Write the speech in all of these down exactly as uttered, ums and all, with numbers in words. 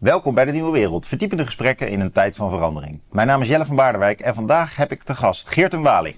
Welkom bij de Nieuwe Wereld, verdiepende gesprekken in een tijd van verandering. Mijn naam is Jelle van Baardenwijk en vandaag heb ik te gast Geert Wali.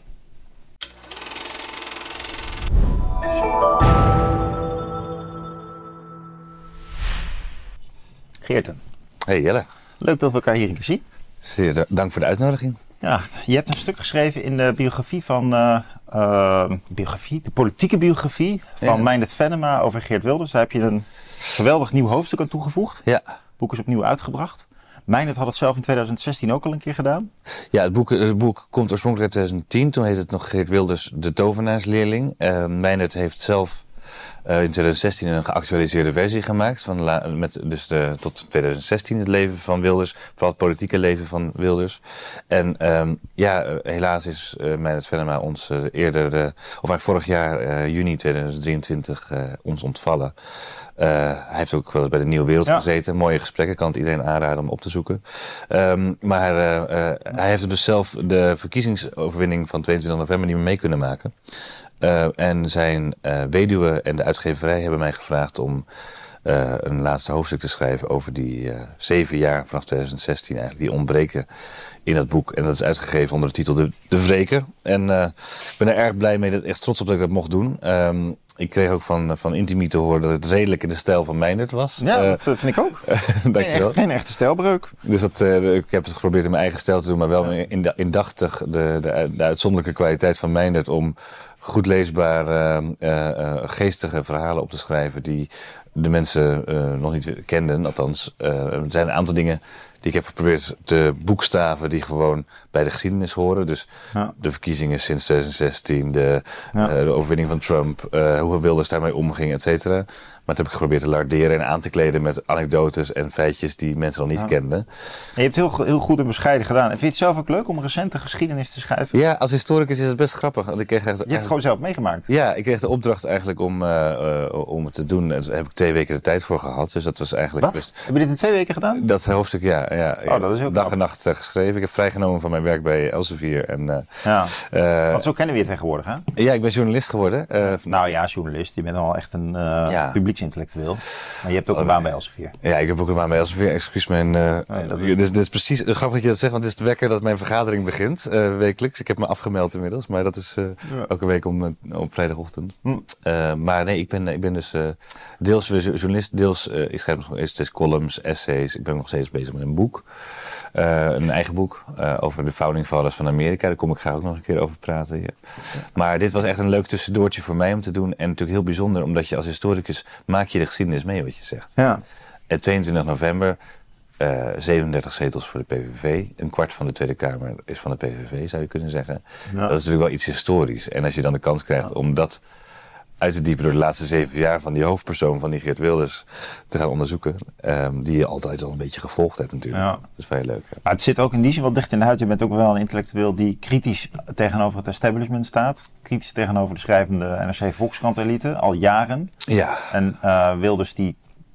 Geerten. Hey Jelle. Leuk dat we elkaar hier een keer zien. Zeer dank voor de uitnodiging. Ja, je hebt een stuk geschreven in de biografie van, uh, uh, biografie, de politieke biografie van ja. Meindert Venema over Geert Wilders. Daar heb je een geweldig nieuw hoofdstuk aan toegevoegd. Ja. Het boek is opnieuw uitgebracht. Meindert had het zelf in twintig zestien ook al een keer gedaan. Ja, het boek, het boek komt oorspronkelijk uit twintig tien. Toen heette het nog Geert Wilders, de tovenaarsleerling. Uh, Meindert heeft zelf uh, in twintig zestien een geactualiseerde versie gemaakt. Van la, met dus de, tot twintig zestien het leven van Wilders. Vooral het politieke leven van Wilders. En um, ja, helaas is uh, Meindert Venema ons uh, eerder, uh, of eigenlijk vorig jaar, uh, juni twintig drieëntwintig, uh, ons ontvallen. Uh, hij heeft ook wel eens bij de Nieuwe Wereld ja. gezeten. Mooie gesprekken, kan het iedereen aanraden om op te zoeken. Um, maar uh, uh, hij heeft dus zelf de verkiezingsoverwinning van tweeëntwintig november niet meer mee kunnen maken. Uh, en zijn uh, weduwe en de uitgeverij hebben mij gevraagd om uh, een laatste hoofdstuk te schrijven over die uh, zeven jaar vanaf twintig zestien eigenlijk, die ontbreken in dat boek. En dat is uitgegeven onder de titel De, de Wreker. En uh, ik ben er erg blij mee, dat, echt trots op dat ik dat mocht doen. Um, Ik kreeg ook van, van Intimi te horen dat het redelijk in de stijl van Meindert was. Ja, uh, dat vind ik ook. Dankjewel. Geen, echt, geen echte stijlbreuk. Dus dat, uh, ik heb het geprobeerd in mijn eigen stijl te doen, maar wel ja. indachtig de, de, de uitzonderlijke kwaliteit van Meindert om goed leesbare, uh, uh, geestige verhalen op te schrijven die de mensen uh, nog niet kenden. Althans, uh, er zijn een aantal dingen die ik heb geprobeerd te boekstaven die gewoon bij de geschiedenis horen. Dus ja. de verkiezingen sinds twintig zestien, de, ja. uh, de overwinning van Trump, uh, hoe Wilders daarmee omging, et cetera. Maar dat heb ik geprobeerd te larderen en aan te kleden met anekdotes en feitjes die mensen nog niet ja. kenden. En je hebt heel, heel goed en bescheiden gedaan. En vind je het zelf ook leuk om recente geschiedenis te schrijven? Ja, als historicus is het best grappig. Want ik kreeg echt, je hebt het gewoon zelf meegemaakt? Ja, ik kreeg de opdracht eigenlijk om, uh, uh, om het te doen. En daar heb ik twee weken de tijd voor gehad. Dus dat was eigenlijk Wat? best... Heb je dit in twee weken gedaan? Dat hoofdstuk, ja. ja oh, dat is heel dag knap. en nacht uh, geschreven. Ik heb vrijgenomen van mijn werk bij Elsevier. En, uh, ja. uh, Want zo kennen we je tegenwoordig, hè? Ja, ik ben journalist geworden. Uh, nou ja, journalist. Je bent al echt een uh, ja. publieksintellectueel. Maar je hebt ook oh, een baan bij Elsevier. Ja, ik heb ook een baan bij Elsevier. Excuus mijn... Uh, oh, ja, dat is... Dit, dit is precies... Grappig dat je dat zegt, want het is het wekker dat mijn vergadering begint. Uh, wekelijks. Ik heb me afgemeld inmiddels. Maar dat is uh, ja. elke week om, uh, op vrijdagochtend. Hm. Uh, maar nee, ik ben, ik ben dus uh, deels journalist, deels... Uh, ik schrijf nog steeds columns, essays. Ik ben nog steeds bezig met een boek. Uh, een eigen boek uh, over de founding fathers van Amerika. Daar kom ik graag ook nog een keer over praten. Ja. Maar dit was echt een leuk tussendoortje voor mij om te doen. En natuurlijk heel bijzonder, omdat je als historicus maak je de geschiedenis mee wat je zegt. Ja. En tweeëntwintig november, uh, zevenendertig zetels voor de P V V. Een kwart van de Tweede Kamer is van de P V V, zou je kunnen zeggen. Ja. Dat is natuurlijk wel iets historisch. En als je dan de kans krijgt ja. om dat uit te diepen door de laatste zeven jaar van die hoofdpersoon van die Geert Wilders te gaan onderzoeken. Um, die je altijd al een beetje gevolgd hebt natuurlijk. Ja. Dat is vrij leuk. Ja. Maar het zit ook in die zin wat dicht in de huid. Je bent ook wel een intellectueel die kritisch tegenover het establishment staat. Kritisch tegenover de schrijvende N R C Volkskrant elite. Al jaren. Ja. En uh, Wilders die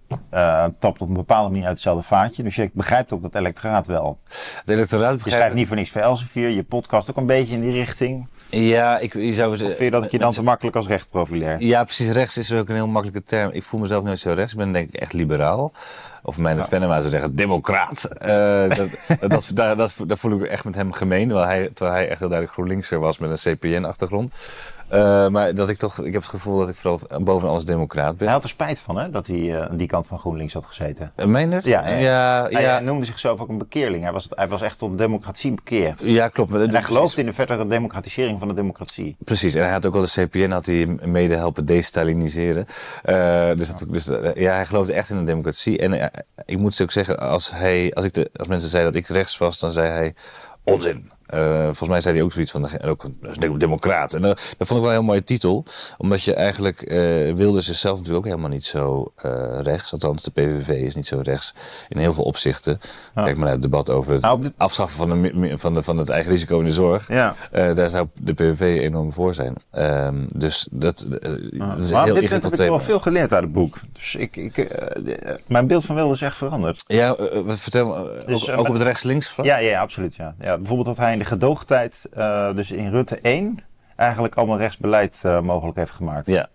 uh, tapt op een bepaalde manier uit hetzelfde vaatje. Dus je begrijpt ook dat electoraat wel. Het electoraat begrijpt... Je schrijft niet voor niks voor Elsevier. Je podcast ook een beetje in die richting. Ja, ik je zou zeggen... Of vind je dat ik je dan te makkelijk als recht profileer? Ja, precies. Rechts is ook een heel makkelijke term. Ik voel mezelf nooit zo rechts. Ik ben denk ik echt liberaal. Of Meindert ja. Venema zou zeggen, democraat. Uh, dat, dat, dat, dat, dat voel ik echt met hem gemeen. Terwijl hij, terwijl hij echt heel duidelijk GroenLinkser was met een C P N-achtergrond. Uh, maar dat ik toch, ik heb het gevoel dat ik vooral boven alles democraat ben. Hij had er spijt van, hè, dat hij uh, aan die kant van GroenLinks had gezeten. Uh, Meindert? Ja, ja, ja, hij, ja. hij noemde zichzelf ook een bekeerling. Hij was, hij was echt tot democratie bekeerd. Ja, klopt. Maar en hij geloofde in de verdere democratisering van de democratie. Precies, en hij had ook al de C P N had hij mede helpen destaliniseren. Uh, dus dat, dus uh, ja, hij geloofde echt in de democratie. En uh, ik moet ook zeggen, als, hij, als, ik de, als mensen zeiden dat ik rechts was, dan zei hij onzin. Uh, volgens mij zei hij ook zoiets van, ook een democraat. En uh, dat vond ik wel een heel mooie titel. Omdat je eigenlijk, uh, Wilders is zelf natuurlijk ook helemaal niet zo uh, rechts. Althans, de P V V is niet zo rechts in heel veel opzichten. Ja. Kijk maar naar het debat over het nou, dit... afschaffen van, de, van, de, van het eigen risico in de zorg. Ja. Uh, daar zou de P V V enorm voor zijn. Um, dus dat, uh, ja. dat is maar heel dit, dit heb ik wel veel geleerd uit het boek. Ja. Dus ik, ik, uh, mijn beeld van Wilders is echt veranderd. Ja, uh, vertel uh, dus, ook, uh, ook op het rechts-links vlak? Ja, ja, absoluut. Ja. Ja, bijvoorbeeld dat hij in de gedoogtijd, uh, dus in Rutte één, eigenlijk allemaal rechtsbeleid uh, mogelijk heeft gemaakt. Ja.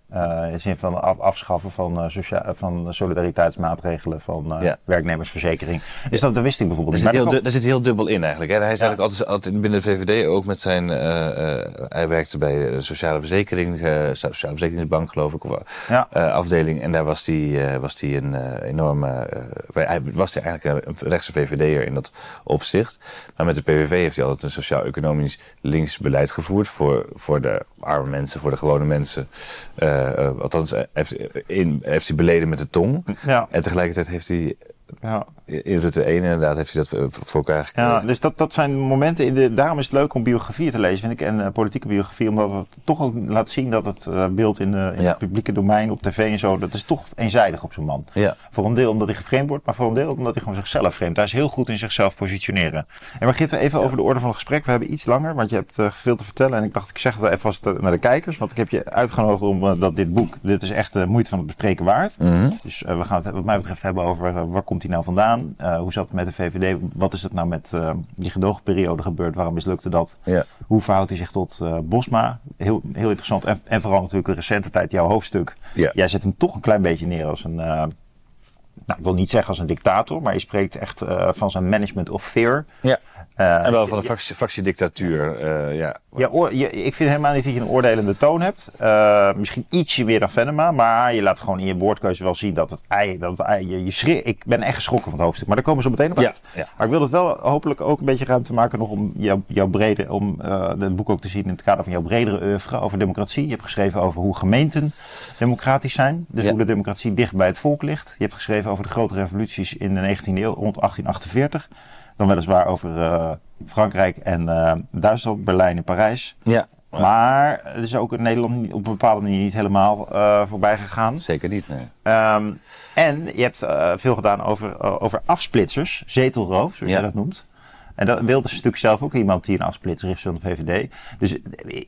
Uh, in de zin van af, afschaffen van, uh, socia- van solidariteitsmaatregelen van uh, ja. werknemersverzekering. Dus dat, dat wist ik bijvoorbeeld niet. Daar zit, heel, daar zit hij heel dubbel in eigenlijk. Hè? Hij is ja. eigenlijk altijd, altijd binnen de V V D ook met zijn... Uh, uh, hij werkte bij de sociale verzekering, uh, sociale verzekeringsbank geloof ik, of, ja. uh, afdeling. En daar was hij uh, was hij een uh, enorme... Uh, hij was hij eigenlijk een, een rechtse V V D'er in dat opzicht. Maar met de P V V heeft hij altijd een sociaal-economisch links beleid gevoerd voor, voor de arme mensen, voor de gewone mensen. Uh, Uh, althans, heeft, in, heeft hij beleden met de tong. Ja. En tegelijkertijd heeft hij... Ja. In Rutte één inderdaad heeft hij dat voor elkaar gekregen. Ja, dus dat, dat zijn momenten. In de, daarom is het leuk om biografieën te lezen, vind ik. En uh, politieke biografie, omdat het toch ook laat zien dat het uh, beeld in, uh, in ja. het publieke domein, op tv en zo, dat is toch eenzijdig op zo'n man. Ja. Voor een deel omdat hij geframed wordt, maar voor een deel omdat hij gewoon zichzelf framet. Hij is heel goed in zichzelf positioneren. En Margriet, even ja. over de orde van het gesprek. We hebben iets langer, want je hebt uh, veel te vertellen. En ik dacht, ik zeg het wel even vast naar de kijkers. Want ik heb je uitgenodigd om uh, dat dit boek, dit is echt de uh, moeite van het bespreken waard. Mm-hmm. Dus uh, we gaan het wat mij betreft hebben over uh, waar komt hij nou vandaan? Uh, hoe zat het met de V V D? Wat is het nou met uh, die gedoogperiode gebeurd? Waarom mislukte dat? Ja. Hoe verhoudt hij zich tot uh, Bosma? Heel, heel interessant. En, en vooral natuurlijk de recente tijd, jouw hoofdstuk. Ja. Jij zet hem toch een klein beetje neer als een... Uh, nou, ik wil niet zeggen als een dictator, maar je spreekt echt uh, van zijn management of fear. Ja. Uh, en wel van de fractie, fractiedictatuur. Uh, ja. Ja, oor, je, ik vind helemaal niet dat je een oordelende toon hebt. Uh, misschien ietsje meer dan Venema, maar je laat gewoon in je woordkeuze wel zien dat het ei, dat het ei je, je schrik. Ik ben echt geschrokken van het hoofdstuk, maar daar komen we zo meteen op uit. Ja, ja. Maar ik wil het wel hopelijk ook een beetje ruimte maken nog om jou, jouw brede, om uh, het boek ook te zien in het kader van jouw bredere oeuvre over democratie. Je hebt geschreven over hoe gemeenten democratisch zijn, dus ja. hoe de democratie dicht bij het volk ligt. Je hebt geschreven over de grote revoluties in de negentiende eeuw rond achttien achtenveertig. Dan weliswaar over uh, Frankrijk en uh, Duitsland, Berlijn en Parijs. Ja. Maar het is ook in Nederland op een bepaalde manier niet helemaal uh, voorbij gegaan. Zeker niet, nee. Um, en je hebt uh, veel gedaan over, uh, over afsplitsers, zetelroof, zoals ja. jij dat noemt. En dat Wilders is natuurlijk zelf ook iemand die een afsplitser is van de V V D. Dus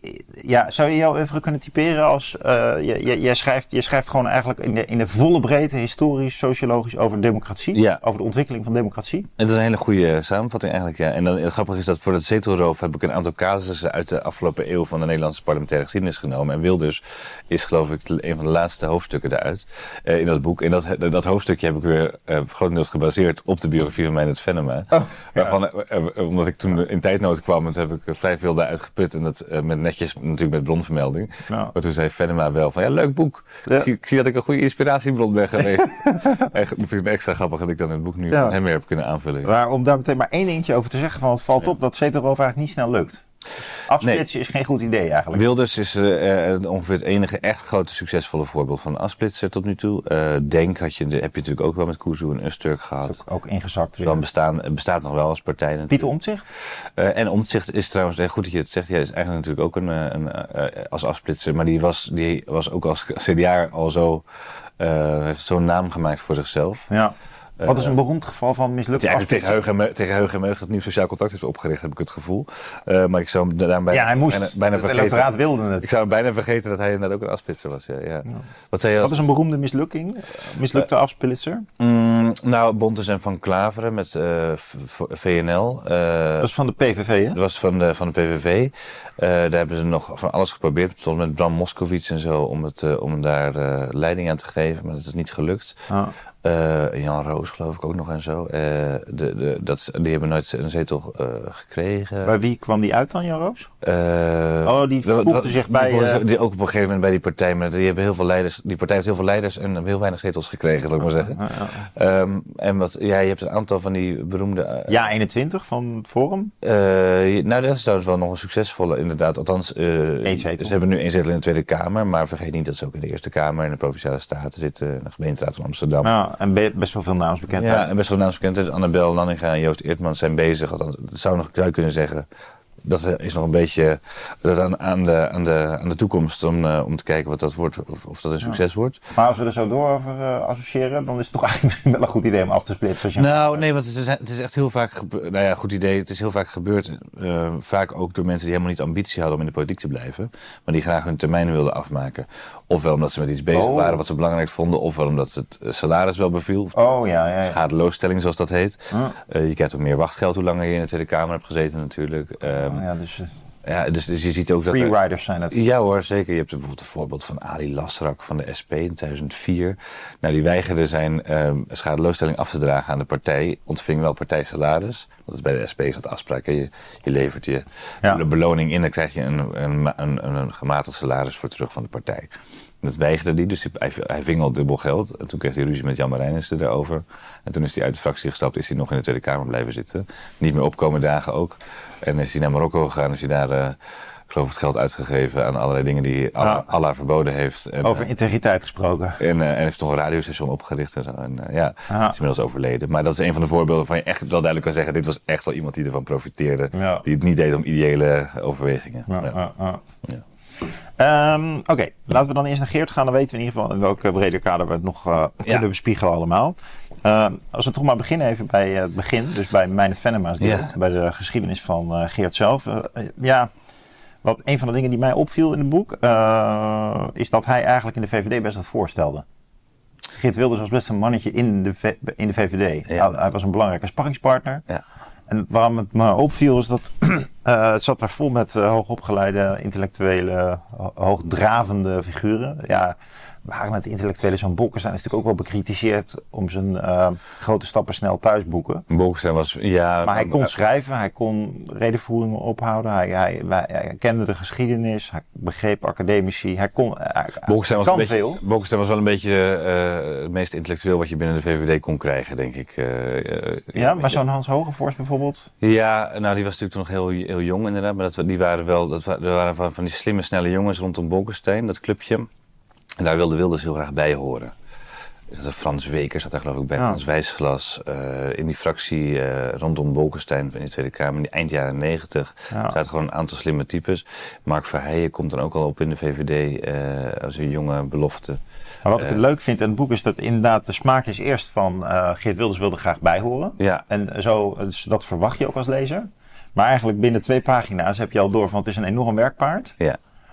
ja, zou je jouw oeuvre kunnen typeren als... Uh, je, je, jij, schrijft, je schrijft gewoon eigenlijk in de, in de volle breedte historisch, sociologisch over democratie. Ja. Over de ontwikkeling van democratie. Het is een hele goede samenvatting eigenlijk, ja. En dan, het grappige is dat voor het zetelroof heb ik een aantal casussen uit de afgelopen eeuw van de Nederlandse parlementaire geschiedenis genomen. En Wilders is geloof ik een van de laatste hoofdstukken daaruit uh, in dat boek. En dat, dat hoofdstukje heb ik weer uh, grotendeels gebaseerd op de biografie van Meindert Venema. Oh, waarvan... Ja. Uh, Omdat ik toen in tijdnood kwam, en toen heb ik vrij veel daaruit geput. En dat uh, met netjes, natuurlijk met bronvermelding. Nou. Maar toen zei Venema wel van, ja, leuk boek. Ja. Ik, zie, ik zie dat ik een goede inspiratiebron ben geweest. En dat vind ik extra grappig dat ik dan het boek nu ja. van hem weer heb kunnen aanvullen. Maar om daar meteen maar één dingetje over te zeggen, van het valt ja. op dat zetelroof eigenlijk niet snel lukt. Afsplitsen nee. is geen goed idee eigenlijk. Wilders is uh, uh, ongeveer het enige echt grote succesvolle voorbeeld van afsplitser tot nu toe. Uh, Denk had je, de, heb je natuurlijk ook wel met Kuzu en Öztürk gehad. Ook, ook ingezakt weer. Het bestaan, bestaat nog wel als partij natuurlijk. Pieter Omtzigt? Uh, en Omtzigt is trouwens, uh, goed dat je het zegt, hij is eigenlijk natuurlijk ook een, een, uh, als afsplitser. Maar die was, die was ook als C D A al zo, uh, heeft zo'n naam gemaakt voor zichzelf. Ja. Wat is een beroemd geval van mislukte ja, tegen Heugen en tegen Heugen en Meug dat nieuw sociaal contact heeft opgericht, heb ik het gevoel. Uh, maar ik zou hem daar bijna, ja, hij moest. bijna, bijna het vergeten. electoraat wilde het. Ik zou hem bijna vergeten dat hij inderdaad ook een afsplitser was. Ja, ja. Ja. Wat, zei je als... Wat is een beroemde mislukking? Mislukte uh, afsplitser? Mm, nou, Bontes en Van Klaveren met uh, V N L. Uh, dat is van de P V V, hè? Dat was van de, van de P V V. Uh, daar hebben ze nog van alles geprobeerd, tot met Bram Moskowitz en zo, om, het, uh, om daar uh, leiding aan te geven. Maar dat is niet gelukt. Ah. Uh, Jan Roos geloof ik ook nog en zo. Uh, de, de, dat, die hebben nooit een zetel uh, gekregen. Bij wie kwam die uit dan, Jan Roos? Uh, oh, die voegde dat, zich bij... Die, uh, die ook op een gegeven moment bij die partij. Maar die, hebben heel veel leiders, die partij heeft heel veel leiders en heel weinig zetels gekregen, zal ik maar zeggen. Uh, uh, uh. Um, en wat, ja, je hebt een aantal van die beroemde... Uh, ja, eenentwintig van het Forum? Uh, nou, dat is trouwens wel nog een succesvolle, inderdaad. Althans, uh, Eén zetel. Ze hebben nu één zetel in de Tweede Kamer. Maar vergeet niet dat ze ook in de Eerste Kamer en de Provinciale Staten zitten. In de gemeenteraad van Amsterdam. Ja. En best wel veel naamsbekendheid. Ja, en best wel naamsbekendheid. Annabel Nanninga en Joost Eertmans zijn bezig. Dat zou nog zou kunnen zeggen. Dat is nog een beetje dat aan, aan, de, aan, de, aan de toekomst om, uh, om te kijken wat dat wordt, of, of dat een succes ja. wordt. Maar als we er zo door over uh, associëren, dan is het toch eigenlijk wel een goed idee om af te splitsen. Als je nou, nee, want het is, het is echt heel vaak gebeurd. Nou ja, goed idee. Het is heel vaak gebeurd. Uh, vaak ook door mensen die helemaal niet ambitie hadden om in de politiek te blijven, maar die graag hun termijn wilden afmaken. Ofwel omdat ze met iets bezig oh. waren wat ze belangrijk vonden, ofwel omdat het salaris wel beviel. Oh ja, ja, ja. Schadeloosstelling, zoals dat heet. Oh. Uh, je krijgt ook meer wachtgeld hoe langer je in de Tweede Kamer hebt gezeten, natuurlijk. Um, oh, ja, dus het... ja dus, dus je ziet ook Free dat... Free riders zijn het. Ja hoor, zeker. Je hebt bijvoorbeeld een voorbeeld van Ali Lasrak van de S P in tweeduizend vier. Nou, die weigerde zijn uh, schadeloosstelling af te dragen aan de partij. Ontving wel partijsalaris. Dat is bij de S P is dat afspraak. Je, je levert je ja. de beloning in, dan krijg je een, een, een, een gematigd salaris voor terug van de partij. Dat weigerde hij, dus hij, hij ving al dubbel geld. En toen kreeg hij ruzie met Jan Marijnissen erover. En toen is hij uit de fractie gestapt, is hij nog in de Tweede Kamer blijven zitten. Niet meer opkomen dagen ook. En is hij naar Marokko gegaan, is hij daar, uh, ik geloof, het geld uitgegeven aan allerlei dingen die Allah, Allah verboden heeft. En, over uh, integriteit gesproken. En, uh, en heeft toch een radiostation opgericht en zo. En uh, ja, ah. is inmiddels overleden. Maar dat is een van de voorbeelden van je echt wel duidelijk kan zeggen, dit was echt wel iemand die ervan profiteerde. Ja. Die het niet deed om ideële overwegingen. Ja, ja. Ah, ah. ja. Um, Oké, okay. Laten we dan eerst naar Geert gaan. Dan weten we in ieder geval in welk brede kader we het nog uh, kunnen ja. bespiegelen allemaal. Uh, als we toch maar beginnen even bij het begin. Dus bij Meijnerd Venema's deel. Ja. Bij de geschiedenis van uh, Geert zelf. Uh, ja, wat een van de dingen die mij opviel in het boek... Uh, is dat hij eigenlijk in de V V D best wat voorstelde. Geert Wilders was best een mannetje in de, v- in de V V D. Ja. Hij, hij was een belangrijke sparringspartner. Ja. En waarom het me opviel is dat uh, het zat daar vol met uh, hoogopgeleide, intellectuele, ho- hoogdravende figuren. Ja, waar met intellectuelen zo'n Bolkestein is natuurlijk ook wel bekritiseerd om zijn uh, grote stappen snel thuis boeken. Bolkestein was, ja... Maar hij kon schrijven, hij kon redenvoeringen ophouden, hij, hij, hij, hij kende de geschiedenis, hij begreep academici, hij kon hij, Bolkestein kan was een veel. Beetje, Bolkestein was wel een beetje uh, het meest intellectueel wat je binnen de V V D kon krijgen, denk ik. Uh, uh, ja, maar zo'n Hans Hogevorst bijvoorbeeld? Ja, nou die was natuurlijk toen nog heel, heel jong inderdaad, maar dat, die waren wel, dat waren, er waren van, van die slimme, snelle jongens rondom Bolkestein, dat clubje. En daar wilde Wilders heel graag bij horen. Dus Frans Wekers zat daar geloof ik bij, ja. Frans Wijsglas. Uh, in die fractie uh, rondom Bolkestein in de Tweede Kamer, in de eind jaren negentig. Ja. Er zaten gewoon een aantal slimme types. Mark Verheijen komt dan ook al op in de V V D uh, als een jonge belofte. Maar wat ik het uh, leuk vind in het boek is dat inderdaad de smaak is eerst van uh, Geert Wilders wilde graag bijhoren. Ja. En zo, dus dat verwacht je ook als lezer. Maar eigenlijk binnen twee pagina's heb je al door van het is een enorm werkpaard. Ja.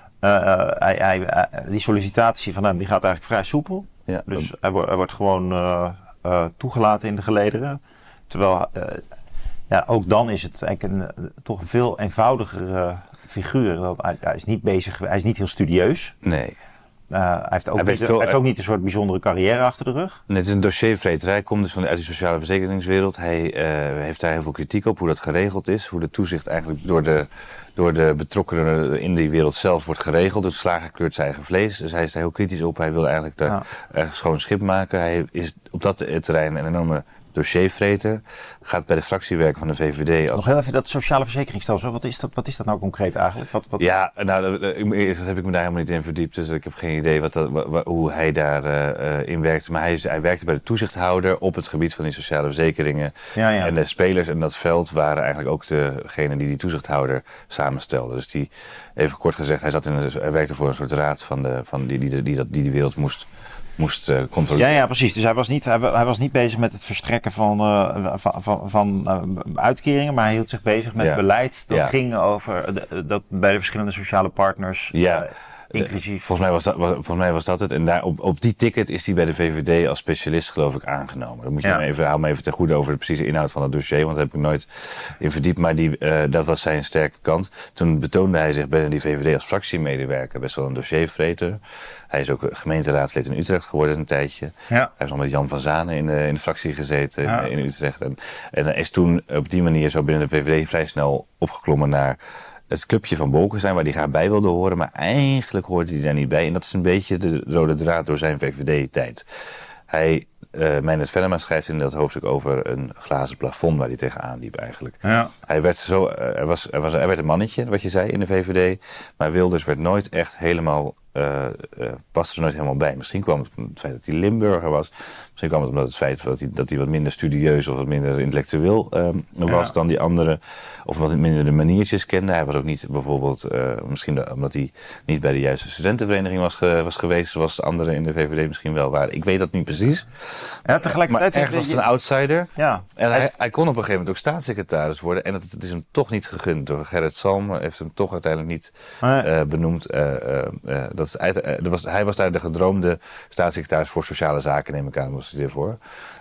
Uh, hij, hij, hij, die sollicitatie van hem die gaat eigenlijk vrij soepel. Ja, dus hij, wo- hij wordt gewoon uh, uh, toegelaten in de gelederen. Terwijl uh, ja, ook dan is het eigenlijk een, toch een veel eenvoudigere figuur. Dat hij, hij is niet bezig, hij is niet heel studieus. Nee. Uh, hij heeft, ook, hij niet, veel, hij heeft ook niet een soort bijzondere carrière achter de rug. Nee, het is een dossiervreter. Hij komt dus van de, uit de sociale verzekeringswereld. Hij uh, heeft daar heel veel kritiek op hoe dat geregeld is. Hoe de toezicht eigenlijk door de, door de betrokkenen in die wereld zelf wordt geregeld. De slager kleurt zijn eigen vlees. Dus hij is daar heel kritisch op. Hij wil eigenlijk daar ja. uh, schoon schip maken. Hij is op dat terrein een enorme dossiervreter. Gaat bij de fractie werken van de V V D. Als... Nog heel even dat sociale verzekeringsstelsel. Wat is dat, wat is dat nou concreet eigenlijk? Wat, wat... Ja, nou, dat heb ik me daar helemaal niet in verdiept. Dus ik heb geen idee wat dat, wat, hoe hij daarin uh, in werkte. Maar hij, is, hij werkte bij de toezichthouder op het gebied van die sociale verzekeringen. Ja, ja. En de spelers in dat veld waren eigenlijk ook degenen die die toezichthouder samenstelden. Dus die, even kort gezegd, hij, zat in een, hij werkte voor een soort raad van de, van die, die, die, die, die die wereld moest... moest uh, controleren. Ja, ja, precies. Dus hij was niet, hij, hij was niet bezig met het verstrekken van, uh, van, van, van uh, uitkeringen, maar hij hield zich bezig met ja. beleid dat ja. ging over de, dat bij de verschillende sociale partners. Ja. Uh, inclusief. Volgens mij was dat, volgens mij was dat het. En daar, op, op die ticket is hij bij de V V D als specialist geloof ik aangenomen. Dan moet je ja. me even, hou me even ten goede over de precieze inhoud van het dossier, want daar heb ik nooit in verdiept. Maar die, uh, dat was zijn sterke kant. Toen betoonde hij zich binnen die V V D als fractiemedewerker best wel een dossiervreter. Hij is ook gemeenteraadslid in Utrecht geworden een tijdje. Ja. Hij heeft nog met Jan van Zanen in de, in de fractie gezeten ja. in, in Utrecht. En, en is toen op die manier zo binnen de V V D vrij snel opgeklommen naar het clubje van Bolkestein waar hij graag bij wilde horen. Maar eigenlijk hoorde hij daar niet bij. En dat is een beetje de rode draad door zijn V V D-tijd. Hij, uh, Meijnerd Venema schrijft in dat hoofdstuk over een glazen plafond waar hij tegenaan liep eigenlijk. Ja. Hij werd zo, uh, er, was, er, was, er werd een mannetje, wat je zei, in de V V D. Maar Wilders werd nooit echt helemaal... Uh, uh, paste er nooit helemaal bij. Misschien kwam het om het feit dat hij Limburger was. Misschien kwam het omdat het feit dat hij, dat hij wat minder studieus of wat minder intellectueel uh, was ja. dan die anderen. Of wat minder de maniertjes kende. Hij was ook niet bijvoorbeeld, uh, misschien de, omdat hij niet bij de juiste studentenvereniging was, ge, was geweest, zoals de anderen in de V V D misschien wel waren. Ik weet dat niet precies. Ja, tegelijkertijd maar ergens was het een outsider. Ja. En hij, hij kon op een gegeven moment ook staatssecretaris worden. En het, het is hem toch niet gegund door Gerrit Salm. Heeft hem toch uiteindelijk niet uh, benoemd. Uh, uh, uh, dat is, uh, was, hij was daar de gedroomde staatssecretaris voor sociale zaken, neem ik aan, was hij ervoor.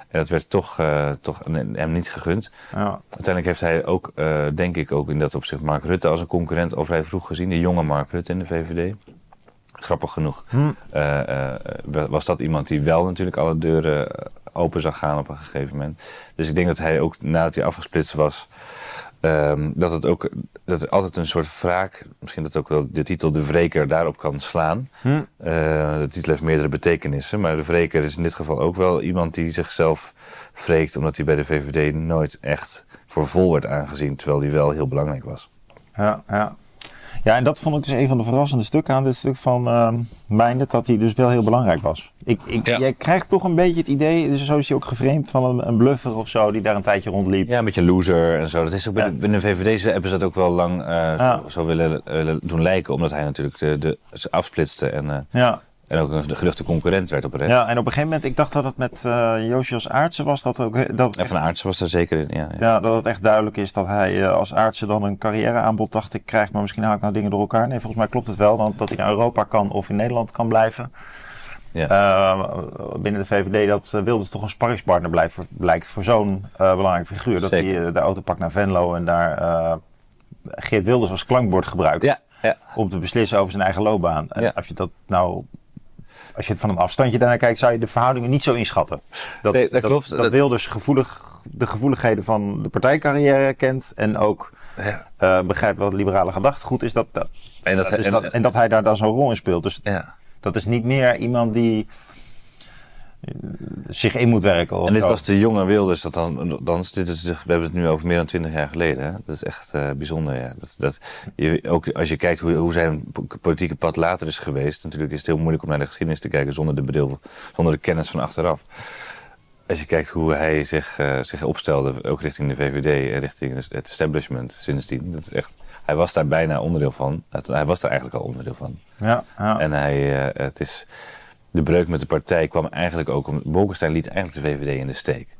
En dat werd toch, uh, toch hem niet gegund. Ja. Uiteindelijk heeft hij ook, uh, denk ik, ook in dat opzicht Mark Rutte als een concurrent al vrij vroeg gezien. De jonge Mark Rutte in de V V D. Grappig genoeg hm. uh, uh, was dat iemand die wel natuurlijk alle deuren open zag gaan op een gegeven moment. Dus ik denk dat hij ook nadat hij afgesplitst was, um, dat het ook dat er altijd een soort wraak, misschien dat ook wel de titel De Wreker daarop kan slaan. Hm. Uh, de titel heeft meerdere betekenissen, maar de wreker is in dit geval ook wel iemand die zichzelf wreekt omdat hij bij de V V D nooit echt voor vol werd aangezien, terwijl hij wel heel belangrijk was. Ja, ja. Ja, en dat vond ik dus een van de verrassende stukken aan dit stuk van uh, Meindert, dat hij dus wel heel belangrijk was. Ik, ik, ja. Jij krijgt toch een beetje het idee, dus zo is hij ook geframed van een, een bluffer of zo, die daar een tijdje rondliep. Ja, een beetje loser en zo. Dat is ook binnen, ja. binnen de V V D hebben ze dat ook wel lang uh, ja. zo, zo willen uh, doen lijken, omdat hij natuurlijk de, de, ze afsplitste en... Uh, ja. En ook een geduchte concurrent werd op een Ja, en op een gegeven moment, ik dacht dat het met uh, Josias Aartsen was. Dat ook, dat ja, van Aartsen was daar zeker in, ja, ja. Ja, dat het echt duidelijk is dat hij uh, als Aartsen dan een carrièreaanbod, dacht ik, krijgt. Maar misschien haal ik nou dingen door elkaar. Nee, volgens mij klopt het wel. Want dat hij naar Europa kan of in Nederland kan blijven. Ja. Uh, binnen de V V D dat uh, Wilders toch een sparringspartner blijft, blijkt voor zo'n uh, belangrijke figuur. Dat zeker. hij uh, de auto pakt naar Venlo en daar uh, Geert Wilders als klankbord gebruikt. Ja. Ja. Om te beslissen over zijn eigen loopbaan. En ja. als je dat nou... Als je van een afstandje daarnaar kijkt, zou je de verhoudingen niet zo inschatten. Dat, nee, dat, dat klopt. Dat, dat Wilders gevoelig, de gevoeligheden van de partijcarrière kent. En ook ja. uh, begrijpt wat liberale gedachtegoed is. Dat, dat, en, dat, dus en, dat, en dat hij daar dan zo'n rol in speelt. Dus ja. dat is niet meer iemand die zich in moet werken. Of en dit zo. was de jonge Wilders. Dat dan, dan, dit is, we hebben het nu over meer dan twintig jaar geleden. Hè? Dat is echt uh, bijzonder. Ja. Dat, dat, je, ook als je kijkt hoe, hoe zijn politieke pad later is geweest. Natuurlijk is het heel moeilijk om naar de geschiedenis te kijken zonder de, bedeel, zonder de kennis van achteraf. Als je kijkt hoe hij zich, uh, zich opstelde, ook richting de V V D en richting het establishment sindsdien. Dat is echt, hij was daar bijna onderdeel van. Hij was daar eigenlijk al onderdeel van. Ja, ja. En hij, uh, het is... De breuk met de partij kwam eigenlijk ook om... Bolkestein liet eigenlijk de V V D in de steek.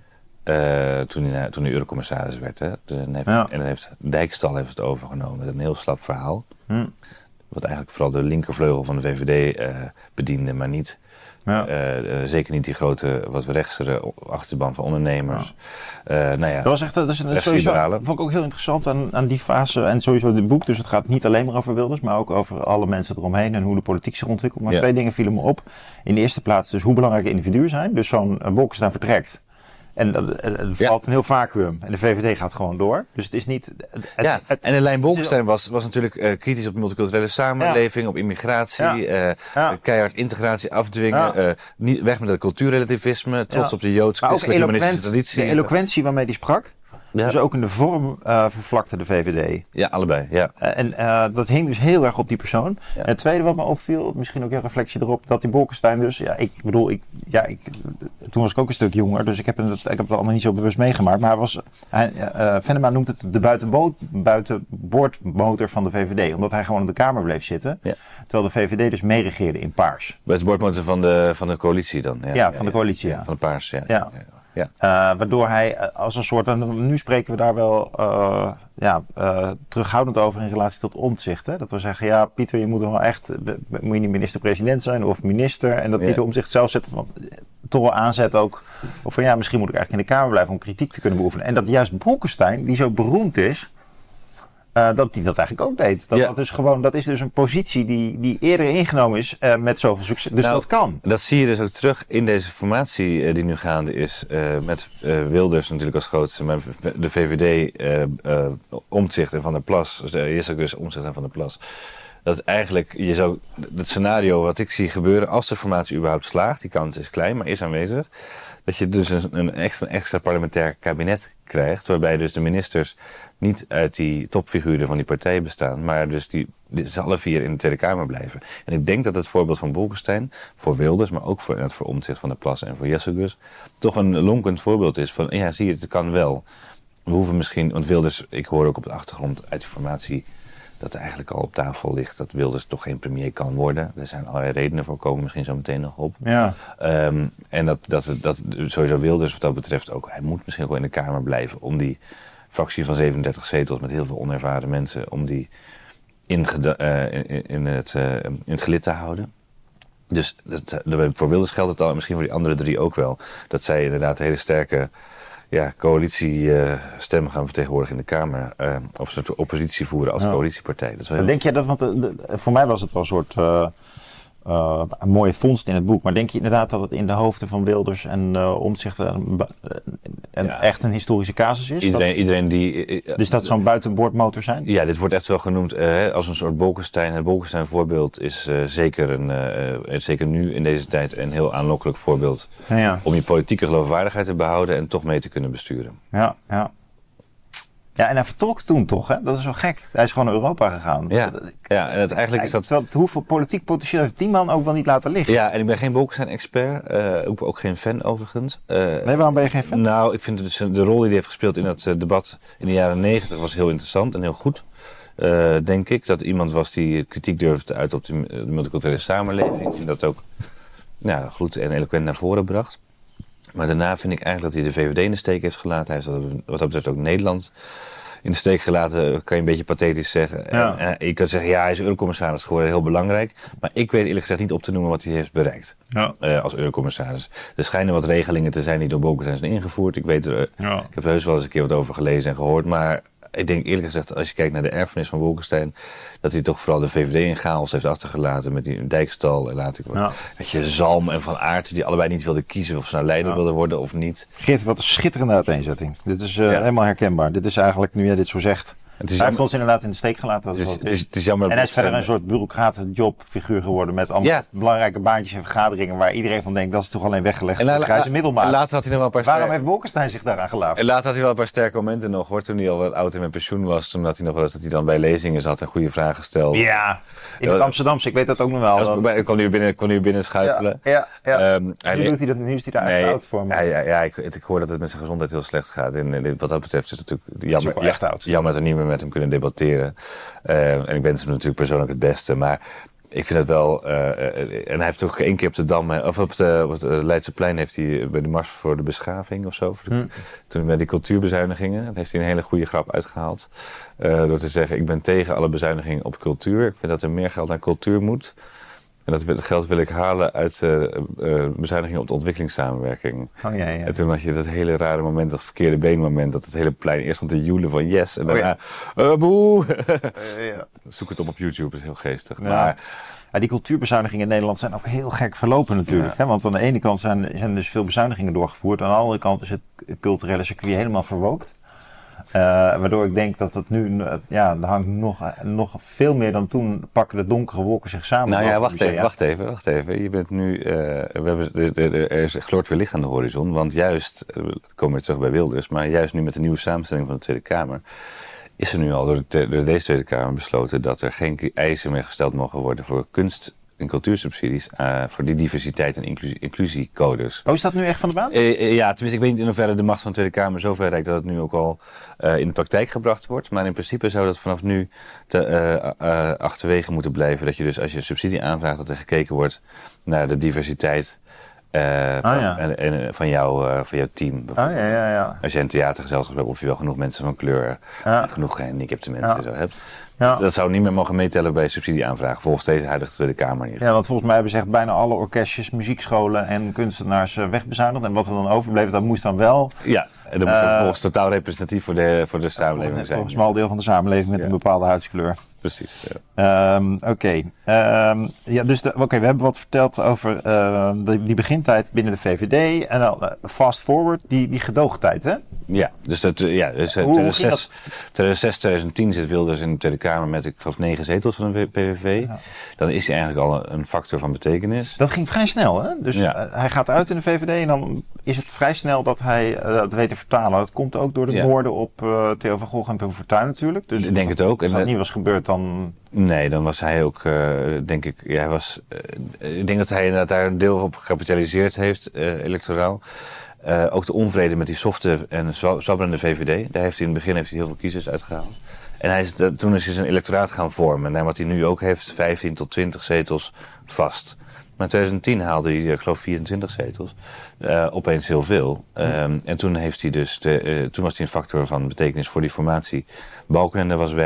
Uh, toen, hij, toen hij eurocommissaris werd. Hè. De, en heeft, ja. en dan heeft Dijkstal heeft het overgenomen met een heel slap verhaal. Hm. Wat eigenlijk vooral de linkervleugel van de V V D uh, bediende, maar niet... Ja. Uh, uh, zeker niet die grote, wat rechtsere achterban van ondernemers. Ja. Uh, nou ja, dat was echt, dat is een, sowieso, vond ik ook heel interessant aan, aan die fase en sowieso dit boek. Dus het gaat niet alleen maar over Wilders, maar ook over alle mensen eromheen en hoe de politiek zich ontwikkelt. Maar ja. twee dingen vielen me op. In de eerste plaats dus hoe belangrijk individuen zijn. Dus zo'n Bolkestein vertrekt. En dat, er valt ja. een heel vacuüm. En de V V D gaat gewoon door. Dus het is niet... Het, ja, het, en de lijn Bolkestein was, was natuurlijk uh, kritisch op de multiculturele samenleving, ja. op immigratie, ja. Uh, ja. keihard integratie afdwingen, ja. uh, niet, weg met het cultuurrelativisme, trots ja. op de joods-christelijke humanistische traditie. De eloquentie waarmee die sprak. Ja. Dus ook in de vorm uh, vervlakte de V V D. Ja, allebei. Ja. Uh, en uh, dat hing dus heel erg op die persoon. Ja. En het tweede wat me opviel, misschien ook een reflectie erop, dat die Bolkestein dus, ja, ik bedoel, ik, ja, ik, toen was ik ook een stuk jonger, dus ik heb het, ik heb het allemaal niet zo bewust meegemaakt. Maar hij was, hij, uh, Venema noemt het de buitenboord, buitenboordmotor van de V V D, omdat hij gewoon in de Kamer bleef zitten. Ja. Terwijl de V V D dus meeregeerde in paars. Buitenboordmotor van de, van de coalitie dan? Ja, ja van de coalitie, ja. ja. Van de paars, ja. ja. ja. Ja. Uh, waardoor hij uh, als een soort, nu spreken we daar wel uh, ja, uh, terughoudend over in relatie tot Omtzigt. Hè? Dat we zeggen, ja Pieter, je moet wel echt, moet je niet minister-president zijn of minister. En dat ja. Pieter Omtzigt zelf zet, van, toch wel aanzet ook. Of van ja, misschien moet ik eigenlijk in de Kamer blijven om kritiek te kunnen beoefenen. En dat juist Bolkestein, die zo beroemd is, Uh, dat hij dat eigenlijk ook deed. Dat, ja. dat, is gewoon, dat is dus een positie die, die eerder ingenomen is uh, met zoveel succes. Dus nou, dat kan. Dat zie je dus ook terug in deze formatie uh, die nu gaande is. Uh, met uh, Wilders natuurlijk als grootste. Maar de V V D, uh, uh, Omtzigt en Van der Plas. Dus uh, Jesselgus, Omtzigt en Van der Plas. Dat eigenlijk, je zou, het scenario wat ik zie gebeuren, als de formatie überhaupt slaagt, die kans is klein, maar is aanwezig, dat je dus een, een extra, extra parlementair kabinet krijgt, waarbij dus de ministers niet uit die topfiguren van die partijen bestaan, maar dus die, die ze alle vier in de Tweede Kamer blijven. En ik denk dat het voorbeeld van Bolkestein, voor Wilders, maar ook voor, voor Omtzigt, Van der Plas en voor Jesselgus, toch een lonkend voorbeeld is van, ja zie je, het kan wel. We hoeven misschien, want Wilders, ik hoor ook op de achtergrond uit die formatie, dat er eigenlijk al op tafel ligt dat Wilders toch geen premier kan worden. Er zijn allerlei redenen voor, komen misschien zo meteen nog op. Ja. Um, en dat, dat, dat sowieso Wilders wat dat betreft ook, hij moet misschien ook wel in de Kamer blijven om die fractie van zevenendertig zetels met heel veel onervaren mensen, om die in, uh, in, in, het, uh, in het gelid te houden. Dus dat, voor Wilders geldt het al, en misschien voor die andere drie ook wel. Dat zij inderdaad een hele sterke ja, coalitiestem uh, gaan vertegenwoordigen in de Kamer. Uh, of een soort oppositie voeren als ja. coalitiepartij. Dat is wel heel... Denk jij dat, want de, de, voor mij was het wel een soort uh, uh, een mooie vondst in het boek. Maar denk je inderdaad dat het in de hoofden van Wilders en uh, Omtzigt uh, en ja. echt een historische casus is? Iedereen, dat, iedereen die... Uh, dus dat zo'n buitenboordmotor zijn? Ja, dit wordt echt wel genoemd uh, als een soort Bolkestein. Het Bolkestein voorbeeld is uh, zeker, een, uh, zeker nu in deze tijd een heel aanlokkelijk voorbeeld. Ja, ja. Om je politieke geloofwaardigheid te behouden en toch mee te kunnen besturen. Ja, ja. Ja, en hij vertrok toen toch, hè? Dat is zo gek. Hij is gewoon naar Europa gegaan. Ja, ja en het, eigenlijk is dat... Terwijl, hoeveel politiek potentieel heeft die man ook wel niet laten liggen? Ja, en ik ben geen Bolkestein-expert. Uh, ook, ook geen fan overigens. Uh, nee, waarom ben je geen fan? Nou, ik vind dus de rol die hij heeft gespeeld in het uh, debat in de jaren negentig was heel interessant en heel goed. Uh, denk ik dat iemand was die kritiek durfde te uiten op de, de multiculturele samenleving. En dat ook nou, goed en eloquent naar voren bracht. Maar daarna vind ik eigenlijk dat hij de V V D in de steek heeft gelaten. Hij heeft wat dat betreft ook Nederland in de steek gelaten, kan je een beetje pathetisch zeggen. Ja. En, en je kunt zeggen, ja, hij is eurocommissaris geworden, heel belangrijk. Maar ik weet eerlijk gezegd niet op te noemen wat hij heeft bereikt ja. uh, als eurocommissaris. Er schijnen wat regelingen te zijn die door Bolkestein zijn ingevoerd. Ik weet er, ja. ik heb er heus wel eens een keer wat over gelezen en gehoord, maar... Ik denk eerlijk gezegd, als je kijkt naar de erfenis van Bolkestein, dat hij toch vooral de V V D in chaos heeft achtergelaten met die Dijkstal en laat ik ja. weet je, Zalm en Van Aert, die allebei niet wilden kiezen of ze nou leider ja. wilden worden of niet. Geert, wat een schitterende uiteenzetting. Dit is uh, ja. helemaal herkenbaar. Dit is eigenlijk, nu jij dit zo zegt... Het is hij heeft ons inderdaad in de steek gelaten. Dat het, is, het, het, is, het is jammer. En hij is verder een soort bureaucraten-jobfiguur geworden met allemaal ja. belangrijke baantjes en vergaderingen waar iedereen van denkt dat is toch alleen weggelegd voor de grijze middelmaat. Later had hij nog wel een paar Waarom heeft Bolkestein zich daaraan gelaten? En later had hij wel een paar sterke momenten nog hoor. Toen hij al wat oud en met pensioen was. Toen had hij nog wel eens dat hij dan bij lezingen zat en goede vragen stelde. Ja, in het Amsterdamse. Ik weet dat ook nog wel. Was, dan... kon hij binnen, kon hij binnen schuifelen. Ja, ja, ja. Um, hij, nu, doet hij dat, nu is hij daar nee, echt oud voor. Ja, ja, ja ik, ik hoor dat het met zijn gezondheid heel slecht gaat. En, en wat dat betreft is het natuurlijk jammer, is echt oud. jammer dat we niet meer met hem kunnen debatteren. Uh, en ik wens hem natuurlijk persoonlijk het beste. Maar ik vind het wel... Uh, uh, en hij heeft toch één keer op de Dam... Of op, de, op het Leidseplein heeft hij bij de Mars voor de Beschaving of zo. Voor de, hmm. Toen met die cultuurbezuinigingen... heeft hij een hele goede grap uitgehaald. Uh, door te zeggen, ik ben tegen alle bezuinigingen op cultuur. Ik vind dat er meer geld naar cultuur moet. En dat geld wil ik halen uit uh, uh, bezuinigingen op de ontwikkelingssamenwerking. Oh, ja, ja. En toen had je dat hele rare moment, dat verkeerde beenmoment, dat het hele plein eerst stond te joelen van yes. En daarna, oh, ja. uh, boe! uh, ja. Zoek het op op YouTube, dat is heel geestig. Ja. Maar, ja, die cultuurbezuinigingen in Nederland zijn ook heel gek verlopen natuurlijk. Ja. Hè? Want aan de ene kant zijn, zijn dus veel bezuinigingen doorgevoerd. Aan de andere kant is het culturele circuit helemaal verwookt. Uh, waardoor ik denk dat het nu, uh, ja, er hangt nog, uh, nog veel meer dan toen pakken de donkere wolken zich samen. Nou ja, wacht even, wacht even, wacht even. Je bent nu, uh, we hebben, de, de, de, er gloort weer licht aan de horizon, want juist, uh, we komen weer terug bij Wilders, maar juist nu met de nieuwe samenstelling van de Tweede Kamer, is er nu al door, de, door deze Tweede Kamer besloten dat er geen eisen meer gesteld mogen worden voor kunst en cultuursubsidies uh, voor die diversiteit en inclusie, inclusiecodes. Oh, is dat nu echt van de baan? Uh, uh, ja, tenminste, ik weet niet in hoeverre de macht van de Tweede Kamer zo ver reikt dat het nu ook al uh, in de praktijk gebracht wordt. Maar in principe zou dat vanaf nu te, uh, uh, achterwege moeten blijven. Dat je dus als je subsidie aanvraagt, dat er gekeken wordt naar de diversiteit Uh, oh, ja. en, en, van, jou, uh, van jouw team. Oh, ja, ja, ja. Als je een theatergezelschap hebt, of je wel genoeg mensen van kleur, ja. en genoeg gehandicapte mensen ja. zo hebt. Ja. Dat, dat zou niet meer mogen meetellen bij subsidieaanvragen, volgens deze huidige Tweede Kamer niet. Ja, want volgens mij hebben ze echt bijna alle orkestjes, muziekscholen en kunstenaars wegbezuinigd. En wat er dan overbleef, dat moest dan wel... Ja, en dat moest uh, volgens totaal representatief voor de, voor de samenleving volgens, zijn. Volgens een smal deel van de samenleving met ja. een bepaalde huidskleur. Precies, ja. Um, Oké, okay. um, ja, dus de, okay, we hebben wat verteld over uh, die, die begintijd binnen de V V D. En dan uh, fast forward, die, die gedoogtijd, hè? Ja, dus, dat, ja, dus tweeduizend zes, tweeduizend zes, tweeduizend tien zit Wilders in de Tweede Kamer met, ik geloof, negen zetels van de P V V. Ja. Dan is hij eigenlijk al een factor van betekenis. Dat ging vrij snel, hè? Dus ja. uh, hij gaat uit in de V V D en dan is het vrij snel dat hij uh, dat weet te vertalen. Dat komt ook door de ja. moorden op uh, Theo van Gogh en Pim Fortuyn natuurlijk. Dus ik denk het ook. Als dat en niet was gebeurd, dan... Nee, dan was hij ook, uh, denk ik, ja, hij was, uh, ik denk dat hij inderdaad daar een deel op gecapitaliseerd heeft, uh, electoraal. Uh, ook de onvrede met die softe en zwabberende V V D. Daar heeft hij in het begin heeft hij heel veel kiezers uitgehaald. En hij is, toen is hij zijn electoraat gaan vormen. En wat hij nu ook heeft, vijftien tot twintig zetels vast. Maar in twintig tien haalde hij, ik geloof, vierentwintig zetels. Uh, opeens heel veel. Uh, en toen, heeft hij dus de, uh, toen was hij een factor van betekenis voor die formatie. Balkenende was weg.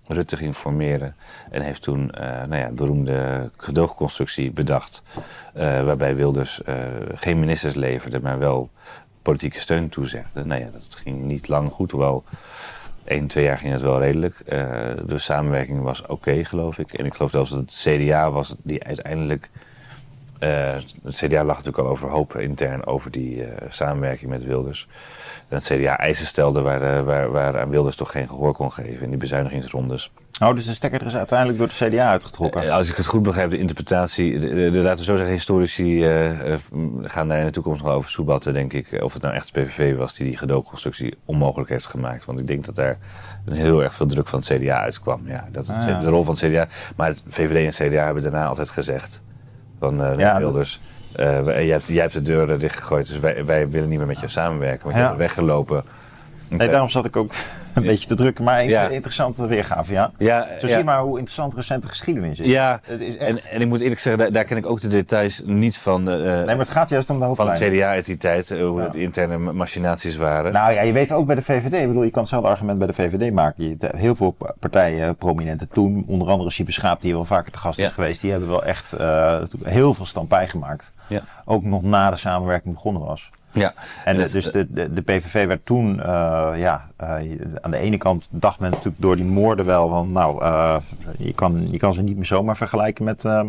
Rutte ging formeren. En heeft toen uh, nou ja, de beroemde gedoogconstructie bedacht. Uh, waarbij Wilders uh, geen ministers leverde, maar wel politieke steun toezegde. Nou ja, dat ging niet lang goed, hoewel één, twee jaar ging het wel redelijk. Uh, de samenwerking was oké, okay, geloof ik. En ik geloof zelfs dat het C D A was die uiteindelijk... Uh, het C D A lag natuurlijk al overhoop intern over die uh, samenwerking met Wilders. En het C D A eisen stelde waar, uh, waar, waar aan Wilders toch geen gehoor kon geven in die bezuinigingsrondes. Oh, dus de stekker is uiteindelijk door de C D A uitgetrokken? Uh, als ik het goed begrijp, de interpretatie, de, de, de, laten we zo zeggen, historici uh, uh, gaan daar in de toekomst nog over soebatten, denk ik. Of het nou echt de P V V was die die gedoogconstructie onmogelijk heeft gemaakt. Want ik denk dat daar een heel erg veel druk van het C D A uitkwam. Ja, dat het, ah, ja. De rol van het C D A. Maar het V V D en het C D A hebben daarna altijd gezegd van uh, ja, Wilders, uh, jij, hebt, jij hebt de deuren dichtgegooid, dus wij, wij willen niet meer met jou samenwerken. Want ja. je bent weggelopen. Nee, daarom zat ik ook een beetje te drukken. Maar een ja. interessante weergave, ja. ja Zo ja. zie je maar hoe interessant recente geschiedenis is. Ja, het is en, echt... en ik moet eerlijk zeggen, daar, daar ken ik ook de details niet van. Uh, nee, maar het gaat juist om de hoofdlijn. Van het C D A uit die tijd, uh, hoe ja. de interne machinaties waren. Nou ja, je weet ook bij de V V D. Ik bedoel, je kan hetzelfde argument bij de V V D maken. Je, heel veel partijen, prominenten toen, onder andere Siebe Schaap, die wel vaker te gast is ja. geweest, die hebben wel echt uh, heel veel stampij gemaakt. Ja. Ook nog na de samenwerking begonnen was. Ja. En, en het, dus de, de, de P V V werd toen, uh, ja, uh, aan de ene kant dacht men natuurlijk door die moorden wel van, nou, uh, je, kan, je kan ze niet meer zomaar vergelijken met uh,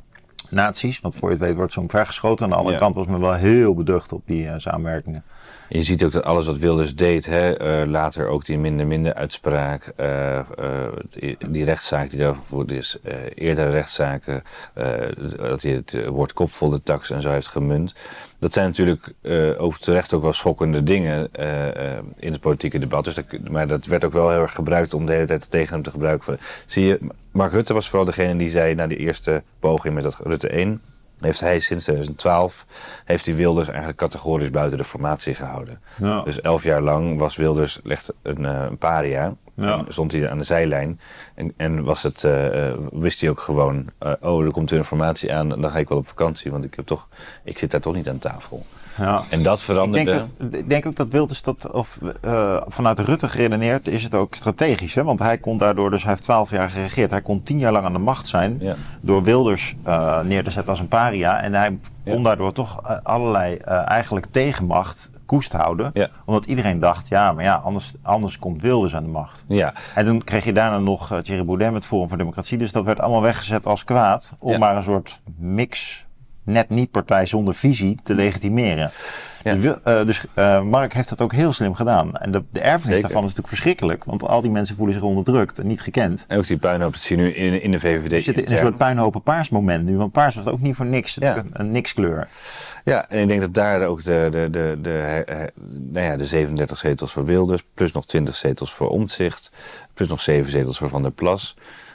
nazi's. Want voor je het weet wordt ze omvergeschoten. Aan de andere ja. kant was men wel heel beducht op die uh, samenwerkingen. Je ziet ook dat alles wat Wilders deed, hè, uh, later ook die minder minder uitspraak, uh, uh, die, die rechtszaak die daarvoor gevoerd is, uh, eerdere rechtszaken, uh, dat hij het woord kopvolle tax en zo heeft gemunt. Dat zijn natuurlijk uh, ook terecht ook wel schokkende dingen uh, uh, in het politieke debat. Dus dat, maar dat werd ook wel heel erg gebruikt om de hele tijd tegen hem te gebruiken. Zie je, Mark Rutte was vooral degene die zei na de eerste poging met dat Rutte één... heeft hij sinds twintig twaalf heeft hij Wilders eigenlijk categorisch buiten de formatie gehouden. Ja. Dus elf jaar lang was Wilders echt een, een paria. Ja. Stond hij aan de zijlijn. En, en was het, uh, wist hij ook gewoon, uh, oh, er komt weer een formatie aan, dan ga ik wel op vakantie, want ik heb toch, ik zit daar toch niet aan tafel. Ja. En dat veranderde. Ik denk, dat, ik denk ook dat Wilders dat, of uh, vanuit Rutte geredeneerd, is het ook strategisch. Hè? Want hij kon daardoor, dus hij heeft twaalf jaar geregeerd. Hij kon tien jaar lang aan de macht zijn. Ja. Door Wilders uh, neer te zetten als een paria. En hij kon ja. daardoor toch uh, allerlei uh, eigenlijk tegenmacht koest houden. Ja. Omdat iedereen dacht, ja, maar ja, anders, anders komt Wilders aan de macht. Ja. En toen kreeg je daarna nog uh, Thierry Baudet met Forum voor Democratie. Dus dat werd allemaal weggezet als kwaad. Om ja. maar een soort mix, net niet partij zonder visie, te legitimeren. Ja. Dus, uh, dus uh, Mark heeft dat ook heel slim gedaan. En de, de erfenis Zeker. daarvan is natuurlijk verschrikkelijk. Want al die mensen voelen zich onderdrukt en niet gekend. En ook die puinhoop, dat zie je nu in, in de V V D. Je zit in een soort puinhopen paars moment nu. Want paars was ook niet voor niks. Ja. Een, een nikskleur. Ja, en ik denk dat daar ook de, de, de, de, de, nou ja, de zevenendertig zetels voor Wilders, plus nog twintig zetels voor Omtzigt, plus nog zeven zetels voor Van der Plas.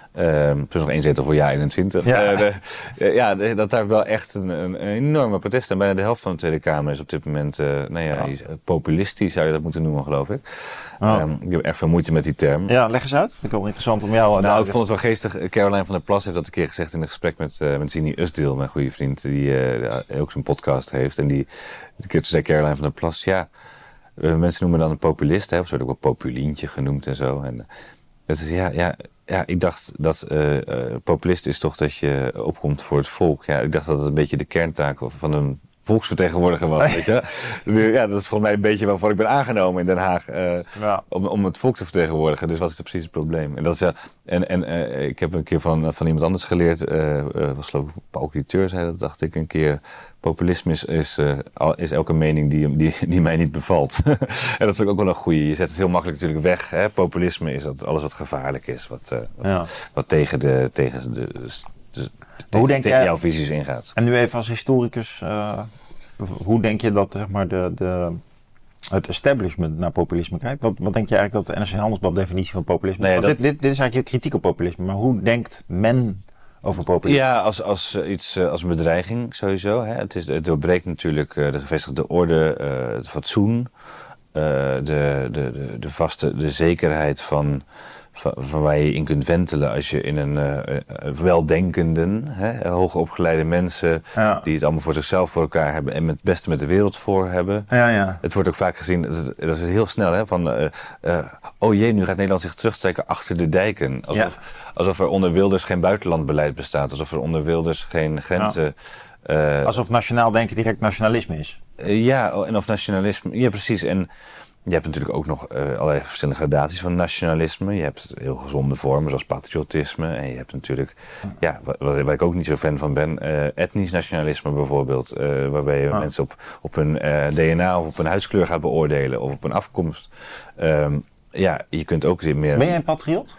Um, plus nog één zetel voor jaar eenentwintig. Ja, uh, de, uh, ja de, dat daar wel echt een, een, een enorme protest. En bijna de helft van de Tweede Kamer is op dit moment uh, nou ja, ja. populistisch, zou je dat moeten noemen, geloof ik. Oh. Um, ik heb echt veel moeite met die term. Ja, leg eens uit. Vind ik wel interessant om jou... Nou, ik vond het wel geestig. Caroline van der Plas heeft dat een keer gezegd in een gesprek met, uh, met Zini Usdeel, mijn goede vriend, die uh, ook zijn podcast heeft. En die, die keer zei Caroline van der Plas, ja, uh, mensen noemen dan een populist, hè, of ze wordt ook wel populientje genoemd en zo. En, uh, dat is, ja, ja, ja, ik dacht dat uh, uh, populist is toch dat je opkomt voor het volk. Ja, ik dacht dat het een beetje de kerntaak van een volksvertegenwoordiger was. Weet je? Ja, dat is volgens mij een beetje waarvoor ik ben aangenomen in Den Haag. Uh, ja. om, om het volk te vertegenwoordigen. Dus wat is er precies het probleem? En, dat is, uh, en, en uh, ik heb een keer van, van iemand anders geleerd. Uh, uh, was geloof ik Paul Cliteur zei dat, dacht ik een keer. Populisme is, is, uh, is elke mening die, die, die mij niet bevalt. En dat is ook wel een goeie. Je zet het heel makkelijk natuurlijk weg. Hè? Populisme is dat alles wat gevaarlijk is. Wat, uh, wat, ja. wat tegen, de, tegen, de, de, tegen, tegen jij, jouw visies ingaat. En nu even als historicus. Uh, hoe denk je dat zeg maar, de, de, het establishment naar populisme kijkt? Wat, wat denk je eigenlijk dat de N R C Handelsblad definitie van populisme is? Nee, dat... dit, dit, dit is eigenlijk kritiek op populisme. Maar hoe denkt men... over populisme? Ja, als, als iets als een bedreiging sowieso. Hè. Het, is, het doorbreekt natuurlijk uh, de gevestigde orde, uh, het fatsoen. de, de, de, de vaste de zekerheid van, van, van waar je in kunt wentelen als je in een uh, weldenkenden, hè, hoogopgeleide mensen ja. die het allemaal voor zichzelf voor elkaar hebben en het beste met de wereld voor hebben. Ja, ja. Het wordt ook vaak gezien, dat is heel snel, hè, van uh, uh, oh jee, nu gaat Nederland zich terugtrekken achter de dijken. Alsof, ja. alsof er onder Wilders geen buitenlandbeleid bestaat, alsof er onder Wilders geen grenzen... Ja. Uh, alsof nationaal denken direct nationalisme is. Uh, ja, en of nationalisme, ja precies. En je hebt natuurlijk ook nog uh, allerlei verschillende gradaties van nationalisme. Je hebt heel gezonde vormen zoals patriotisme. En je hebt natuurlijk, ja, waar, waar ik ook niet zo fan van ben, uh, etnisch nationalisme bijvoorbeeld. Uh, waarbij je ja. mensen op, op hun uh, D N A of op hun huidskleur gaat beoordelen of op hun afkomst. Um, ja, je kunt ook meer... Ben jij een patriot?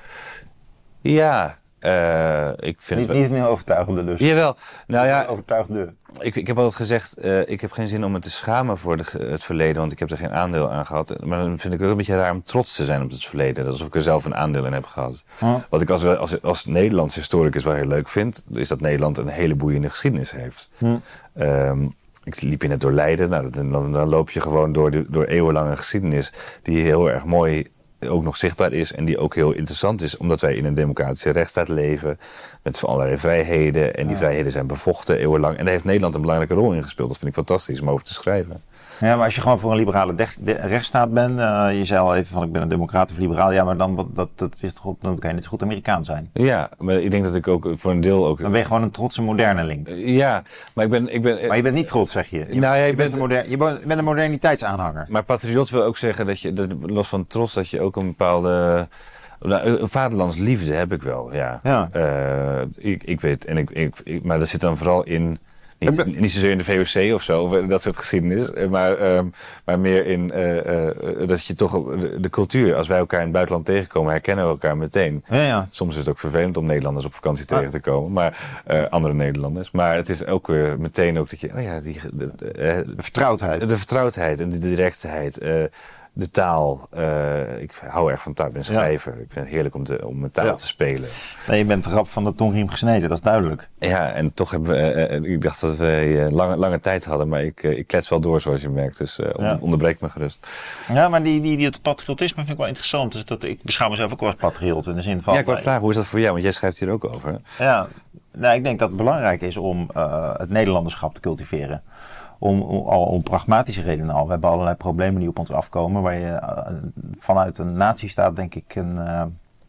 Ja... Uh, ik vind niet, het... niet meer overtuigende dus. Jawel. Nou ja, overtuigende. Ik, ik heb altijd gezegd, uh, ik heb geen zin om me te schamen voor de, het verleden, want ik heb er geen aandeel aan gehad. Maar dan vind ik het ook een beetje raar om trots te zijn op het verleden. Alsof ik er zelf een aandeel in heb gehad. Huh? Wat ik als, als, als Nederlands historicus wel heel leuk vind, is dat Nederland een hele boeiende geschiedenis heeft. Huh? Um, ik liep in het door Leiden. Nou, dan, dan, dan loop je gewoon door, de, door eeuwenlange geschiedenis die heel erg mooi ook nog zichtbaar is en die ook heel interessant is, omdat wij in een democratische rechtsstaat leven met allerlei vrijheden en die ja. vrijheden zijn bevochten eeuwenlang en daar heeft Nederland een belangrijke rol in gespeeld. Dat vind ik fantastisch om over te schrijven. Ja, maar als je gewoon voor een liberale de- de- rechtsstaat bent, uh, je zei al even van ik ben een democrat of liberaal, ja, maar dan wat, dat, dat is toch, dan kan je net zo goed Amerikaan zijn. Ja, maar ik denk dat ik ook voor een deel ook... Dan ben je gewoon een trotse moderneling. Uh, ja, maar ik ben, ik ben... Maar je bent niet trots, zeg je. Je, nou, ja, je, je, bent bent, een moder- je bent een moderniteitsaanhanger. Maar patriot wil ook zeggen dat je, dat, los van trots, dat je ook een bepaalde... Nou, een vaderlandsliefde heb ik wel, ja. ja. Uh, ik, ik weet, en ik, ik, ik, maar dat zit dan vooral in... Niet, ben... niet zozeer in de V O C of zo, dat soort geschiedenis. Maar, um, maar meer in uh, uh, dat je toch de, de cultuur, als wij elkaar in het buitenland tegenkomen, herkennen we elkaar meteen. Ja, ja. Soms is het ook vervelend om Nederlanders op vakantie tegen ah. te komen, maar uh, andere Nederlanders. Maar het is ook weer meteen ook dat je, oh ja, die, de, de, de, de vertrouwdheid. De, de vertrouwdheid en de directheid. Uh, De taal. Uh, ik hou erg van taal. Ik ben schrijver. Ja. Ik vind het heerlijk om, te, om met taal ja. te spelen. Nee, je bent rap van de tongriem gesneden, dat is duidelijk. Ja, en toch hebben we... Uh, ik dacht dat we uh, lange, lange tijd hadden, maar ik, uh, ik klets wel door, zoals je merkt. Dus uh, ja. onderbreek me gerust. Ja, maar die, die, die, het patriotisme vind ik wel interessant. Dus dat, ik beschouw mezelf ook wel als patriot. In de zin van... Ja, ik wil vragen, hoe is dat voor jou? Want jij schrijft hier ook over. Ja, nou, ik denk dat het belangrijk is om uh, het Nederlanderschap te cultiveren. Om, om, al om pragmatische redenen al. We hebben allerlei problemen die op ons afkomen. Waar je uh, vanuit een natiestaat denk ik een uh,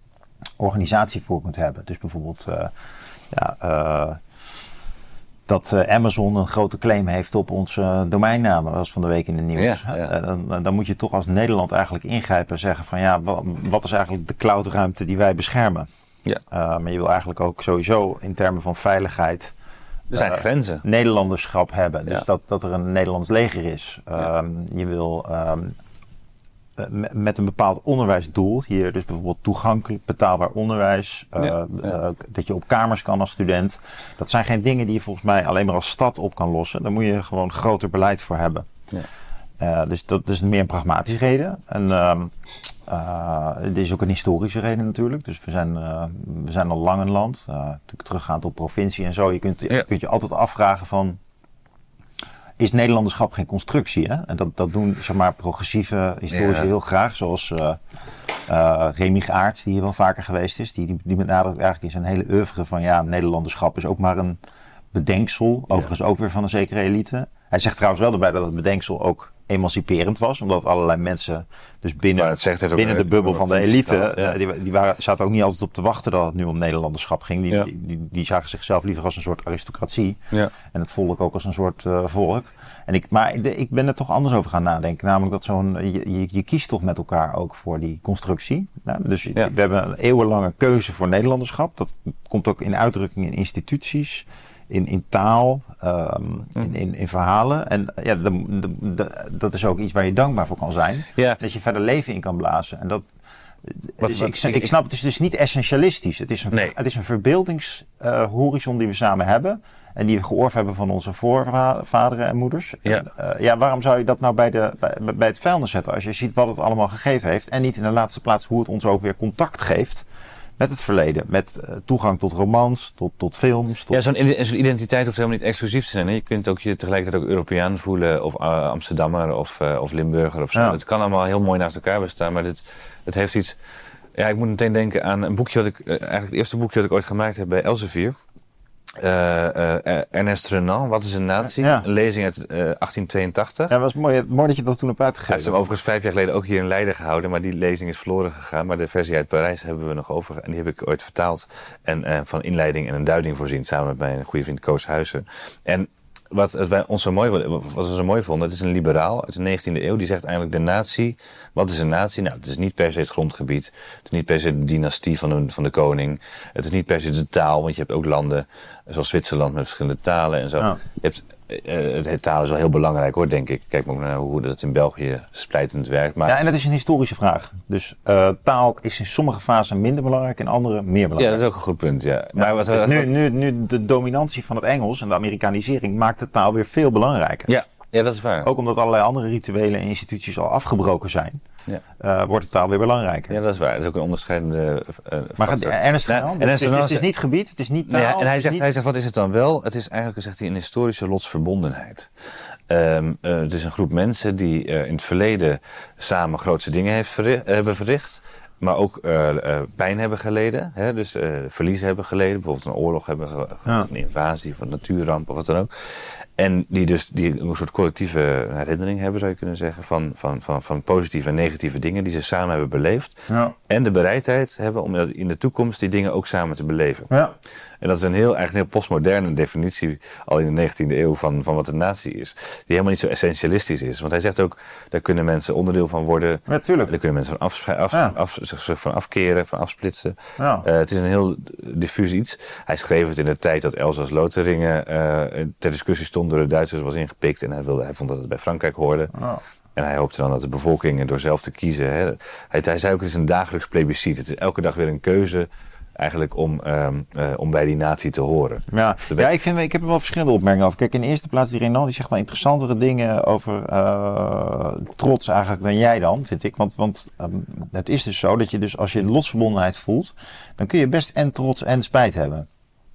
organisatie voor kunt hebben. Dus bijvoorbeeld uh, ja, uh, dat uh, Amazon een grote claim heeft op onze uh, domeinnamen. Dat was van de week in de nieuws. Ja, ja. Uh, dan, dan moet je toch als Nederland eigenlijk ingrijpen en zeggen van ja, wat, wat is eigenlijk de cloudruimte die wij beschermen? Ja. Uh, maar je wil eigenlijk ook sowieso in termen van veiligheid... Er zijn uh, grenzen. Nederlanderschap hebben. Dus ja. dat, dat er een Nederlands leger is. Ja. Um, je wil um, met een bepaald onderwijsdoel. Hier dus bijvoorbeeld toegankelijk betaalbaar onderwijs. Uh, ja. Ja. Uh, dat je op kamers kan als student. Dat zijn geen dingen die je volgens mij alleen maar als stad op kan lossen. Daar moet je gewoon groter beleid voor hebben. Ja. Uh, dus dat is meer een pragmatische reden. En um, uh, dit is ook een historische reden natuurlijk. Dus we zijn, uh, we zijn al lang een land. Uh, natuurlijk teruggaand op provincie en zo. Je kunt, ja. je kunt je altijd afvragen van... Is Nederlanderschap geen constructie? Hè? En dat, dat doen zeg maar, progressieve historici ja. heel graag. Zoals uh, uh, Remy Aerts, die hier wel vaker geweest is. Die, die, die benadrukt eigenlijk in zijn hele oeuvre van... ja, Nederlanderschap is ook maar een bedenksel. Overigens ja. ook weer van een zekere elite. Hij zegt trouwens wel erbij dat het bedenksel ook emanciperend was. Omdat allerlei mensen dus binnen, binnen de bubbel van de elite... Ja. die, die waren, zaten ook niet altijd op te wachten dat het nu om Nederlanderschap ging. Die, ja. die, die, die zagen zichzelf liever als een soort aristocratie. Ja. En het volk ook als een soort uh, volk. En ik, maar ik, ik ben er toch anders over gaan nadenken. Namelijk dat zo'n... Je, je, je kiest toch met elkaar ook voor die constructie. Nou, dus ja. we hebben een eeuwenlange keuze voor Nederlanderschap. Dat komt ook in uitdrukking in instituties... In, in taal, um, in, in, in verhalen. En ja, de, de, de, dat is ook iets waar je dankbaar voor kan zijn. Ja. Dat je verder leven in kan blazen. En dat, wat, dus wat, ik, ik, ik snap, het is dus niet essentialistisch. Het is een, nee. het is een verbeeldingshorizon uh, die we samen hebben. En die we geoorfd hebben van onze voorvaderen en moeders. Ja. En, uh, ja, waarom zou je dat nou bij, de, bij, bij het vuilnis zetten? Als je ziet wat het allemaal gegeven heeft. En niet in de laatste plaats hoe het ons ook weer contact geeft... met het verleden. Met uh, toegang tot romans, tot, tot films. Tot... Ja, zo'n, zo'n identiteit hoeft helemaal niet exclusief te zijn. Hè? Je kunt ook je tegelijkertijd ook Europeaan voelen, of uh, Amsterdammer, of, uh, of Limburger of zo. Ja. Het kan allemaal heel mooi naast elkaar bestaan, maar dit, het heeft iets... Ja, ik moet meteen denken aan een boekje wat ik... Uh, eigenlijk het eerste boekje dat ik ooit gemaakt heb bij Elsevier. Uh, uh, Ernest Renan, Wat is een natie? Ja. Een lezing uit uh, achttien tweeëntachtig. Ja, dat was mooi, mooi dat je dat toen hebt uitgegeven. Hij heeft hem overigens vijf jaar geleden ook hier in Leiden gehouden, maar die lezing is verloren gegaan. Maar de versie uit Parijs hebben we nog over en die heb ik ooit vertaald. En uh, van inleiding en een duiding voorzien, samen met mijn goede vriend Koos Huizen. En wat het bij ons zo mooi, wat we zo mooi vonden, het is een liberaal uit de negentiende eeuw. Die zegt eigenlijk de natie, wat is een natie? Nou, het is niet per se het grondgebied. Het is niet per se de dynastie van de, van de koning. Het is niet per se de taal, want je hebt ook landen zoals Zwitserland met verschillende talen en zo. Ja. Je hebt, uh, het taal is wel heel belangrijk hoor, denk ik. Kijk maar ook naar hoe dat in België splijtend werkt. Maar... Ja, en dat is een historische vraag. Dus uh, taal is in sommige fasen minder belangrijk, in andere meer belangrijk. Ja, dat is ook een goed punt, ja. ja maar wat, dus nu, nu, nu de dominantie van het Engels en de Amerikanisering maakt de taal weer veel belangrijker. Ja, ja dat is waar. Ook omdat allerlei andere rituelen en instituties al afgebroken zijn. Ja. Uh, wordt de taal weer belangrijker. Ja, dat is waar. Dat is ook een onderscheidende uh, Maar gaat Ernest Renan? Nou, het, het, het is niet gebied, het is niet taal. Nee, en hij zegt, niet... hij zegt, wat is het dan wel? Het is eigenlijk, zegt hij, een historische lotsverbondenheid. Um, uh, het is een groep mensen die uh, in het verleden samen grootste dingen heeft verricht, hebben verricht. Maar ook uh, uh, pijn hebben geleden. Hè? Dus uh, verlies hebben geleden. Bijvoorbeeld een oorlog hebben gehad, ja. Een invasie of een natuurramp of wat dan ook. En die dus die een soort collectieve herinnering hebben, zou je kunnen zeggen, van, van, van, van positieve en negatieve dingen die ze samen hebben beleefd. Ja. En de bereidheid hebben om in de toekomst die dingen ook samen te beleven. Ja. En dat is een heel, eigenlijk een heel postmoderne definitie, al in de negentiende eeuw, van, van wat een natie is. Die helemaal niet zo essentialistisch is. Want hij zegt ook, daar kunnen mensen onderdeel van worden. Ja, tuurlijk. Daar kunnen mensen van, af, af, ja. af, zich van afkeren, van afsplitsen. Ja. Uh, het is een heel diffuus iets. Hij schreef het in de tijd dat Elsass-Lotharingen uh, ter discussie stond door de Duitsers, was ingepikt. En hij, wilde, hij vond dat het bij Frankrijk hoorde. Ja. En hij hoopte dan dat de bevolking door zelf te kiezen. Hè. Hij, hij zei ook, het is een dagelijks plebiscit. Het is elke dag weer een keuze. Eigenlijk om, um, uh, om bij die natie te horen. Ja, ja ik, vind, ik heb er wel verschillende opmerkingen over. Kijk, in de eerste plaats die Renan, die zegt wel interessantere dingen over uh, trots eigenlijk dan jij dan, vind ik. Want, want um, het is dus zo dat je dus als je lotsverbondenheid voelt, dan kun je best en trots en spijt hebben.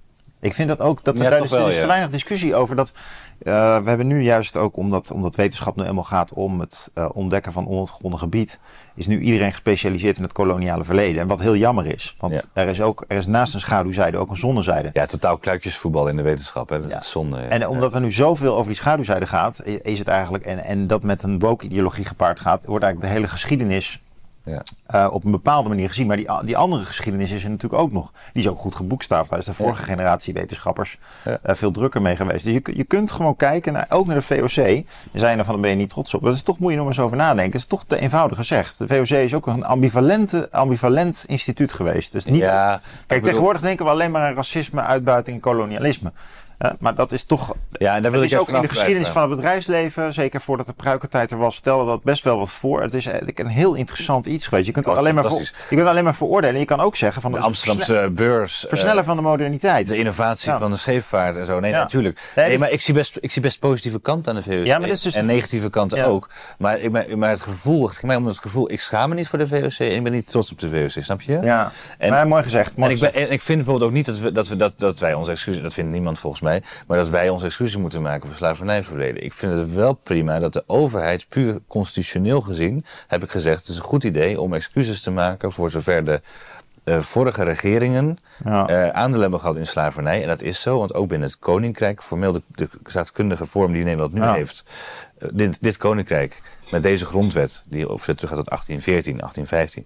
Ik vind dat ook, dat er, ja, daar is, wel, er is ja. te weinig discussie over dat... Uh, we hebben nu juist ook, omdat, omdat wetenschap nu helemaal gaat om het uh, ontdekken van onontgonnen gebied, is nu iedereen gespecialiseerd in het koloniale verleden. En wat heel jammer is, want ja. er is ook er is naast een schaduwzijde ook een zonnezijde. Ja, totaal kluitjesvoetbal in de wetenschap, hè? Dat ja. is zonde. Ja. En omdat er nu zoveel over die schaduwzijde gaat, is het eigenlijk, en, en dat met een woke-ideologie gepaard gaat, wordt eigenlijk de hele geschiedenis Ja. Uh, op een bepaalde manier gezien. Maar die, die andere geschiedenis is er natuurlijk ook nog. Die is ook goed geboekstaafd. Daar is de vorige ja. generatie wetenschappers ja. uh, veel drukker mee geweest. Dus je, je kunt gewoon kijken, naar, ook naar de V O C. En zijn er van, daar ben je niet trots op. Dat is toch, moet je nog maar eens over nadenken. Dat is toch te eenvoudig gezegd. De V O C is ook een ambivalente, ambivalent instituut geweest. Dus niet, ja, kijk, bedoel... tegenwoordig denken we alleen maar aan racisme, uitbuiting en kolonialisme. Uh, maar dat is toch... Ja, en daar wil ik is ook in de geschiedenis van het bedrijfsleven, zeker voordat de pruikentijd er was, stelde dat best wel wat voor. Het is eigenlijk een heel interessant iets geweest. Je kunt, oh, alleen, maar voor, je kunt alleen maar veroordelen. Je kan ook zeggen van... De Amsterdamse versnellen, beurs. Versnellen uh, van de moderniteit. De innovatie ja. van de scheepvaart en zo. Nee, ja. natuurlijk. Nee, nee, maar ik zie, best, ik zie best positieve kanten aan de V O C. Ja, maar dat is dus en de... negatieve kanten ja. ook. Maar, ik, maar het gevoel, het ging mij om het gevoel, ik schaam me niet voor de V O C en ik ben niet trots op de V O C, snap je? Ja, en, maar mooi gezegd. Mooi en, gezegd. Ik ben, en ik vind bijvoorbeeld ook niet dat, we, dat, we, dat, dat wij onze excuses, dat vindt niemand volgens mij, maar dat wij onze excuses moeten maken voor slavernijverleden. Ik vind het wel prima dat de overheid, puur constitutioneel gezien, heb ik gezegd, het is een goed idee om excuses te maken voor zover de uh, vorige regeringen ja. uh, aandeel hebben gehad in slavernij. En dat is zo, want ook binnen het koninkrijk, formeel de, de staatskundige vorm die Nederland nu ja. heeft, uh, dit, dit koninkrijk met deze grondwet, die over terug gaat tot achttien veertien, achttien vijftien...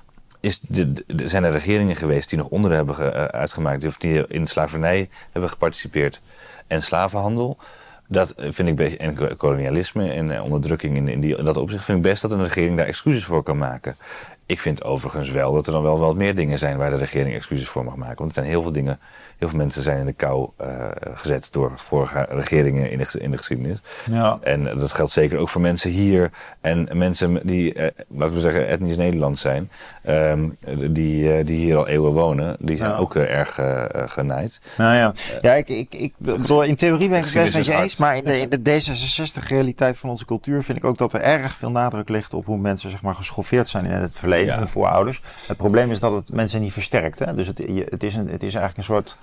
Is de, de, zijn er regeringen geweest die nog onderen hebben ge, uh, uitgemaakt, of die in slavernij hebben geparticipeerd. En slavenhandel, dat vind ik best, en kolonialisme en uh, onderdrukking in, in, die, in dat opzicht, vind ik best dat een regering daar excuses voor kan maken. Ik vind overigens wel dat er dan wel wat meer dingen zijn waar de regering excuses voor mag maken. Want er zijn heel veel dingen, heel veel mensen zijn in de kou uh, gezet door vorige regeringen in de, in de geschiedenis. Ja. En dat geldt zeker ook voor mensen hier en mensen die, uh, laten we zeggen, etnisch Nederlands zijn. Um, die, uh, die hier al eeuwen wonen, die zijn ja. ook uh, erg uh, genaaid. Nou ja, ja ik, ik, ik bedoel, in theorie ben ik het best met je eens, maar in de, in de D zesenzestig-realiteit van onze cultuur vind ik ook dat er erg veel nadruk ligt op hoe mensen zeg maar geschoffeerd zijn in het verleden. geleden, Ja. hun voorouders. Het probleem is dat het mensen niet versterkt. Hè? Dus het, je, het, is een, het is eigenlijk een soort...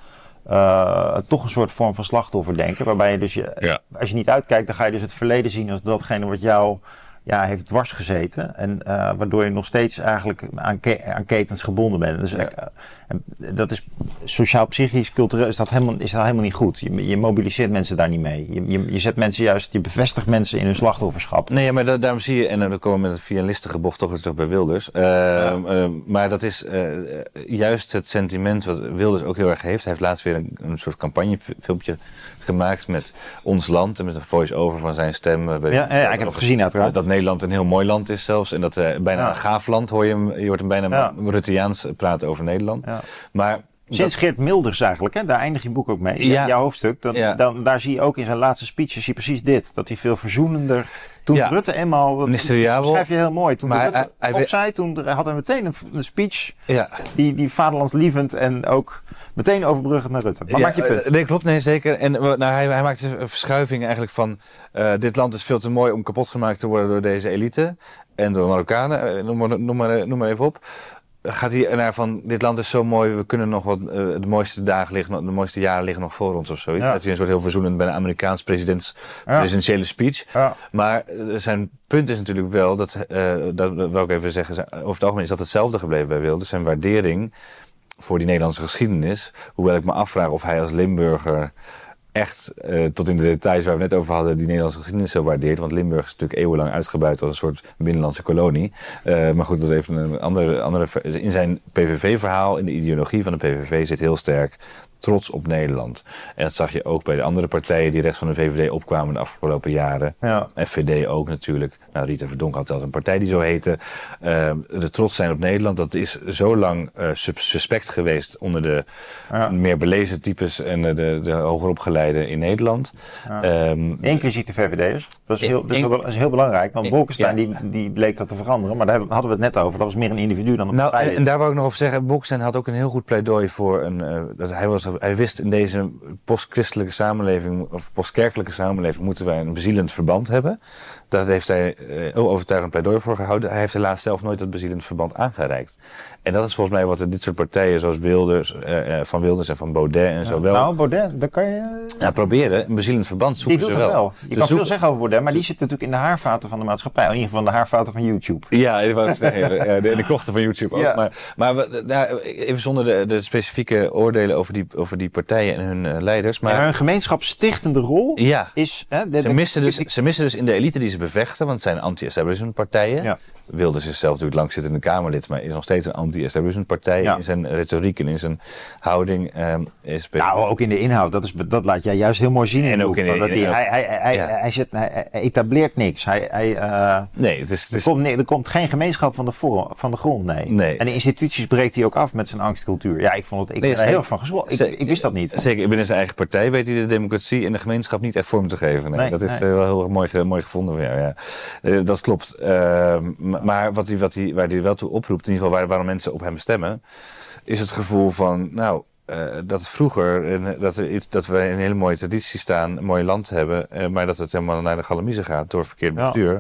Uh, toch een soort vorm van slachtofferdenken. Waarbij je dus, je, ja. als je niet uitkijkt, dan ga je dus het verleden zien als datgene wat jou ja, heeft dwars gezeten. En uh, waardoor je nog steeds eigenlijk aan, ke- aan ketens gebonden bent. Dus ja. uh, dat is sociaal, psychisch, cultureel is dat helemaal, is dat helemaal niet goed. Je, je mobiliseert mensen daar niet mee. Je, je, je zet mensen juist, je bevestigt mensen in hun slachtofferschap. Nee, maar da- daarom zie je, en dan komen we met een via een listige bocht toch weer terug bij Wilders. Uh, ja. uh, maar dat is uh, juist het sentiment wat Wilders ook heel erg heeft. Hij heeft laatst weer een, een soort campagnefilmpje gemaakt met ons land en met een voice-over van zijn stem. Ja, ja, ja ik heb het gezien uiteraard. Dat Nederland een heel mooi land is zelfs. En dat uh, bijna ja. een gaaf land, hoor je hem. Je hoort hem bijna ja. Rutteaans praten over Nederland. Ja. Maar sinds Geert Milders eigenlijk, hè? Daar eindigt je boek ook mee. Ja. Jouw hoofdstuk. Dat, ja. dan, daar zie je ook in zijn laatste speech zie je precies dit. Dat hij veel verzoenender... Toen ja. Rutte eenmaal, dat schrijf je heel mooi. Toen maar Rutte hij, hij opzij, toen had hij meteen een, een speech ja. die, die vaderlandslievend en ook meteen overbruggend naar Rutte. Maar ja, maak je punt. Nee, klopt, nee, zeker. En nou, hij, hij maakt een verschuiving eigenlijk van uh, dit land is veel te mooi om kapot gemaakt te worden door deze elite en door Marokkanen, uh, noem, maar, noem, maar, noem maar even op. Gaat hij naar van, dit land is zo mooi, we kunnen nog wat, uh, de mooiste dagen liggen, de mooiste jaren liggen nog voor ons of zoiets. Ja. Dat hij een soort heel verzoenend bij een Amerikaans presidents ja. presidentiële speech. Ja. Maar uh, zijn punt is natuurlijk wel, dat, uh, dat, dat wil ik even zeggen, over het algemeen is dat hetzelfde gebleven bij Wilders. Zijn waardering voor die Nederlandse geschiedenis, hoewel ik me afvraag of hij als Limburger echt uh, tot in de details waar we net over hadden die Nederlandse geschiedenis zo waardeert. Want Limburg is natuurlijk eeuwenlang uitgebuit als een soort binnenlandse kolonie. Uh, maar goed, dat is even een andere, andere... In zijn P V V-verhaal, in de ideologie van de P V V zit heel sterk trots op Nederland. En dat zag je ook bij de andere partijen die rechts van de V V D opkwamen de afgelopen jaren. Ja. F V D ook natuurlijk. Nou, Rita Verdonk had zelfs een partij die zo heette. Uh, de trots zijn op Nederland, dat is zo lang uh, suspect geweest onder de ja. meer belezen types en de, de, de hogeropgeleiden in Nederland. Ja. Um, Inclusief de V V D'ers. Dat is heel, dat is heel, dat is heel belangrijk, want Bolkestein ja. die, die bleek dat te veranderen. Maar daar hadden we het net over. Dat was meer een individu dan een nou, partij. En, en daar wou ik nog op zeggen, Bolkestein had ook een heel goed pleidooi voor een... Uh, dat hij, was, hij wist in deze postchristelijke samenleving, of postkerkelijke samenleving, moeten wij een bezielend verband hebben. Daar heeft hij uh, overtuigend pleidooi voor gehouden. Hij heeft helaas zelf nooit dat bezielend verband aangereikt. En dat is volgens mij wat dit soort partijen zoals Wilders, uh, uh, van Wilders en van Baudet en ja. zo wel... Nou, Baudet, daar kan je... Ja, proberen. Een bezielend verband zoeken die doet ze wel. wel. Je dus kan zoeken... veel zeggen over Baudet, maar die zit natuurlijk in de haarvaten van de maatschappij. In ieder geval in de haarvaten van YouTube. Ja, die wou ik zeggen, de, de krochten van YouTube ook. Ja. Maar, maar nou, even zonder de, de specifieke oordelen over die, over die partijen en hun uh, leiders. Maar ja, hun gemeenschapsstichtende rol ja. is... Hè, de, ze, de, missen dus, ik, ze missen dus in de elite die ze bevechten, want het zijn anti-establishment partijen. Ja. Wilders is zelf natuurlijk langzittende Kamerlid, maar is nog steeds een anti-establishment partij. Ja. In zijn retoriek en in zijn houding. Um, is nou, ook in de inhoud. Dat, is, dat laat jij juist heel mooi zien in en het ook boek. In de, dat in, hij, hij, hij, ja. hij, hij, zit, hij, hij etableert niks. Hij, hij, uh, nee, het is, het is, er, komt, nee, er komt geen gemeenschap van de, voor, van de grond, nee. nee. En de instituties breekt hij ook af met zijn angstcultuur. Ja, ik vond het, ik nee, ben er heel erg van geschrokken. Ik, ik wist dat niet. Zeker, binnen zijn eigen partij weet hij de democratie en de gemeenschap niet echt vorm te geven. Nee, nee, dat is nee. wel heel erg mooi, mooi gevonden van jou. Ja. Uh, dat klopt. Uh, maar wat hij, wat hij, waar hij wel toe oproept, in ieder geval waar, waarom mensen op hem stemmen, is het gevoel van, nou, uh, dat vroeger, uh, dat, er, dat we een hele mooie traditie staan, een mooi land hebben, uh, maar dat het helemaal naar de galamiezen gaat door verkeerd bestuur. Ja.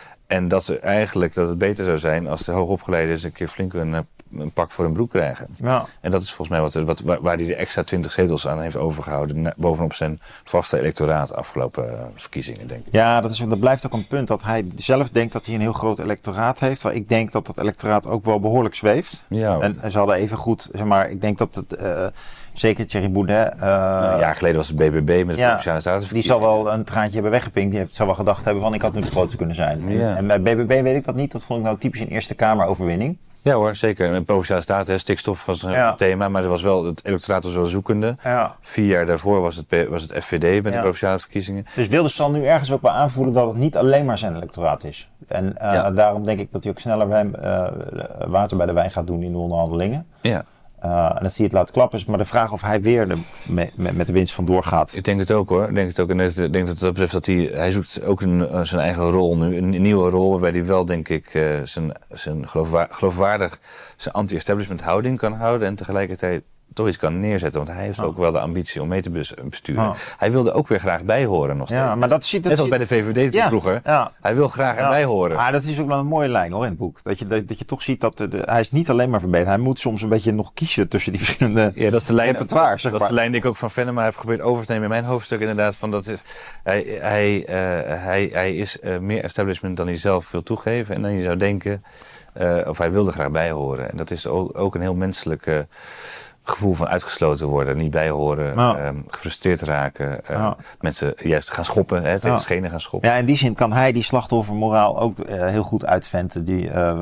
En dat, er eigenlijk, dat het beter zou zijn als de hoogopgeleiden eens een keer flink een, een pak voor hun broek krijgen. Ja. En dat is volgens mij wat, wat, waar, waar hij de extra twintig zetels aan heeft overgehouden, bovenop zijn vaste electoraat afgelopen uh, verkiezingen, denk ik. Ja, dat, is, dat blijft ook een punt dat hij zelf denkt dat hij een heel groot electoraat heeft. Waar ik denk dat dat electoraat ook wel behoorlijk zweeft. Ja. En, en ze hadden even goed, zeg maar, ik denk dat het... Uh, Zeker Thierry Baudet. Uh, nou, een jaar geleden was het B B B met de ja, Provinciale Staten. Die zal wel een traantje hebben weggepinkt. Die heeft, zal wel gedacht hebben van ik had nu de grootste kunnen zijn. Ja. En bij B B B weet ik dat niet. Dat vond ik nou typisch een Eerste Kamer overwinning. Ja hoor, zeker. De Provinciale Staten, stikstof was een ja. thema. Maar er was wel, het electoraat was wel zoekende. Ja. Vier jaar daarvoor was het, was het F V D met ja. de Provinciale verkiezingen. Dus Wilders zal nu ergens ook wel aanvoelen dat het niet alleen maar zijn electoraat is. En uh, ja. daarom denk ik dat hij ook sneller wijn, uh, water bij de wijn gaat doen in de onderhandelingen. Ja. Uh, en dat zie je het laat klappen. Maar de vraag of hij weer de, me, me, met de winst vandoor gaat. Ik denk het ook hoor. Ik denk het ook. En ik denk dat dat betreft dat hij, hij zoekt ook een, uh, zijn eigen rol nu. Een, een nieuwe rol waarbij hij wel denk ik uh, zijn, zijn geloofwaardig, geloofwaardig zijn anti-establishment houding kan houden. En tegelijkertijd toch iets kan neerzetten. Want hij heeft oh. ook wel de ambitie om mee te besturen. Oh. Hij wilde ook weer graag bijhoren nog steeds. Ja, maar dat ziet, dat Net als bij de V V D ja, vroeger. Ja. Hij wil graag ja. erbij horen. Maar dat is ook wel een mooie lijn hoor in het boek. Dat je, dat, dat je toch ziet dat de, de, hij is niet alleen maar verbeterd. Hij moet soms een beetje nog kiezen tussen die verschillende ja, dat is de lijn, repertoire. Zeg dat maar. is de lijn die ik ook van Venema heb geprobeerd over te nemen in mijn hoofdstuk. Inderdaad, van dat is, hij, hij, uh, hij, hij is uh, meer establishment dan hij zelf wil toegeven. En dan je zou denken, uh, of hij wilde graag bijhoren. En dat is ook, ook een heel menselijk uh, gevoel van uitgesloten worden. Niet bijhoren, nou. um, gefrustreerd raken. Uh, nou. Mensen juist gaan schoppen, hè, tegen nou. schenen gaan schoppen. Ja, in die zin kan hij die slachtoffermoraal ook uh, heel goed uitventen. Die, uh, uh,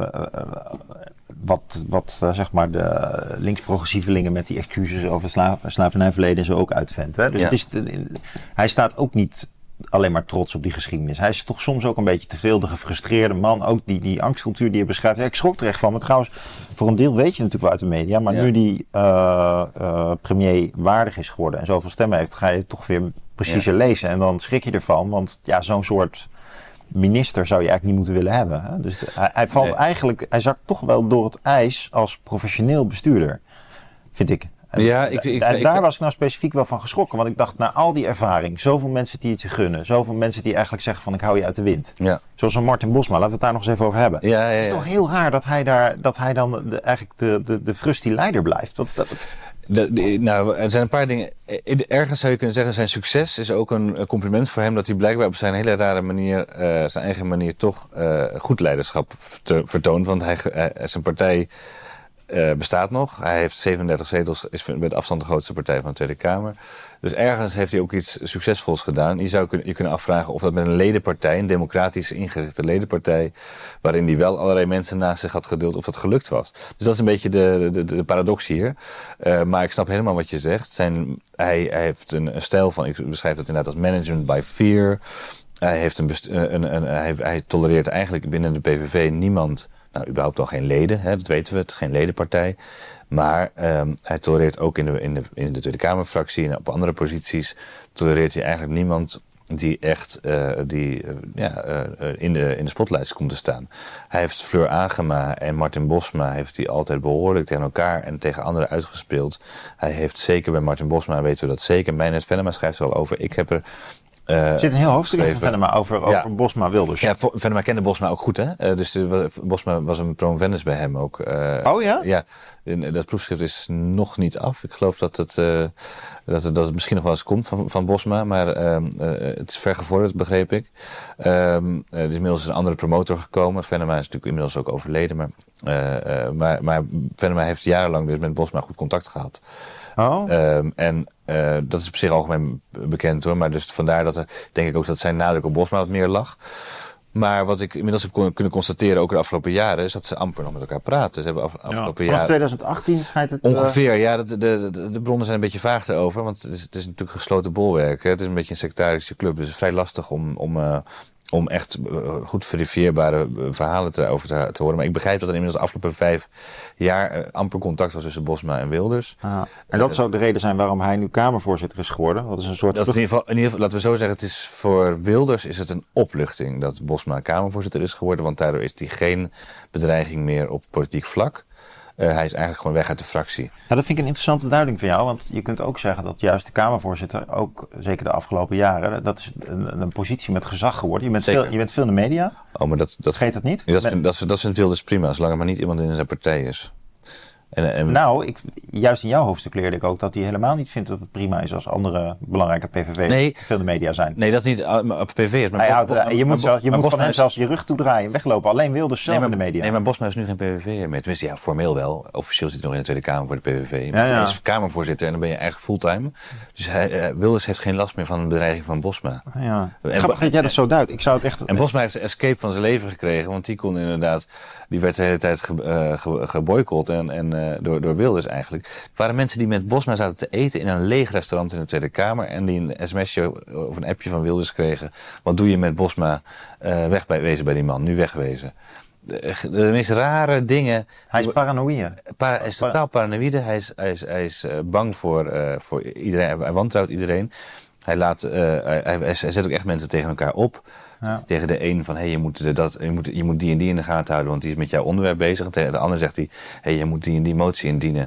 wat wat uh, zeg maar de links-progressievelingen met die excuses over sla- slavernijverleden zo ook uitventen. Hè? Dus ja. het is, uh, hij staat ook niet alleen maar trots op die geschiedenis. Hij is toch soms ook een beetje te veel de gefrustreerde man. Ook die, die angstcultuur die je beschrijft. Ja, ik schrok er echt van. Maar trouwens, voor een deel weet je natuurlijk wel uit de media. Maar ja. nu die uh, uh, premier waardig is geworden en zoveel stemmen heeft, ga je toch weer preciezer ja. lezen. En dan schrik je ervan. Want ja, zo'n soort minister zou je eigenlijk niet moeten willen hebben. Hè? Dus de, hij, hij valt nee. eigenlijk, hij zakt toch wel door het ijs als professioneel bestuurder. Vind ik. En ja, ik, ik, en ik, daar ik, was ik nou specifiek wel van geschrokken. Want ik dacht, na al die ervaring, zoveel mensen die het je gunnen, zoveel mensen die eigenlijk zeggen van ik hou je uit de wind. Ja. Zoals een Martin Bosma, laten we het daar nog eens even over hebben. Ja, ja, ja. Het is toch heel raar dat hij daar, dat hij dan de, eigenlijk de, de, de frustie leider blijft. Dat, dat, De, de, nou, er zijn een paar dingen. Ergens zou je kunnen zeggen, zijn succes is ook een compliment voor hem, dat hij blijkbaar op zijn hele rare manier, uh, zijn eigen manier, toch uh, goed leiderschap te, vertoont. Want hij, uh, zijn partij uh, bestaat nog. Hij heeft zevenendertig zetels, is met afstand de grootste partij van de Tweede Kamer. Dus ergens heeft hij ook iets succesvols gedaan. Je zou kunnen, je kunnen afvragen of dat met een ledenpartij, een democratisch ingerichte ledenpartij, waarin hij wel allerlei mensen naast zich had geduld, of dat gelukt was. Dus dat is een beetje de, de, de paradox hier. Uh, maar ik snap helemaal wat je zegt. Zijn, hij, hij heeft een, een stijl van, ik beschrijf dat inderdaad als management by fear. Hij, heeft een best, een, een, een, hij, hij tolereert eigenlijk binnen de P V V niemand, nou überhaupt al geen leden, hè, dat weten we, het is geen ledenpartij. Maar um, hij tolereert ook in de, in, de, in de Tweede Kamerfractie en op andere posities tolereert hij eigenlijk niemand die echt uh, die, uh, ja, uh, in, de, in de spotlights komt te staan. Hij heeft Fleur Agema en Martin Bosma heeft hij altijd behoorlijk tegen elkaar en tegen anderen uitgespeeld. Hij heeft zeker bij Martin Bosma, weten we dat zeker. Mijnheer Venema schrijft er al over. Ik heb er Uh, er zit een heel hoofdstuk in van Venema over, over ja. Bosma Wilders. Ja, Venema kende Bosma ook goed, hè? Uh, dus de, Bosma was een promovendus bij hem ook. Uh, oh ja? Ja, dat proefschrift is nog niet af. Ik geloof dat het, uh, dat het, dat het misschien nog wel eens komt van, van Bosma, maar uh, uh, het is ver gevorderd, begreep ik. Uh, uh, er is inmiddels een andere promotor gekomen. Venema is natuurlijk inmiddels ook overleden, maar, uh, uh, maar, maar Venema heeft jarenlang dus met Bosma goed contact gehad. Oh. Um, en uh, dat is op zich algemeen bekend hoor. Maar dus vandaar dat er, denk ik ook dat zijn nadruk op Bosma wat meer lag. Maar wat ik inmiddels heb kon, kunnen constateren, ook de afgelopen jaren, is dat ze amper nog met elkaar praten. Ze hebben af, afgelopen ja. jaren. twintig achttien schijnt het. Ongeveer, uh... ja. De, de, de, de bronnen zijn een beetje vaag erover. Want het is, het is natuurlijk een gesloten bolwerk. Hè. Het is een beetje een sectarische club. Dus het is vrij lastig om. om uh, om echt goed verifieerbare verhalen te, over te, te horen. Maar ik begrijp dat er inmiddels de afgelopen vijf jaar uh, amper contact was tussen Bosma en Wilders. Ah, en dat uh, zou de reden zijn waarom hij nu Kamervoorzitter is geworden? Dat is een soort... Dat in, ieder geval, in ieder geval, laten we zo zeggen, het is voor Wilders is het een opluchting dat Bosma Kamervoorzitter is geworden. Want daardoor is hij geen bedreiging meer op politiek vlak. Uh, hij is eigenlijk gewoon weg uit de fractie. Ja, dat vind ik een interessante duiding van jou. Want je kunt ook zeggen dat juist de Kamervoorzitter, ook zeker de afgelopen jaren, dat is een, een positie met gezag geworden. Je bent, veel, je bent veel in de media. Oh, maar dat, dat, Vergeet dat niet? Dat, Met, vind, dat, dat vindt Wilders prima, zolang er maar niet iemand in zijn partij is. En, en... Nou, ik, juist in jouw hoofdstuk leerde ik ook dat hij helemaal niet vindt dat het prima is als andere belangrijke P V V's nee, te veel in de media zijn. Nee, dat is niet op P V V's. Maar houdt, Bo- je moet, zelf, je moet van hem is... zelfs je rug toedraaien en weglopen. Alleen Wilders zelf nee, maar, in de media. Nee, maar Bosma is nu geen P V V meer. Tenminste, ja, formeel wel. Officieel zit hij nog in de Tweede Kamer voor de P V V. Maar ja, ja. Hij is Kamervoorzitter en dan ben je eigenlijk fulltime. Dus hij, uh, Wilders heeft geen last meer van een bedreiging van Bosma. Ja. En, Grappig dat jij dat zo duidt. Ik zou het echt... En Bosma heeft de escape van zijn leven gekregen. Want die kon inderdaad... Die werd de hele tijd ge, uh, ge, geboycott en, en, uh, door, door Wilders eigenlijk. Er waren mensen die met Bosma zaten te eten in een leeg restaurant in de Tweede Kamer. En die een sms'je of een appje van Wilders kregen. Wat doe je met Bosma? Uh, wegwezen bij die man. Nu wegwezen. De, de meest rare dingen. Hij is paranoïde. Para, hij is totaal paranoïde. Hij is, hij is, hij is uh, bang voor, uh, voor iedereen. Hij wantrouwt iedereen. Hij, laat, uh, hij, hij zet ook echt mensen tegen elkaar op. Ja. Tegen de een van, hey, je, moet de, dat, je, moet, je moet die en die in de gaten houden, want die is met jouw onderwerp bezig. En tegen de ander zegt hij, hey, je moet die en die motie indienen.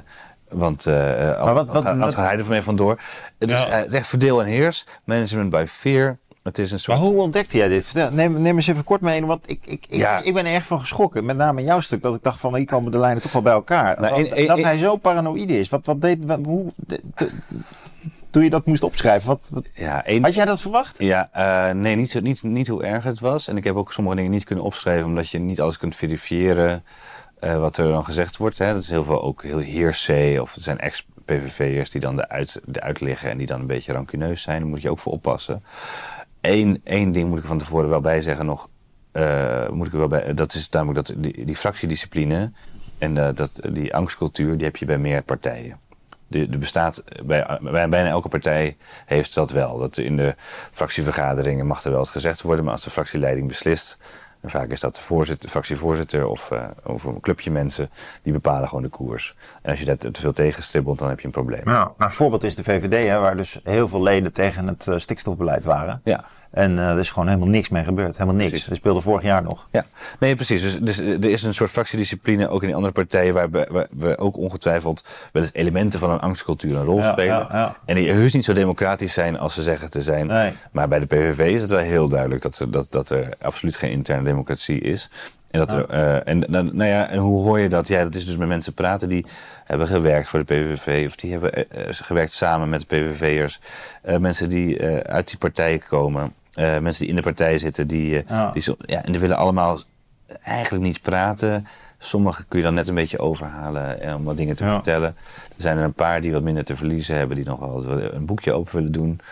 Want uh, anders gaat hij er van mee vandoor. Dus ja. uh, het is echt verdeel en heers. Management by fear. Het is een soort... Maar hoe ontdekte jij dit? Vertel, neem, neem eens even kort mee in. Want ik, ik, ik, ja. ik ben er erg van geschrokken. Met name in jouw stuk. Dat ik dacht van, hier komen de lijnen toch wel bij elkaar. Nou, in, in, dat in, hij zo paranoïde is. Wat, wat deed... Wat, hoe... De, de, toen je dat moest opschrijven, wat, wat, ja, een, had jij dat verwacht? Ja, uh, nee, niet, niet, niet hoe erg het was. En ik heb ook sommige dingen niet kunnen opschrijven, omdat je niet alles kunt verifiëren uh, wat er dan gezegd wordt. Hè. Dat is heel veel ook heel hearsay, of het zijn ex-P V V'ers die dan eruit, eruit liggen en die dan een beetje rancuneus zijn. Daar moet je ook voor oppassen. Eén, één ding moet ik er van tevoren wel bij zeggen nog. Uh, moet ik er wel bij, dat is namelijk dat die, die fractiediscipline en uh, dat, die angstcultuur, die heb je bij meer partijen. De, de bestaat bij, bij bijna elke partij heeft dat wel. Dat in de fractievergaderingen mag er wel wat gezegd worden, maar als de fractieleiding beslist, en vaak is dat de, voorzitter, de fractievoorzitter of, uh, of een clubje mensen, die bepalen gewoon de koers. En als je daar te veel tegenstribbelt, dan heb je een probleem. Nou, nou, een voorbeeld is de V V D, hè, waar dus heel veel leden tegen het uh, stikstofbeleid waren. Ja. En uh, er is gewoon helemaal niks mee gebeurd. Helemaal niks. Precies. Dat speelde vorig jaar nog. Ja, nee, precies. Dus, dus er is een soort fractiediscipline, ook in die andere partijen, waar we, waar we ook ongetwijfeld wel eens elementen van een angstcultuur een rol ja, spelen. Ja, ja. En die heus niet zo democratisch zijn als ze zeggen te zijn. Nee. Maar bij de P V V is het wel heel duidelijk dat, dat, dat er absoluut geen interne democratie is. En, dat er, uh, en, nou ja, en hoe hoor je dat? Ja, dat is dus met mensen praten die hebben gewerkt voor de P V V. Of die hebben uh, gewerkt samen met de P V V'ers. Uh, mensen die uh, uit die partijen komen. Uh, mensen die in de partij zitten. Die, uh, ja. Die, zo, ja, en die willen allemaal eigenlijk niet praten. Sommigen kun je dan net een beetje overhalen uh, om wat dingen te ja. vertellen. Er zijn er een paar die wat minder te verliezen hebben. Die nog wel een boekje open willen doen.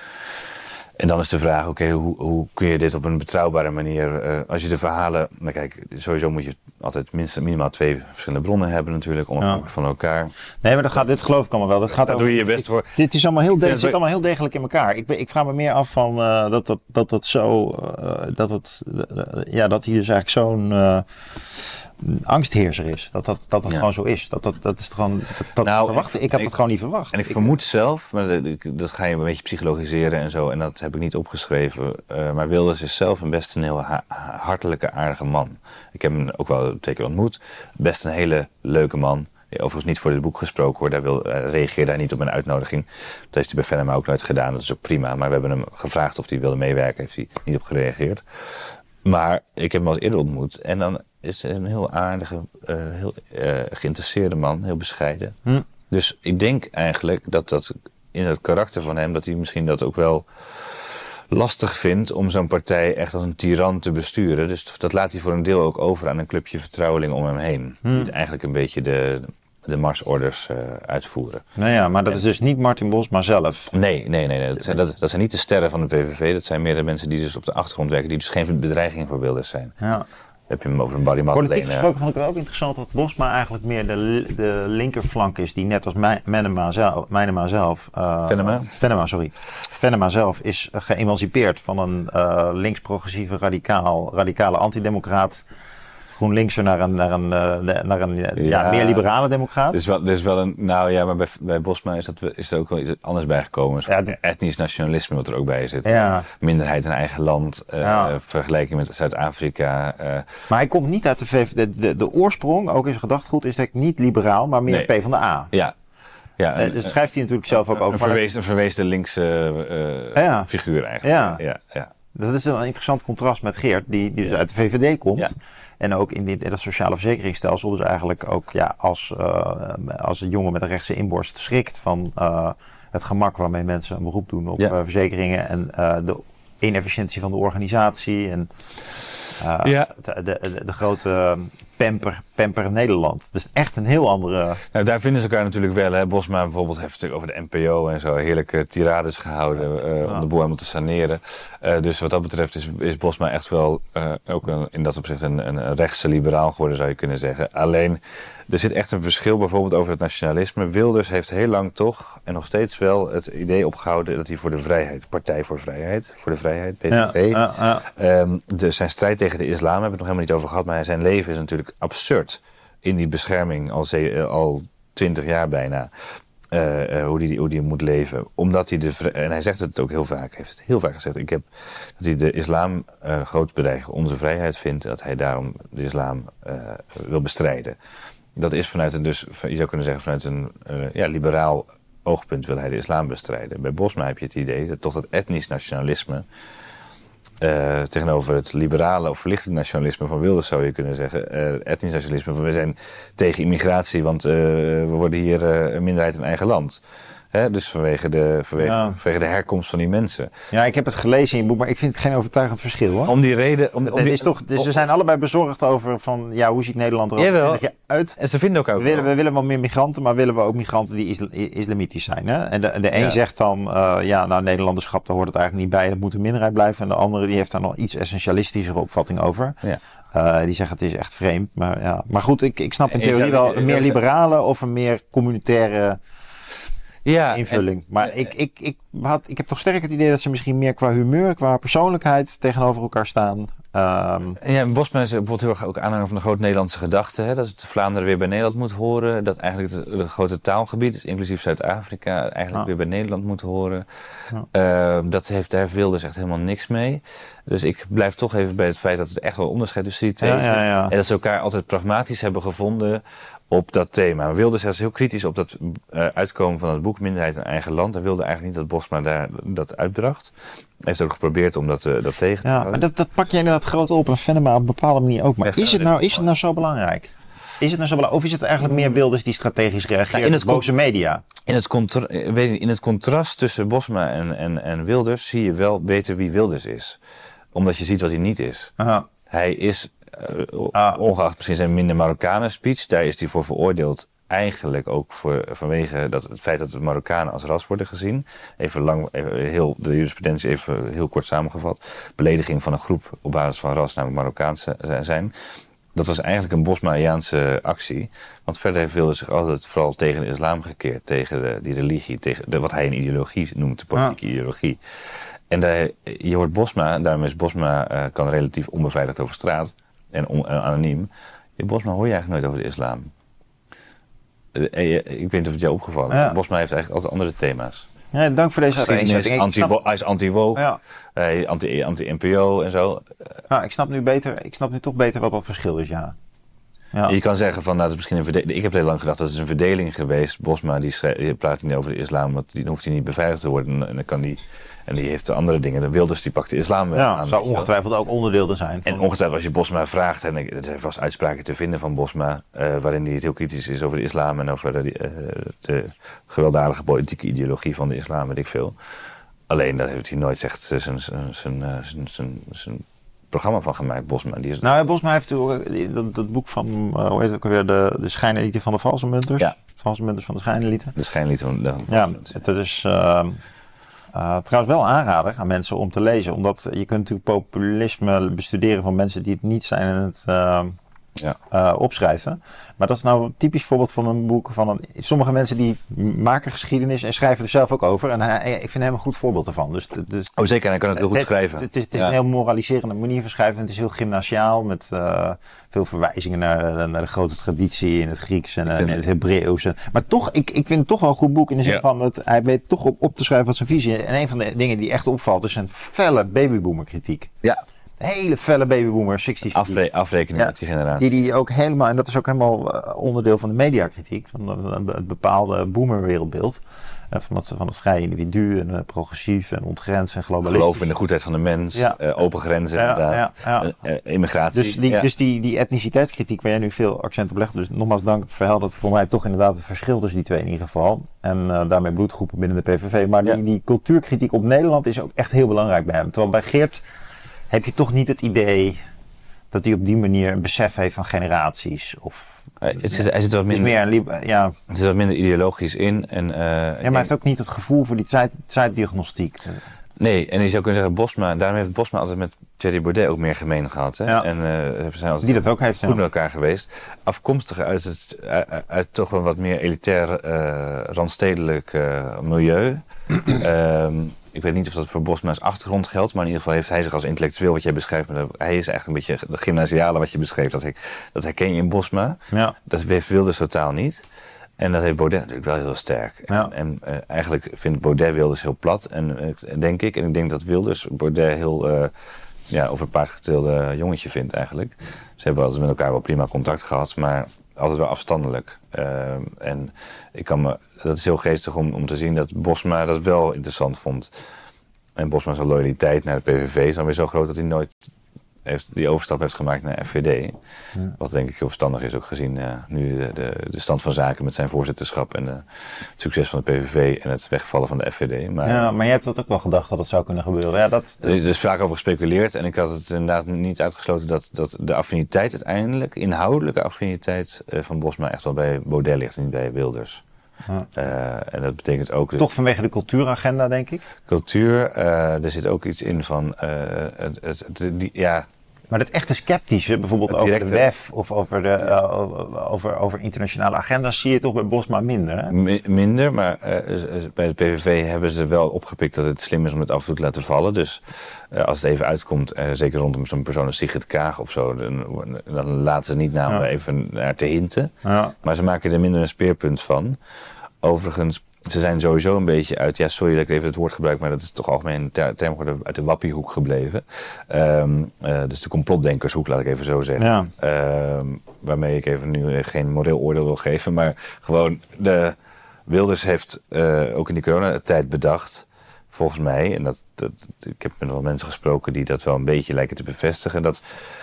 En dan is de vraag, oké, okay, hoe, hoe kun je dit op een betrouwbare manier... Uh, als je de verhalen... Nou kijk, sowieso moet je altijd minstens minimaal twee verschillende bronnen hebben natuurlijk, onafhankelijk ja. van elkaar. Nee, maar dat gaat, dit geloof ik allemaal wel. Dat gaat Daar over, doe je je best voor. Ik, dit is allemaal heel, de, het zit allemaal heel degelijk in elkaar. Ik, ik vraag me meer af van uh, dat, dat, dat dat zo... Uh, dat, het, uh, ja, dat hij dus eigenlijk zo'n... Uh, angstheerser is. Dat dat, dat, dat ja. gewoon zo is. Dat, dat, dat is gewoon, dat, dat nou, verwacht. Ik, ik had ik, het gewoon niet verwacht. En ik, ik vermoed zelf, maar dat, dat ga je een beetje psychologiseren en zo, en dat heb ik niet opgeschreven. Uh, maar Wilders is zelf een best een heel ha- hartelijke, aardige man. Ik heb hem ook wel een keer ontmoet. Best een hele leuke man. Die overigens niet voor dit boek gesproken wordt. Hij wil, uh, reageerde hij niet op mijn uitnodiging. Dat heeft hij bij Venema ook nooit gedaan. Dat is ook prima. Maar we hebben hem gevraagd of hij wilde meewerken. Heeft hij niet op gereageerd. Maar ik heb hem al eens eerder ontmoet. En dan is hij een heel aardige, uh, heel uh, geïnteresseerde man. Heel bescheiden. Hm. Dus ik denk eigenlijk dat dat in het karakter van hem, dat hij misschien dat ook wel lastig vindt om zo'n partij echt als een tiran te besturen. Dus dat laat hij voor een deel ook over aan een clubje vertrouwelingen om hem heen. Hm. Die eigenlijk een beetje de, de marsorders uh, uitvoeren. Nou ja, maar dat en, is dus niet Martin Bosma zelf. Nee, nee, nee. nee. Dat, zijn, dat, dat zijn niet de sterren van de P V V. Dat zijn meer de mensen die dus op de achtergrond werken, die dus geen bedreiging voor Wilders zijn. Ja. Heb je hem over een Barry Madeleine. Politiek gesproken vond ik het ook interessant dat Bosma eigenlijk meer de, de linkerflank is, die net als Menema zelf, Menema zelf uh, Venema? Venema, sorry. Venema zelf is geëmancipeerd van een uh, links-progressieve radicaal, radicale antidemocraat. GroenLinkser naar een, naar een, naar een ja, ja, meer liberale democraat. Er is wel, er is wel een, nou ja, maar bij, bij Bosma is, dat, is er ook wel iets anders bijgekomen. Ja, de, etnisch nationalisme wat er ook bij zit. Ja. Minderheid in eigen land, uh, ja. vergelijking met Zuid-Afrika. Uh. Maar hij komt niet uit de V V D. De, de, de oorsprong, ook in zijn gedachtegoed, is dat niet liberaal, maar meer nee. PvdA. Ja. Ja, uh, dat schrijft hij natuurlijk zelf ook over. Een verwezen, een verwezen linkse uh, ja. figuur eigenlijk. Ja. Ja, ja. Dat is een interessant contrast met Geert, die, die dus uit de V V D komt. Ja. En ook in, dit, in dat sociale verzekeringsstelsel dus eigenlijk ook ja, als, uh, als een jongen met een rechtse inborst schrikt van uh, het gemak waarmee mensen een beroep doen op ja. uh, verzekeringen en uh, de inefficiëntie van de organisatie en uh, ja. de, de, de, de grote pamper, pamper Nederland. Het is echt een heel andere... Nou, daar vinden ze elkaar natuurlijk wel. Hè. Bosma bijvoorbeeld heeft natuurlijk over de N P O en zo heerlijke tirades gehouden uh, ja. om de boel helemaal te saneren. Uh, dus wat dat betreft is, is Bosma echt wel uh, ook een, in dat opzicht een, een rechtse liberaal geworden, zou je kunnen zeggen. Alleen, er zit echt een verschil bijvoorbeeld over het nationalisme. Wilders heeft heel lang toch en nog steeds wel het idee opgehouden dat hij voor de vrijheid, Partij voor Vrijheid, voor de Vrijheid, P V V. Ja, ja, ja. Um, de, zijn strijd tegen de islam, hebben we het nog helemaal niet over gehad, maar zijn leven is natuurlijk absurd in die bescherming al, ze, al twintig jaar bijna. Uh, uh, hoe die, hoe die moet leven. Omdat hij de... En hij zegt het ook heel vaak. heeft het heel vaak gezegd. Ik heb, dat hij de islam uh, groot bedreiging onze vrijheid vindt. Dat hij daarom de islam uh, wil bestrijden. dat is vanuit een, dus, je zou kunnen zeggen, vanuit een uh, ja, liberaal oogpunt wil hij de islam bestrijden. Bij Bosma heb je het idee dat toch dat etnisch nationalisme Uh, tegenover het liberale of verlichte nationalisme van Wilders zou je kunnen zeggen. Uh, etnisch nationalisme, we zijn tegen immigratie, want uh, we worden hier uh, een minderheid in eigen land. Hè? Dus vanwege de, vanwege, ja. vanwege de herkomst van die mensen. Ja, ik heb het gelezen in je boek, maar ik vind het geen overtuigend verschil, hoor. Om die reden... Om, om die, is toch, dus ze zijn allebei bezorgd over van, ja, hoe ziet Nederland er over twintig jaar uit? En ze vinden ook ook we willen, we willen wel meer migranten, maar willen we ook migranten die isla, islamitisch zijn. Hè? En de, de een ja. zegt dan, uh, ja, nou, Nederlanderschap, daar hoort het eigenlijk niet bij. Dat moet een minderheid blijven. En de andere, die heeft daar nog iets essentialistischere opvatting over. Ja. Uh, die zeggen, het is echt vreemd. Maar, ja. maar goed, ik, ik snap in theorie wel een meer liberale of een meer communitaire... Ja, invulling. En, maar ik, ik, ik, had, ik heb toch sterk het idee dat ze misschien meer qua humeur, qua persoonlijkheid tegenover elkaar staan. Um, ja, Bosma is bijvoorbeeld heel erg ook aanhanger van de grote Nederlandse gedachte. Hè, dat het Vlaanderen weer bij Nederland moet horen. Dat eigenlijk het, het grote taalgebied, dus inclusief Zuid-Afrika, eigenlijk ja. weer bij Nederland moet horen. Ja. Uh, dat heeft, daar heeft Wilders echt helemaal niks mee. Dus ik blijf toch even bij het feit dat het echt wel onderscheid tussen die twee is. Ja, ja, ja. En dat ze elkaar altijd pragmatisch hebben gevonden op dat thema. Wilders was heel kritisch op dat uh, uitkomen van het boek Minderheid in eigen land. Hij wilde eigenlijk niet dat Bosma daar dat uitbracht. Hij heeft ook geprobeerd om dat, uh, dat tegen te ja, houden. Maar dat, dat pak je inderdaad groot op en Venema op een bepaalde manier ook. Maar ja, is, het nou, is het nou zo belangrijk? Is het nou zo belangrijk? Of is het eigenlijk meer Wilders die strategisch reageert nou, op boze media? In het, contra- weet je, in het contrast tussen Bosma en, en, en Wilders zie je wel beter wie Wilders is. Omdat je ziet wat hij niet is. Aha. Hij is... Uh, ah. ongeacht misschien zijn minder Marokkanen speech, daar is hij voor veroordeeld. Eigenlijk ook voor, vanwege dat, het feit dat de Marokkanen als ras worden gezien. Even lang, even heel, de jurisprudentie even heel kort samengevat. Belediging van een groep op basis van ras, namelijk Marokkaans zijn. Dat was eigenlijk een Bosmaiaanse actie. Want verder heeft Wilders zich altijd vooral tegen de islam gekeerd. Tegen de, die religie, tegen de, wat hij een ideologie noemt, de politieke ah. ideologie. En daar, je hoort Bosma, daarom is Bosma uh, kan relatief onbeveiligd over straat. En on, uh, anoniem. In Bosma hoor je eigenlijk nooit over de islam. Uh, uh, ik weet niet of het jou opgevallen is. Ja. Bosma heeft eigenlijk altijd andere thema's. Ja, dank voor deze uiteenzetting. Anti, snap... Hij is anti-woke, ja. uh, anti, anti-N P O en zo. Ja, ik snap nu beter. Ik snap nu toch beter wat dat verschil is, ja. Ja. Je kan zeggen van, nou, dat is misschien een verdeling. Ik heb heel lang gedacht dat het is een verdeling geweest. Bosma die, schrijf, die praat niet over de islam, want die, dan hoeft hij niet beveiligd te worden. En dan kan die. En die heeft de andere dingen. De Wilders die pakt de islam wel ja, aan. Zou ongetwijfeld ook onderdeel te zijn. En ongetwijfeld als je Bosma vraagt, en er zijn vast uitspraken te vinden van Bosma, uh, waarin hij het heel kritisch is over de islam en over de, uh, de gewelddadige politieke ideologie van de islam, weet ik veel. Alleen daar heeft hij nooit echt zijn, zijn, zijn, zijn, zijn programma van gemaakt, Bosma. Die is... Nou, Bosma heeft ook dat, dat boek van, uh, hoe heet het ook weer, de, de schijnelite van de valse munters. Ja. Valse munters van de schijnelite. De schijnelite van de valse ja, munters. Het is uh, uh, trouwens wel aanrader aan mensen om te lezen. Omdat je kunt natuurlijk populisme bestuderen van mensen die het niet zijn en het uh, ja. uh, opschrijven. Maar dat is nou een typisch voorbeeld van een boek van een... Sommige mensen die maken geschiedenis en schrijven er zelf ook over. En hij, ik vind hem een goed voorbeeld ervan. Dus, dus, oh zeker, hij kan ook heel goed het, schrijven. Het is, het is ja. een heel moraliserende manier van schrijven. Het is heel gymnasiaal met uh, veel verwijzingen naar, naar de grote traditie in het Grieks en, en het Hebreeuws. Maar toch, ik, ik vind het toch wel een goed boek in de zin ja. van dat hij weet toch op, op te schrijven wat zijn visie is. En een van de dingen die echt opvalt is een felle babyboomer kritiek. Ja. Hele felle babyboomer, zestig. Afre- afrekening ja, met die generatie. Die, die ook helemaal, en dat is ook helemaal uh, onderdeel van de mediakritiek, van het bepaalde boomerwereldbeeld. Uh, van, het, van het vrije individu en uh, progressief en ontgrensd en globalistisch. Geloof in de goedheid van de mens, ja. uh, open grenzen ja, inderdaad, ja, ja. Uh, uh, immigratie. Dus, die, ja. dus die, die etniciteitskritiek waar jij nu veel accent op legt, dus nogmaals dank het verhaal dat voor mij toch inderdaad het verschil tussen die twee in ieder geval. En uh, daarmee bloedgroepen binnen de P V V. Maar ja. die, die cultuurkritiek op Nederland is ook echt heel belangrijk bij hem. Terwijl bij Geert heb je toch niet het idee dat hij op die manier een besef heeft van generaties? Of, hij, het zit, hij zit wat minder, meer een, ja. het zit wat minder ideologisch in. En, uh, ja, maar hij heeft ook niet het gevoel voor die tijd, tijddiagnostiek. Nee, en je zou kunnen zeggen, Bosma, daarom heeft Bosma altijd met Thierry Baudet ook meer gemeen gehad. Hè? Ja. En uh, ze zijn altijd die dat ook heeft, goed ja. met elkaar geweest. Afkomstig uit, het, uit, uit toch een wat meer elitair, uh, randstedelijk uh, milieu. um, Ik weet niet of dat voor Bosma's achtergrond geldt, maar in ieder geval heeft hij zich als intellectueel, wat jij beschrijft, maar hij is echt een beetje de gymnasiale wat je beschreef. Dat, ik, dat herken je in Bosma. Ja. Dat heeft Wilders totaal niet. En dat heeft Baudet natuurlijk wel heel sterk. Ja. En, en uh, eigenlijk vindt Baudet Wilders heel plat, en, uh, denk ik. En ik denk dat Wilders Baudet heel uh, ja, over het paard getilde jongetje vindt eigenlijk. Ze hebben altijd met elkaar wel prima contact gehad, maar altijd wel afstandelijk. Uh, en ik kan me, dat is heel geestig om, om te zien dat Bosma dat wel interessant vond. En Bosma's loyaliteit naar de P V V is dan weer zo groot dat hij nooit heeft, die overstap heeft gemaakt naar F V D. Ja. Wat denk ik heel verstandig is, ook gezien uh, nu de, de, de stand van zaken met zijn voorzitterschap en uh, het succes van de P V V en het wegvallen van de F V D. Maar, ja, maar jij hebt dat ook wel gedacht dat het zou kunnen gebeuren. Ja, dat, dat... Er is vaak over gespeculeerd en ik had het inderdaad niet uitgesloten dat, dat de affiniteit uiteindelijk, inhoudelijke affiniteit uh, van Bosma echt wel bij Baudet ligt en niet bij Wilders. Ja. Uh, en dat betekent ook... Toch vanwege de cultuuragenda, denk ik? Cultuur, uh, er zit ook iets in van... Uh, het, het, het, die, ja, maar dat echte sceptische, bijvoorbeeld over de W E F of over, de, uh, over, over internationale agenda's, zie je toch bij Bosma minder, hè? M- minder, maar uh, bij de P V V hebben ze wel opgepikt dat het slim is om het af en toe te laten vallen. Dus uh, als het even uitkomt, uh, zeker rondom zo'n persoon als Sigrid Kaag of zo, dan, dan laten ze niet na om ja. even naar te hinten. Ja. Maar ze maken er minder een speerpunt van. Overigens, ze zijn sowieso een beetje uit, ja sorry dat ik even het woord gebruik, maar dat is toch algemeen ter, term geworden, uit de wappiehoek gebleven. Um, uh, dus de complotdenkershoek, laat ik even zo zeggen. Ja. Um, waarmee ik even nu geen moreel oordeel wil geven, maar gewoon de Wilders heeft uh, ook in die coronatijd bedacht, volgens mij, en dat, dat, ik heb met wel mensen gesproken die dat wel een beetje lijken te bevestigen, dat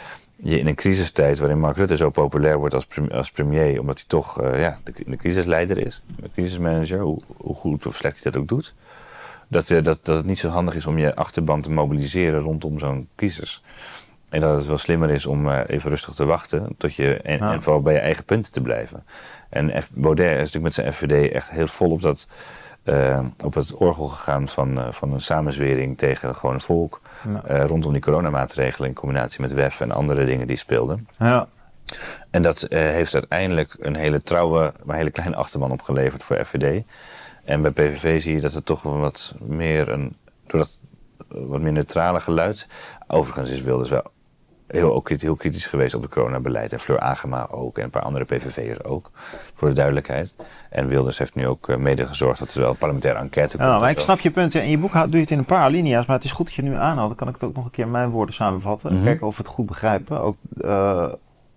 je in een crisistijd waarin Mark Rutte zo populair wordt als, pre- als premier, omdat hij toch uh, ja, de, de crisisleider is, de crisismanager, hoe, hoe goed of slecht hij dat ook doet, dat, uh, dat, dat het niet zo handig is om je achterban te mobiliseren rondom zo'n crisis. En dat het wel slimmer is om uh, even rustig te wachten tot je, en, ja. en vooral bij je eigen punten te blijven. En F, Baudet is natuurlijk met zijn F V D echt heel vol op dat Uh, op het orgel gegaan van, uh, van een samenzwering tegen het gewone volk. Ja. Uh, rondom die coronamaatregelen in combinatie met W E F en andere dingen die speelden. Ja. En dat uh, heeft uiteindelijk een hele trouwe, maar hele kleine achterban opgeleverd voor F V D. En bij P V V zie je dat het toch wel wat meer een, door dat wat meer neutrale geluid. Overigens is Wilders wel Heel, ook heel kritisch geweest op het coronabeleid. En Fleur Agema ook. En een paar andere P V V'ers ook. Voor de duidelijkheid. En Wilders heeft nu ook mede gezorgd dat er wel een parlementaire enquête komt. Ja, maar ik snap je punt. In je boek doe je het in een paar alinea's. Maar het is goed dat je het nu aanhaalt. Dan kan ik het ook nog een keer in mijn woorden samenvatten. Mm-hmm. Kijken of we het goed begrijpen. Ook, uh,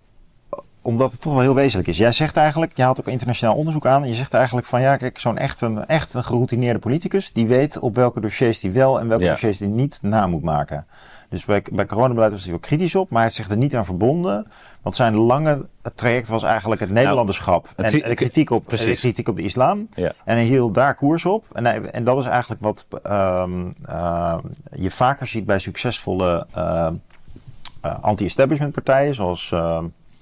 omdat het toch wel heel wezenlijk is. Jij zegt eigenlijk, je haalt ook internationaal onderzoek aan. En je zegt eigenlijk van ja, kijk, zo'n echt een, echt een geroutineerde politicus. Die weet op welke dossiers die wel en welke ja. dossiers die niet na moet maken. Dus bij, bij coronabeleid was hij wel kritisch op, maar hij heeft zich er niet aan verbonden. Want zijn lange traject was eigenlijk het Nederlanderschap nou, en de kritiek op, de kritiek op de islam. Ja. En hij hield daar koers op. En, hij, en dat is eigenlijk wat um, uh, je vaker ziet bij succesvolle uh, uh, anti-establishment partijen, zoals Uh,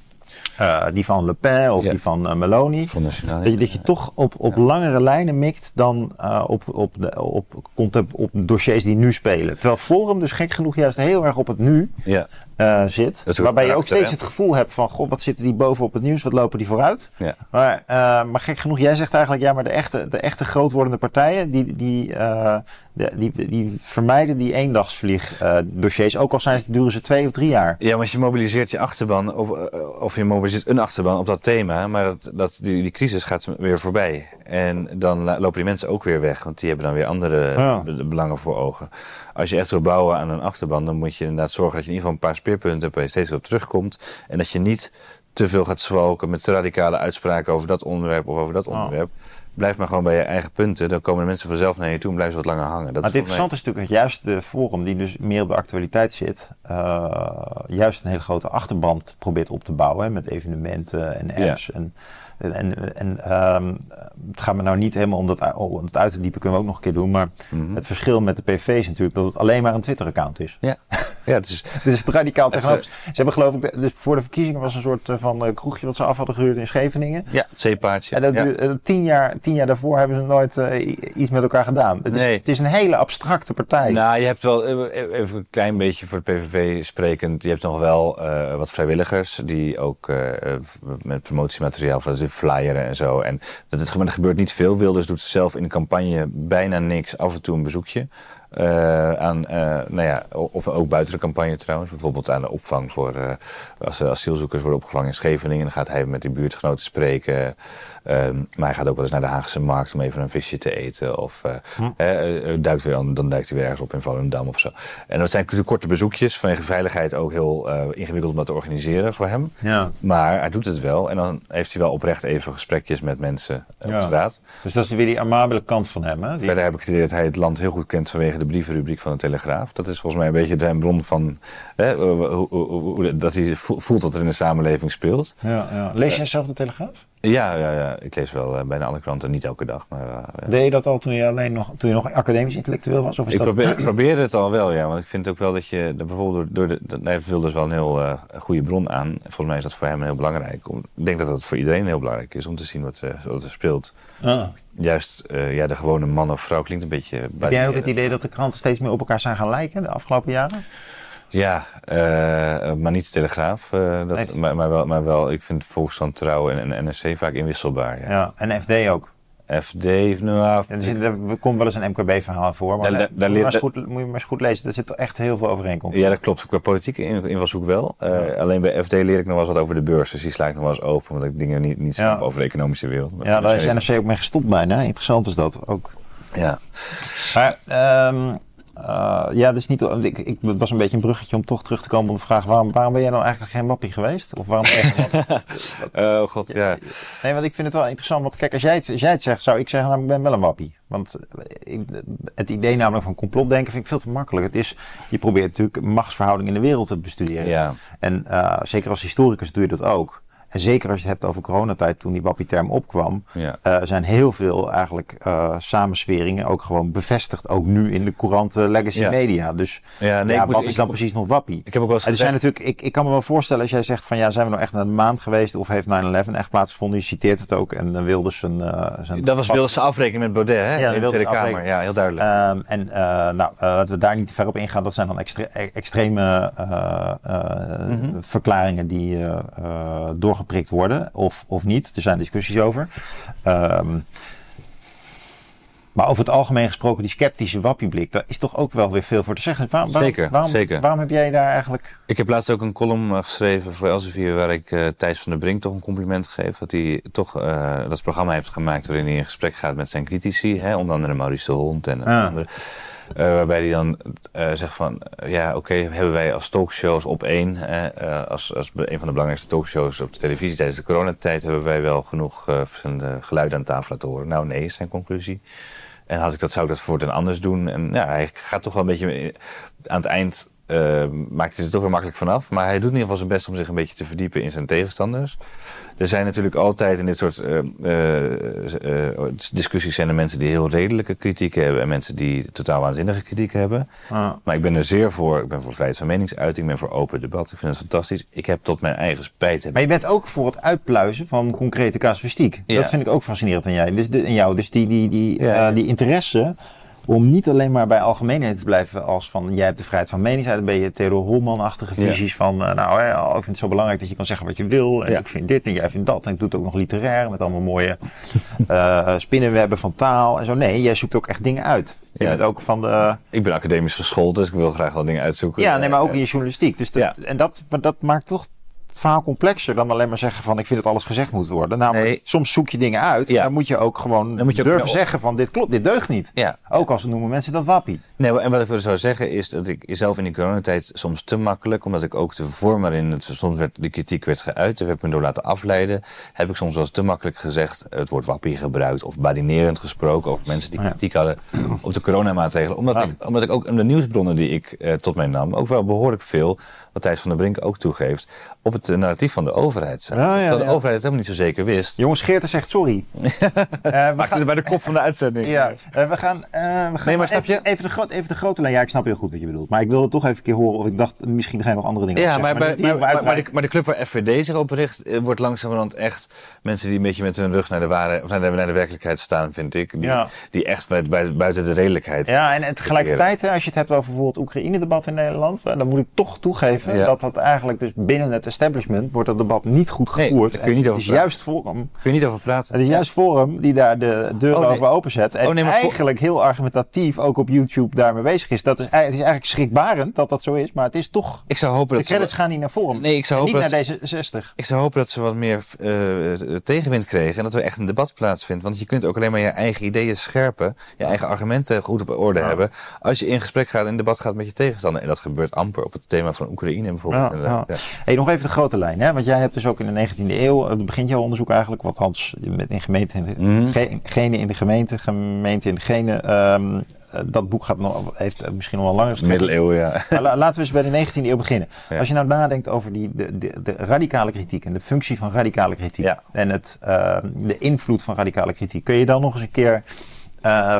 Uh, die van Le Pen of ja. die van uh, Meloni. Van Nationaal, dat, je, dat je ja. toch op, op ja. langere lijnen mikt dan uh, op, op, de, op, op, op dossiers die nu spelen. Terwijl Forum dus gek genoeg juist heel erg op het nu ja. uh, zit. Waarbij je ook steeds het gevoel hebt van god, wat zitten die boven op het nieuws, wat lopen die vooruit. Ja. Maar, uh, maar gek genoeg, jij zegt eigenlijk ja, maar de echte, de echte grootwordende partijen die, die, uh, de, die, die vermijden die eendagsvlieg uh, dossiers. Ook al zijn, duren ze twee of drie jaar. Ja, maar je mobiliseert je achterban of, of je mobiliseert een achterban op dat thema, maar dat, dat, die, die crisis gaat weer voorbij. En dan lopen die mensen ook weer weg, want die hebben dan weer andere ja. belangen voor ogen. Als je echt wil bouwen aan een achterban, dan moet je inderdaad zorgen dat je in ieder geval een paar speerpunten hebt waar je steeds op terugkomt. En dat je niet te veel gaat zwalken met radicale uitspraken over dat onderwerp of over dat onderwerp. Oh. Blijf maar gewoon bij je eigen punten. Dan komen de mensen vanzelf naar je toe en blijven ze wat langer hangen. Dat maar het interessante is natuurlijk dat juist de Forum, die dus meer op de actualiteit zit, uh, juist een hele grote achterband probeert op te bouwen. Hè, met evenementen en apps. Ja. En, en, en um, het gaat me nou niet helemaal om dat, om het uit te diepen, kunnen we ook nog een keer doen. Maar mm-hmm. het verschil met de P V V is natuurlijk dat het alleen maar een Twitter-account is. Ja. Ja, het is, het is het radicaal tegenover. Ze hebben geloof ik, dus voor de verkiezingen was een soort van uh, kroegje wat ze af hadden gehuurd in Scheveningen. Ja, het zeepaardje. En dat, ja. uh, tien, jaar, tien jaar daarvoor hebben ze nooit uh, iets met elkaar gedaan. Het is, nee. het is een hele abstracte partij. Nou, je hebt wel, even een klein beetje voor de P V V sprekend, je hebt nog wel uh, wat vrijwilligers die ook uh, met promotiemateriaal, dat is flyeren en zo. En dat, het, dat gebeurt niet veel. Wilders doet zelf in de campagne bijna niks, af en toe een bezoekje. Uh, aan, uh, nou ja, of ook buiten de campagne trouwens. Bijvoorbeeld aan de opvang voor uh, als de asielzoekers worden opgevangen in Scheveningen. Dan gaat hij met die buurtgenoten spreken. Um, maar hij gaat ook wel eens naar de Haagse markt om even een visje te eten. Of uh, hm. uh, duikt weer, dan duikt hij weer ergens op in Volendam of zo. En dat zijn natuurlijk korte bezoekjes. Vanwege veiligheid ook heel uh, ingewikkeld om dat te organiseren voor hem. Ja. Maar hij doet het wel. En dan heeft hij wel oprecht even gesprekjes met mensen uh, ja. op straat. Dus dat is weer die amabele kant van hem. Hè? Die... Verder heb ik het idee dat hij het land heel goed kent vanwege de brievenrubriek van de Telegraaf. Dat is volgens mij een beetje zijn bron van... Hè, hoe, hoe, hoe, dat hij voelt dat er in de samenleving speelt. Ja, ja. Lees jij zelf de Telegraaf? Ja, ja, ja, ik lees wel uh, bijna alle kranten, niet elke dag. Maar, uh, ja. Deed je dat al toen je, alleen nog, toen je nog academisch intellectueel was? Of is ik dat... probeer, probeerde het al wel, ja. Want ik vind ook wel dat je, dat bijvoorbeeld door de... Dat, hij vulde dus wel een heel uh, goede bron aan. Volgens mij is dat voor hem heel belangrijk. Om, ik denk dat dat voor iedereen heel belangrijk is om te zien wat, uh, wat er speelt. Ah. Juist, uh, ja, de gewone man of vrouw klinkt een beetje... Heb jij ook het idee dat de kranten steeds meer op elkaar zijn gaan lijken de afgelopen jaren? Ja, uh, maar niet de Telegraaf. Uh, dat, nee. maar, maar, wel, maar wel, ik vind Volkskrant, Trouw en, en N R C vaak inwisselbaar. Ja, ja en F D ook. F D, nou... Ja, er komt wel eens een M K B-verhaal voor, maar daar, daar, daar moet, je maar goed, moet je maar eens goed lezen. Er zit echt heel veel overeenkomsten. Ja, dat klopt. Qua politieke invalshoek wel. Uh, ja. Alleen bij F D leer ik nog wel eens wat over de beurs. Dus die sla ik nog wel eens open, omdat ik dingen niet, niet snap ja. over de economische wereld. Ja, daar is N R C ook mee gestopt bijna. Interessant is dat ook. Ja. Maar... Um, Uh, ja, dus niet, ik, ik, het was een beetje een bruggetje om toch terug te komen op de vraag... waarom, waarom ben jij dan eigenlijk geen wappie geweest? Of waarom echt wappie? Oh god, ja. Nee, want ik vind het wel interessant. Want kijk, als jij het, als jij het zegt, zou ik zeggen... nou, ik ben wel een wappie. Want ik, het idee namelijk van complotdenken vind ik veel te makkelijk. Het is, je probeert natuurlijk machtsverhoudingen in de wereld te bestuderen. Ja. En uh, zeker als historicus doe je dat ook. En zeker als je het hebt over coronatijd, toen die wappie-term opkwam, ja. uh, zijn heel veel eigenlijk uh, samensweringen ook gewoon bevestigd. Ook nu in de courante legacy ja. media. Dus ja, nee, ja, wat moet, is dan precies nog wappie? Ik heb ook wel eens er zijn natuurlijk, ik, ik kan me wel voorstellen als jij zegt van ja, zijn we nou echt naar de maan geweest of heeft nine eleven echt plaatsgevonden? Je citeert het ook en uh, Wilders zijn... Uh, zijn dat was Wilders afrekening met Baudet, hè? Ja, in de Tweede Kamer. Ja, heel duidelijk. Um, en uh, nou, uh, laten we daar niet te ver op ingaan. Dat zijn dan extre- extreme uh, uh, mm-hmm. verklaringen die uh, uh, doorgeprikt worden of, of niet. Er zijn discussies over. Um, maar over het algemeen gesproken, die sceptische wappieblik, daar is toch ook wel weer veel voor te zeggen. Waarom, zeker, waarom, zeker. Waarom heb jij daar eigenlijk... Ik heb laatst ook een column uh, geschreven voor Elsevier waar ik uh, Thijs van der Brink toch een compliment geef. Dat hij toch uh, dat programma heeft gemaakt waarin hij in gesprek gaat met zijn critici. Hè, onder andere Maurice de Hond en ah. andere. Uh, waarbij hij dan uh, zegt van, uh, ja oké, okay, hebben wij als talkshows op één, uh, als, als een van de belangrijkste talkshows op de televisie tijdens de coronatijd, hebben wij wel genoeg uh, verschillende geluiden aan tafel laten horen. Nou nee, is zijn conclusie. En had ik dat, zou ik dat voortaan anders doen. En ja, hij gaat toch wel een beetje aan het eind... Uh, maakt hij er toch weer makkelijk vanaf. Maar hij doet in ieder geval zijn best om zich een beetje te verdiepen in zijn tegenstanders. Er zijn natuurlijk altijd in dit soort uh, uh, uh, discussies zijn er mensen die heel redelijke kritiek hebben en mensen die totaal waanzinnige kritiek hebben. Ah. Maar ik ben er zeer voor. Ik ben voor vrijheid van meningsuiting, ik ben voor open debat. Ik vind het fantastisch. Ik heb tot mijn eigen spijt... Maar je bent ook voor het uitpluizen van concrete casuïstiek. Ja. Dat vind ik ook fascinerend aan jij. Dus de, aan jou. Dus die, die, die, ja, uh, die interesse... om niet alleen maar bij algemeenheid te blijven als van... jij hebt de vrijheid van meningsuiting, dan ben je Theodor Holman-achtige visies ja. van... Uh, nou, hè, ik vind het zo belangrijk dat je kan zeggen wat je wil. En ja. ik vind dit en jij vindt dat. En ik doe het ook nog literair met allemaal mooie uh, spinnenwebben van taal en zo. Nee, jij zoekt ook echt dingen uit. Je ja. bent ook van de... Ik ben academisch geschoold, dus ik wil graag wel dingen uitzoeken. Ja, nee, maar ook in je journalistiek. Dus dat, ja. En dat, dat maakt toch... het verhaal complexer dan alleen maar zeggen van ik vind dat alles gezegd moet worden. Namelijk, nee. soms zoek je dingen uit. Ja. Dan moet je ook gewoon moet je durven ook, zeggen van dit klopt, dit deugt niet. Ja. Ook als noemen mensen dat wappie. Nee, en wat ik zou zeggen is dat ik zelf in die coronatijd soms te makkelijk, omdat ik ook de vorm waarin het soms werd, de kritiek werd geuit, daar heb ik me door laten afleiden, heb ik soms wel eens te makkelijk gezegd het woord wappie gebruikt of badinerend gesproken over mensen die kritiek ja. hadden op de coronamaatregelen. Omdat, ja. ik, omdat ik ook in de nieuwsbronnen die ik eh, tot mij nam, ook wel behoorlijk veel, wat Thijs van der Brink ook toegeeft, op het narratief van de overheid zijn. Ja, ja, Terwijl de ja. overheid het helemaal niet zo zeker wist. Jongens, Geerten zegt sorry. uh, we gaan het bij de kop van de uitzending. Ja, uh, we gaan, uh, we gaan nee, maar snap even, je? Even, de gro- even de grote lijn. Ja, ik snap heel goed wat je bedoelt. Maar ik wilde toch even een keer horen of ik dacht, misschien ga je nog andere dingen ja, zeggen. Maar, maar, maar, maar, maar, de, maar de club waar F V D zich op richt, uh, wordt langzamerhand echt mensen die een beetje met hun rug naar de, ware, of naar de, naar de werkelijkheid staan, vind ik. Die, ja. die echt bij, bij, buiten de redelijkheid. Ja, en, en tegelijkertijd, hè, als je het hebt over bijvoorbeeld Oekraïne-debat in Nederland, dan moet ik toch toegeven ja. dat dat eigenlijk dus binnen het establishment wordt dat debat niet goed gevoerd. Nee, daar kun je niet over het is juist Forum. Kun je niet over praten. Het is juist Forum die daar de deur oh, nee. over openzet. En oh, nee, eigenlijk voor... heel argumentatief ook op YouTube daarmee bezig is. Dat is. Het is eigenlijk schrikbarend dat dat zo is. Maar het is toch... Ik zou hopen dat de credits ze... gaan niet naar Forum. Nee, ik zou hopen niet dat... naar D zesenzestig. Ik zou hopen dat ze wat meer uh, tegenwind kregen. En dat er echt een debat plaatsvindt. Want je kunt ook alleen maar je eigen ideeën scherpen. Je eigen argumenten goed op orde ja. hebben. Als je in gesprek gaat en in debat gaat met je tegenstander. En dat gebeurt amper op het thema van Oekraïne bijvoorbeeld. Ja, ja. Ja. Hey, nog even de grote lijn. Hè? Want jij hebt dus ook in de negentiende eeuw... begint jouw onderzoek eigenlijk... wat Hans met in gemeente... Mm. Ge, gene in de gemeente, gemeente in de gene... Um, dat boek gaat nog, heeft misschien nog wel langer gestrekt. Middeleeuwen, ja. Maar la, laten we eens bij de negentiende eeuw beginnen. Ja. Als je nou nadenkt over die, de, de, de radicale kritiek... en de functie van radicale kritiek... Ja. en het, uh, de invloed van radicale kritiek... kun je dan nog eens een keer... Uh,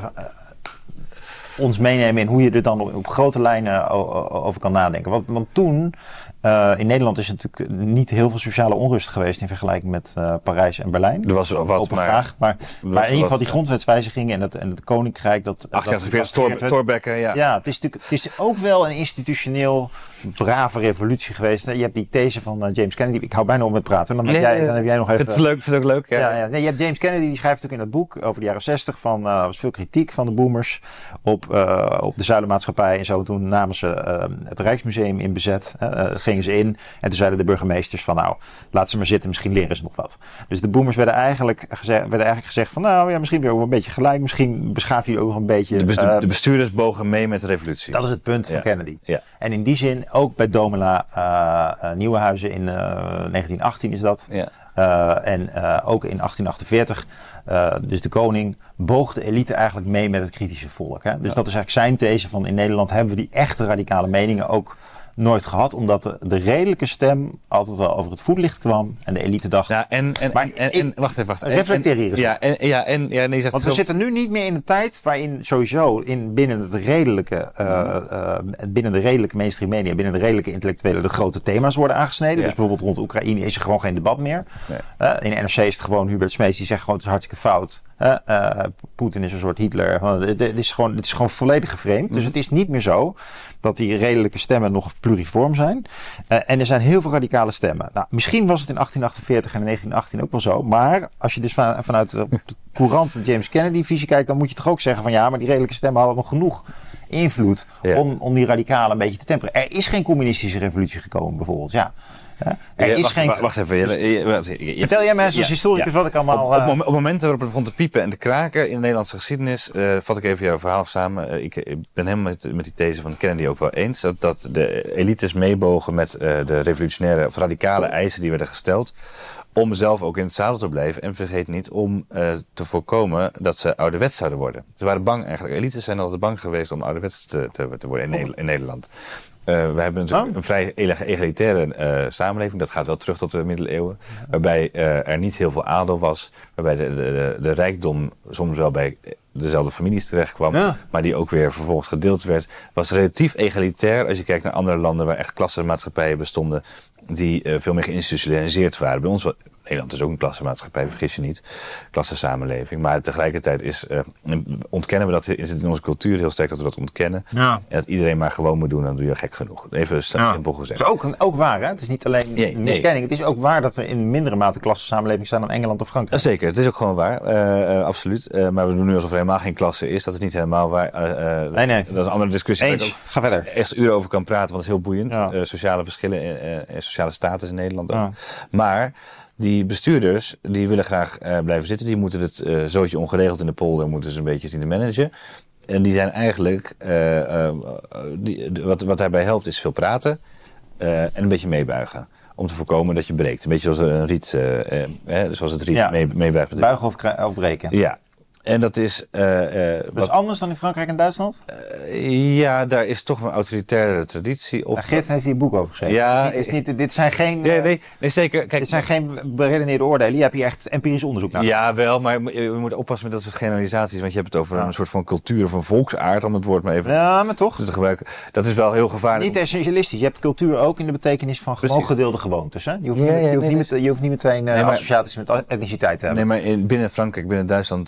ons meenemen in hoe je er dan op, op grote lijnen over kan nadenken. Want, want toen, uh, in Nederland is er natuurlijk niet heel veel sociale onrust geweest in vergelijking met uh, Parijs en Berlijn. Er was wat, open maar, vraag. Maar, maar in ieder geval die grondwetswijzigingen en het, en het koninkrijk... dat achtenveertig Thorbecke, ja. Ja, het is, het is ook wel een institutioneel brave revolutie geweest. Je hebt die these van uh, James Kennedy. Ik hou bijna om met praten. Dan, nee, jij, dan heb jij nog even... Het is leuk, vind het ook leuk. Ja. Ja, ja. Nee, je hebt James Kennedy, die schrijft ook in het boek over de jaren zestig... van uh, er was veel kritiek van de boomers op, uh, op de zuilenmaatschappij. En zo toen namen ze uh, het Rijksmuseum in bezet. Uh, gingen ze in. En toen zeiden de burgemeesters van nou, laat ze maar zitten. Misschien leren ze nog wat. Dus de boomers werden eigenlijk, geze- werden eigenlijk gezegd van nou ja, misschien ben je ook wel een beetje gelijk. Misschien beschaaf je ook nog een beetje... De, bes- uh, de bestuurders bogen mee met de revolutie. Dat is het punt ja. van Kennedy. Ja. En in die zin, ook bij Domela uh, uh, Nieuwenhuizen in uh, negentien achttien is dat. Ja. Uh, en uh, ook in achttien achtenveertig, uh, dus de koning boog de elite eigenlijk mee met het kritische volk. Hè? Dus ja. dat is eigenlijk zijn these van in Nederland hebben we die echte radicale meningen ook nooit gehad, omdat de, de redelijke stem altijd wel over het voetlicht kwam en de elite dacht... Ja, en, en, maar en, en, wacht even, wacht. Reflecteer hier eens. Ja, en, ja, en, ja, nee, Want we zo... zitten nu niet meer in een tijd waarin sowieso in binnen het redelijke, uh, uh, binnen de redelijke mainstream media, binnen de redelijke intellectuelen de grote thema's worden aangesneden. Ja. Dus bijvoorbeeld rond Oekraïne is er gewoon geen debat meer. Nee. Uh, in de N R C is het gewoon Hubert Smeets die zegt gewoon het is hartstikke fout. Uh, uh, Poetin is een soort Hitler. Het is gewoon, het is gewoon volledig geframed. Mm-hmm. Dus het is niet meer zo dat die redelijke stemmen nog pluriform zijn. Uh, en er zijn heel veel radicale stemmen. Nou, misschien was het in achttien achtenveertig en in negentien achttien ook wel zo. Maar als je dus van, vanuit uh, de courante James Kennedy visie kijkt, dan moet je toch ook zeggen van ja, maar die redelijke stemmen hadden nog genoeg invloed ja. om, om die radicalen een beetje te temperen. Er is geen communistische revolutie gekomen bijvoorbeeld. Ja. Ja, er ja, is wacht, geen... wacht, wacht even. Je, je, je, je, Vertel jij mensen als ja, historicus ja. wat ik allemaal... Op, op, op, op momenten waarop het begon te piepen en te kraken in de Nederlandse geschiedenis... Uh, vat ik even jouw verhaal samen. Uh, ik, ik ben helemaal met, met die these van Kennedy ook wel eens. Dat, dat de elites meebogen met uh, de revolutionaire of radicale eisen die werden gesteld... om zelf ook in het zadel te blijven. En vergeet niet om uh, te voorkomen dat ze ouderwets zouden worden. Ze waren bang eigenlijk. Elites zijn altijd bang geweest om ouderwets te, te, te worden in, in Nederland. Uh, we hebben natuurlijk oh. een vrij egalitaire uh, samenleving. Dat gaat wel terug tot de middeleeuwen. Ja. Waarbij uh, er niet heel veel adel was. Waarbij de, de, de, de rijkdom soms wel bij dezelfde families terecht kwam. Ja. Maar die ook weer vervolgens gedeeld werd. Was relatief egalitair. Als je kijkt naar andere landen waar echt klassenmaatschappijen bestonden. Die uh, veel meer geïnstitutionaliseerd waren. Bij ons... Nederland is ook een klassenmaatschappij, vergis je niet. Klassensamenleving. Maar tegelijkertijd is, uh, ontkennen we dat, is het in onze cultuur heel sterk dat we dat ontkennen. Ja. En dat iedereen maar gewoon moet doen, dan doe je gek genoeg. Even ja. simpel gezegd. Het is ook, ook waar, hè? Het is niet alleen nee, een miskenning. Nee. Het is ook waar dat we in mindere mate klassensamenleving zijn dan Engeland of Frankrijk. Zeker, het is ook gewoon waar. Uh, uh, absoluut. Uh, maar we doen nu alsof er helemaal geen klasse is. Dat is niet helemaal waar. Uh, uh, nee, nee. Dat is een andere discussie. Eens. Waar ik ook Ga verder. echt uren over kan praten, want het is heel boeiend. Ja. Uh, sociale verschillen en uh, sociale status in Nederland ook. Ja. Maar... Die bestuurders, die willen graag uh, blijven zitten. Die moeten het uh, zootje ongeregeld in de polder moeten ze een beetje zien te managen. En die zijn eigenlijk, uh, uh, die, wat, wat daarbij helpt is veel praten uh, en een beetje meebuigen. Om te voorkomen dat je breekt. Een beetje zoals een riet, uh, uh, hè, zoals het riet ja. mee, meebuigt. Buigen of, of breken. Ja. En dat is... Uh, uh, dat wat, is anders dan in Frankrijk en Duitsland? Uh, ja, daar is toch een autoritaire traditie. Of, nou, Geert heeft hier een boek over geschreven. Ja, is niet, is niet, dit zijn geen... Nee, nee, nee zeker. Kijk, dit zijn geen beredeneerde oordelen. Je hebt hier echt empirisch onderzoek naar. Ja, wel, maar je moet oppassen met dat soort generalisaties. Want je hebt het over ja. een soort van cultuur of een volksaard, om het woord maar even ja, maar toch. te gebruiken. Dat is wel heel gevaarlijk. Niet essentialistisch. Je hebt cultuur ook in de betekenis van gewoon Precies. gedeelde gewoontes. Hè? Je, hoeft ja, niet, ja, je, hoeft nee, niet met, je hoeft niet meteen uh, nee, maar, associaties met etniciteit te hebben. Nee, maar in, binnen Frankrijk, binnen Duitsland ken ik ook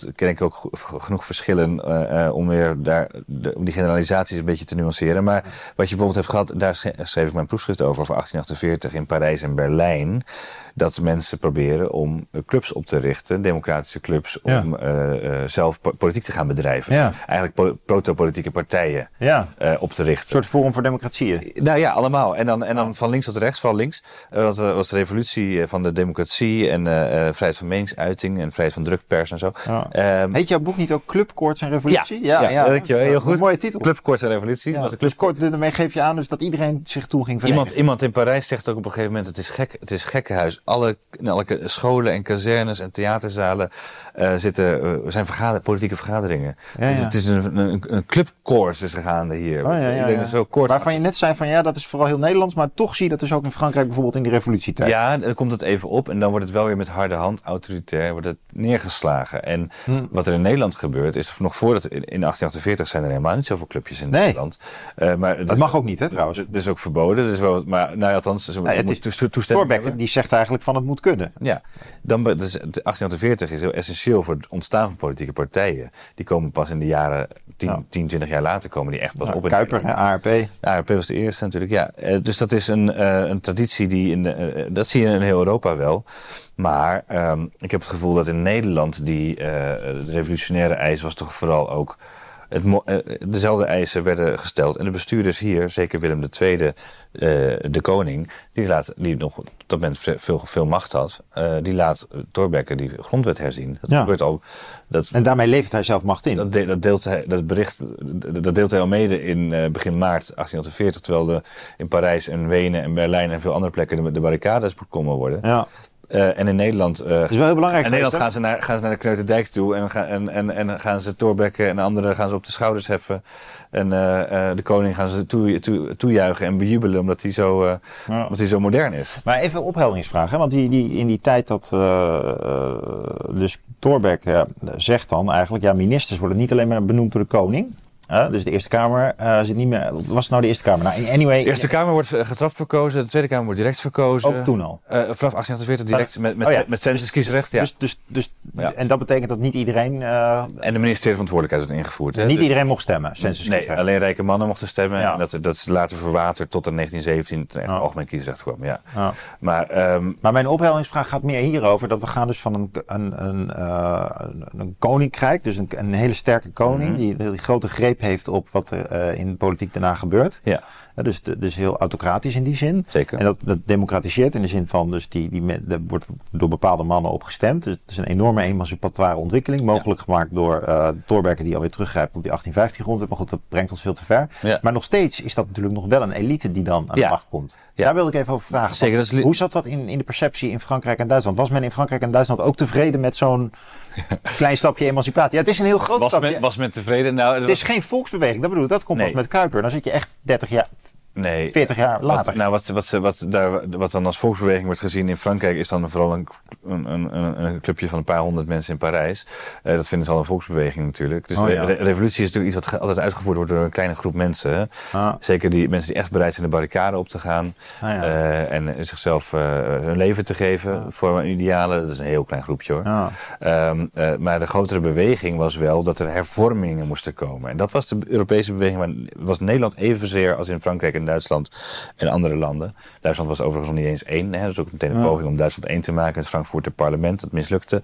ook go- genoeg verschillen uh, uh, om weer daar de, om die generalisaties een beetje te nuanceren. Maar wat je bijvoorbeeld hebt gehad, daar schreef ik mijn proefschrift over, over achttien achtenveertig in Parijs en Berlijn. Dat mensen proberen om clubs op te richten, democratische clubs, ja. om uh, uh, zelf po- politiek te gaan bedrijven. Ja. Eigenlijk po- proto-politieke partijen ja. uh, op te richten. Een soort Forum voor Democratieën. Nou ja, allemaal. En dan, en dan van links tot rechts, van links. Uh, was, was de revolutie van de democratie en uh, uh, vrijheid van meningsuiting en vrijheid van drukpers en zo. Ja. Um, Heet jouw boek niet ook Club, Koorts en Revolutie? Ja, ja, ja, ja. Dankjewel, heel goed. Een mooie titel. Club, Koorts en Revolutie. Ja, was dus kort, daarmee geef je aan dus dat iedereen zich toe ging verenigen. Iemand, iemand in Parijs zegt ook op een gegeven moment, het is gek, het is gekkenhuis. Alle, elke scholen en kazernes en theaterzalen uh, zitten, uh, zijn vergader, politieke vergaderingen. Ja, ja. Dus het is een, een, een clubkoorts is gaande hier. Oh, ja, ja, ja. Is kort waarvan je net zei van ja, dat is vooral heel Nederlands, maar toch zie je dat dus ook in Frankrijk bijvoorbeeld in die revolutietijd. Ja, dan komt het even op en dan wordt het wel weer met harde hand, autoritair, wordt het neergeslagen. En hm. wat er in Nederland gebeurt, is nog voordat in, in achttien achtenveertig zijn er helemaal niet zoveel clubjes in nee. Nederland. Uh, maar dat is, mag ook niet, hè, trouwens. Dat is ook verboden. Dus wel, maar nou, althans, ze ja, moet toestemming Thorbecke, die zegt eigenlijk van het moet kunnen. Ja, dan, dus achttien achtenveertig is heel essentieel voor het ontstaan van politieke partijen. Die komen pas in de jaren tien, ja. tien twintig jaar later komen die echt pas ja, op. In Kuiper, hè, A R P. A R P was de eerste natuurlijk, ja. Uh, dus dat is een, uh, een traditie die in de, uh, dat zie je in heel Europa wel. Maar um, ik heb het gevoel dat in Nederland die uh, de revolutionaire eis was toch vooral ook het mo- uh, dezelfde eisen werden gesteld. En de bestuurders hier, zeker Willem de Tweede, uh, de koning, die, laat, die nog op dat moment veel, veel macht had, uh, die laat Thorbecke die grondwet herzien. Dat ja. gebeurt al. Dat, en daarmee levert hij zelf macht in. Dat, de, dat, deelt hij, dat bericht dat deelt hij al mede in uh, begin maart achttien achtenveertig, terwijl de, in Parijs en Wenen en Berlijn en veel andere plekken de, de barricades beklommen worden. Ja. Uh, en in Nederland, uh, dat is wel heel belangrijk. In Nederland gaan ze, naar, gaan ze naar de Kneuterdijk toe en, gaan, en, en, en gaan ze Thorbecke en anderen gaan ze op de schouders heffen. En uh, uh, de koning gaan ze toe, toe, toejuichen en bejubelen omdat hij zo, uh, ja. omdat hij zo modern is. Maar even een opheldingsvraag, hè? Want die, die, in die tijd dat uh, uh, dus Thorbecke uh, zegt dan eigenlijk, ja, ministers worden niet alleen maar benoemd door de koning. Uh, dus de Eerste Kamer uh, zit niet meer. Wat was het nou de Eerste Kamer? Nou, anyway, de Eerste Kamer wordt getrapt verkozen, de Tweede Kamer wordt direct verkozen. Ook toen al? Uh, vanaf achttien achtenveertig direct met, met, oh ja. met censuskiesrecht. Ja. Dus, dus, dus, ja. En dat betekent dat niet iedereen. Uh, en de ministerie van Verantwoordelijkheid werd ingevoerd. Hè? Niet dus, iedereen mocht stemmen. Censuskiesrecht. Nee, alleen rijke mannen mochten stemmen. Ja. En dat, dat is later verwaterd tot in negentien zeventien het ja. algemeen kiesrecht kwam. Ja. Ja. Maar, um, maar mijn opheldingsvraag gaat meer hierover dat we gaan dus van een, een, een, uh, een, een koninkrijk, dus een, een hele sterke koning, mm-hmm. die, die grote greep heeft op wat Uh, in de politiek daarna gebeurt. Ja. Uh, dus, de, dus heel autocratisch in die zin. Zeker. En dat, dat democratiseert in de zin van, dus die, die me, daar wordt door bepaalde mannen op gestemd. Dus het is een enorme emancipatoire ontwikkeling. Mogelijk ja. gemaakt door uh, Thorbecke die alweer teruggrijpt op die achttien vijftien grond. Maar goed, dat brengt ons veel te ver. Ja. Maar nog steeds is dat natuurlijk nog wel een elite die dan aan ja. de macht komt. Ja. Daar wilde ik even over vragen. Zeker, dat is li- hoe zat dat in, in de perceptie in Frankrijk en Duitsland? Was men in Frankrijk en Duitsland ook tevreden met zo'n klein stapje emancipatie? Ja, het is een heel groot was stapje. Men, was men tevreden? Nou, het is was... geen volksbeweging, dat bedoel ik. Dat komt nee. pas met Kuiper. Dan zit je echt dertig jaar... Nee, veertig jaar later. Wat, nou, wat, wat, wat, daar, wat dan als volksbeweging wordt gezien in Frankrijk is dan vooral een, een, een, een clubje van een paar honderd mensen in Parijs. Uh, dat vinden ze al een volksbeweging natuurlijk. Dus oh, ja. re- revolutie is natuurlijk iets wat altijd uitgevoerd wordt door een kleine groep mensen. Ah. Zeker die mensen die echt bereid zijn de barricade op te gaan. Ah, ja. uh, en zichzelf uh, hun leven te geven ah. voor hun idealen. Dat is een heel klein groepje hoor. Ah. Um, uh, maar de grotere beweging was wel dat er hervormingen moesten komen. En dat was de Europese beweging. Maar was Nederland evenzeer als in Frankrijk en Duitsland en andere landen. Duitsland was overigens nog niet eens één. Hè. Dat is ook meteen een poging om Duitsland één te maken. Het Frankfurter parlement, dat mislukte.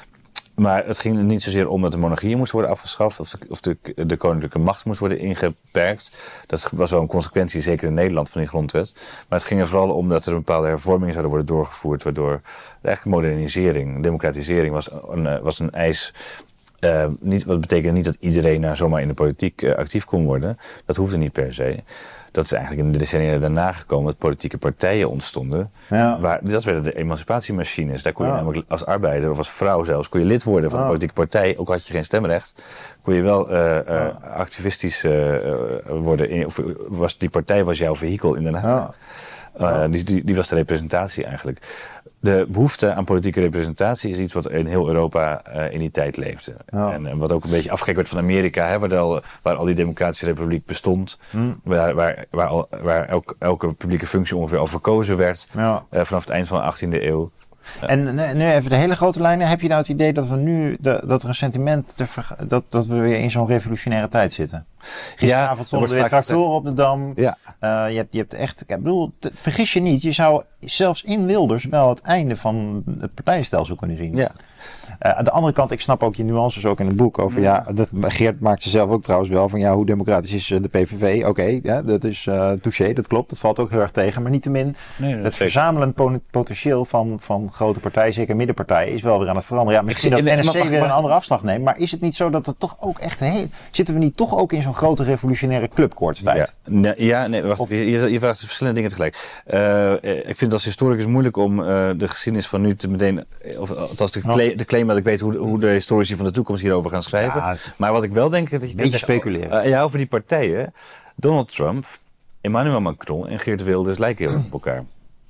Maar het ging er niet zozeer om dat de monarchie moest worden afgeschaft of de, of de, de koninklijke macht moest worden ingeperkt. Dat was wel een consequentie, zeker in Nederland, van die grondwet. Maar het ging er vooral om dat er bepaalde hervormingen zouden worden doorgevoerd, waardoor eigenlijk modernisering, democratisering was een, was een eis. Uh, niet, wat betekent niet dat iedereen nou zomaar in de politiek uh, actief kon worden. Dat hoefde niet per se. Dat is eigenlijk in de decennia daarna gekomen dat politieke partijen ontstonden. Ja. Waar, dat werden de emancipatiemachines. Daar kon je ja. namelijk als arbeider of als vrouw zelfs kon je lid worden van ja. een politieke partij. Ook had je geen stemrecht. Kon je wel uh, uh, ja. activistisch uh, worden. In, of was, die partij was jouw vehikel in Den Haag. Ja. Uh, die, die, die was de representatie eigenlijk. De behoefte aan politieke representatie is iets wat in heel Europa uh, in die tijd leefde. Ja. En, en wat ook een beetje afgekeken werd van Amerika, hè, waar, al, waar al die democratische republiek bestond. Mm. Waar, waar, waar, al, waar elk, elke publieke functie ongeveer al verkozen werd. Ja. Uh, vanaf het eind van de achttiende eeuw. Ja. En nu even de hele grote lijnen. Heb je nou het idee dat we nu de, dat er een sentiment te ver, dat, dat we weer in zo'n revolutionaire tijd zitten? Gisteravond ja, stonden weer tractoren op de Dam. Ja. Uh, je, hebt, je hebt echt. Ik bedoel, te, vergis je niet. Je zou zelfs in Wilders wel het einde van het partijstelsel kunnen zien. Ja. Uh, aan de andere kant, ik snap ook je nuances ook in het boek over, ja, dat, Geert maakt ze zelf ook trouwens wel van, ja, hoe democratisch is de P V V? Oké, okay, ja, dat is uh, touché, dat klopt, dat valt ook heel erg tegen, maar niettemin, nee, het verzamelend potentieel van, van grote partijen, zeker middenpartijen, is wel weer aan het veranderen. Ja, misschien dat N S C weer een andere afslag neemt, maar is het niet zo dat het toch ook echt, heel, zitten we niet toch ook in zo'n grote revolutionaire clubkoortstijd? Ja, nee, ja, nee, wacht, of, je, je vraagt verschillende dingen tegelijk. Uh, ik vind het als historicus moeilijk om uh, de geschiedenis van nu te meteen, of althans de, claim, de claim dat ik weet hoe, hoe de historici van de toekomst hierover gaan schrijven. Ja, maar wat ik wel denk, dat je beetje kunt speculeren. Uh, ja, over die partijen. Donald Trump, Emmanuel Macron en Geert Wilders lijken heel erg op elkaar.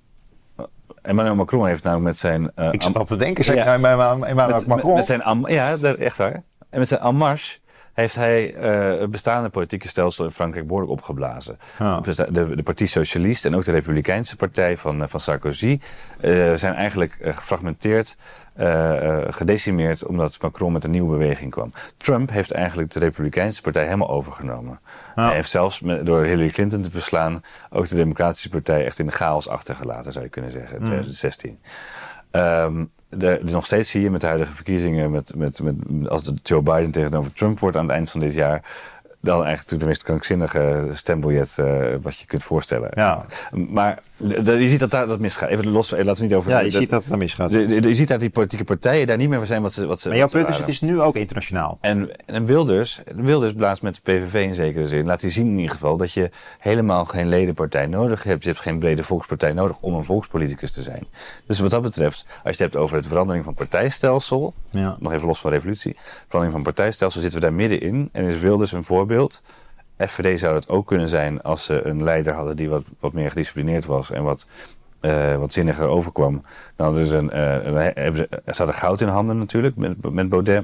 Uh, Emmanuel Macron heeft nou met zijn... Uh, ik zat al te denken, zeg ja, Emmanuel Macron. Met, met zijn, ja, echt waar. En met zijn En Marche heeft hij uh, het bestaande politieke stelsel in Frankrijk behoorlijk opgeblazen. Oh. Dus de, de, de Parti Socialiste en ook de Republikeinse partij van, van Sarkozy uh, zijn eigenlijk uh, gefragmenteerd, uh, uh, gedecimeerd, omdat Macron met een nieuwe beweging kwam. Trump heeft eigenlijk de Republikeinse partij helemaal overgenomen. Oh. Hij heeft zelfs met, door Hillary Clinton te verslaan ook de Democratische partij echt in de chaos achtergelaten, zou je kunnen zeggen, in twintig zestien. Mm. Um, De, nog steeds zie je met de huidige verkiezingen, met, met, met, als de Joe Biden tegenover Trump wordt aan het eind van dit jaar, dan eigenlijk de meest krankzinnige stembiljet uh, wat je kunt voorstellen. Ja. Maar de, de, je ziet dat daar dat misgaat. Even los, laten we niet over. Ja, je dat, ziet dat het daar misgaat. De, de, de, je ziet dat die politieke partijen daar niet meer zijn wat ze wat ze. Maar jouw wat ze punt is, het is nu ook internationaal. En, en Wilders, Wilders blaast met de P V V in zekere zin. Laat hij zien in ieder geval dat je helemaal geen ledenpartij nodig hebt. Je hebt geen brede volkspartij nodig om een volkspoliticus te zijn. Dus wat dat betreft, als je het hebt over de verandering van partijstelsel, ja. nog even los van revolutie, verandering van partijstelsel, zitten we daar middenin en is Wilders een voorbeeld. F V D zou dat ook kunnen zijn als ze een leider hadden die wat, wat meer gedisciplineerd was en wat, uh, wat zinniger overkwam. Dan hadden ze, een, uh, een, hebben ze, ze hadden goud in handen natuurlijk met, met Baudet.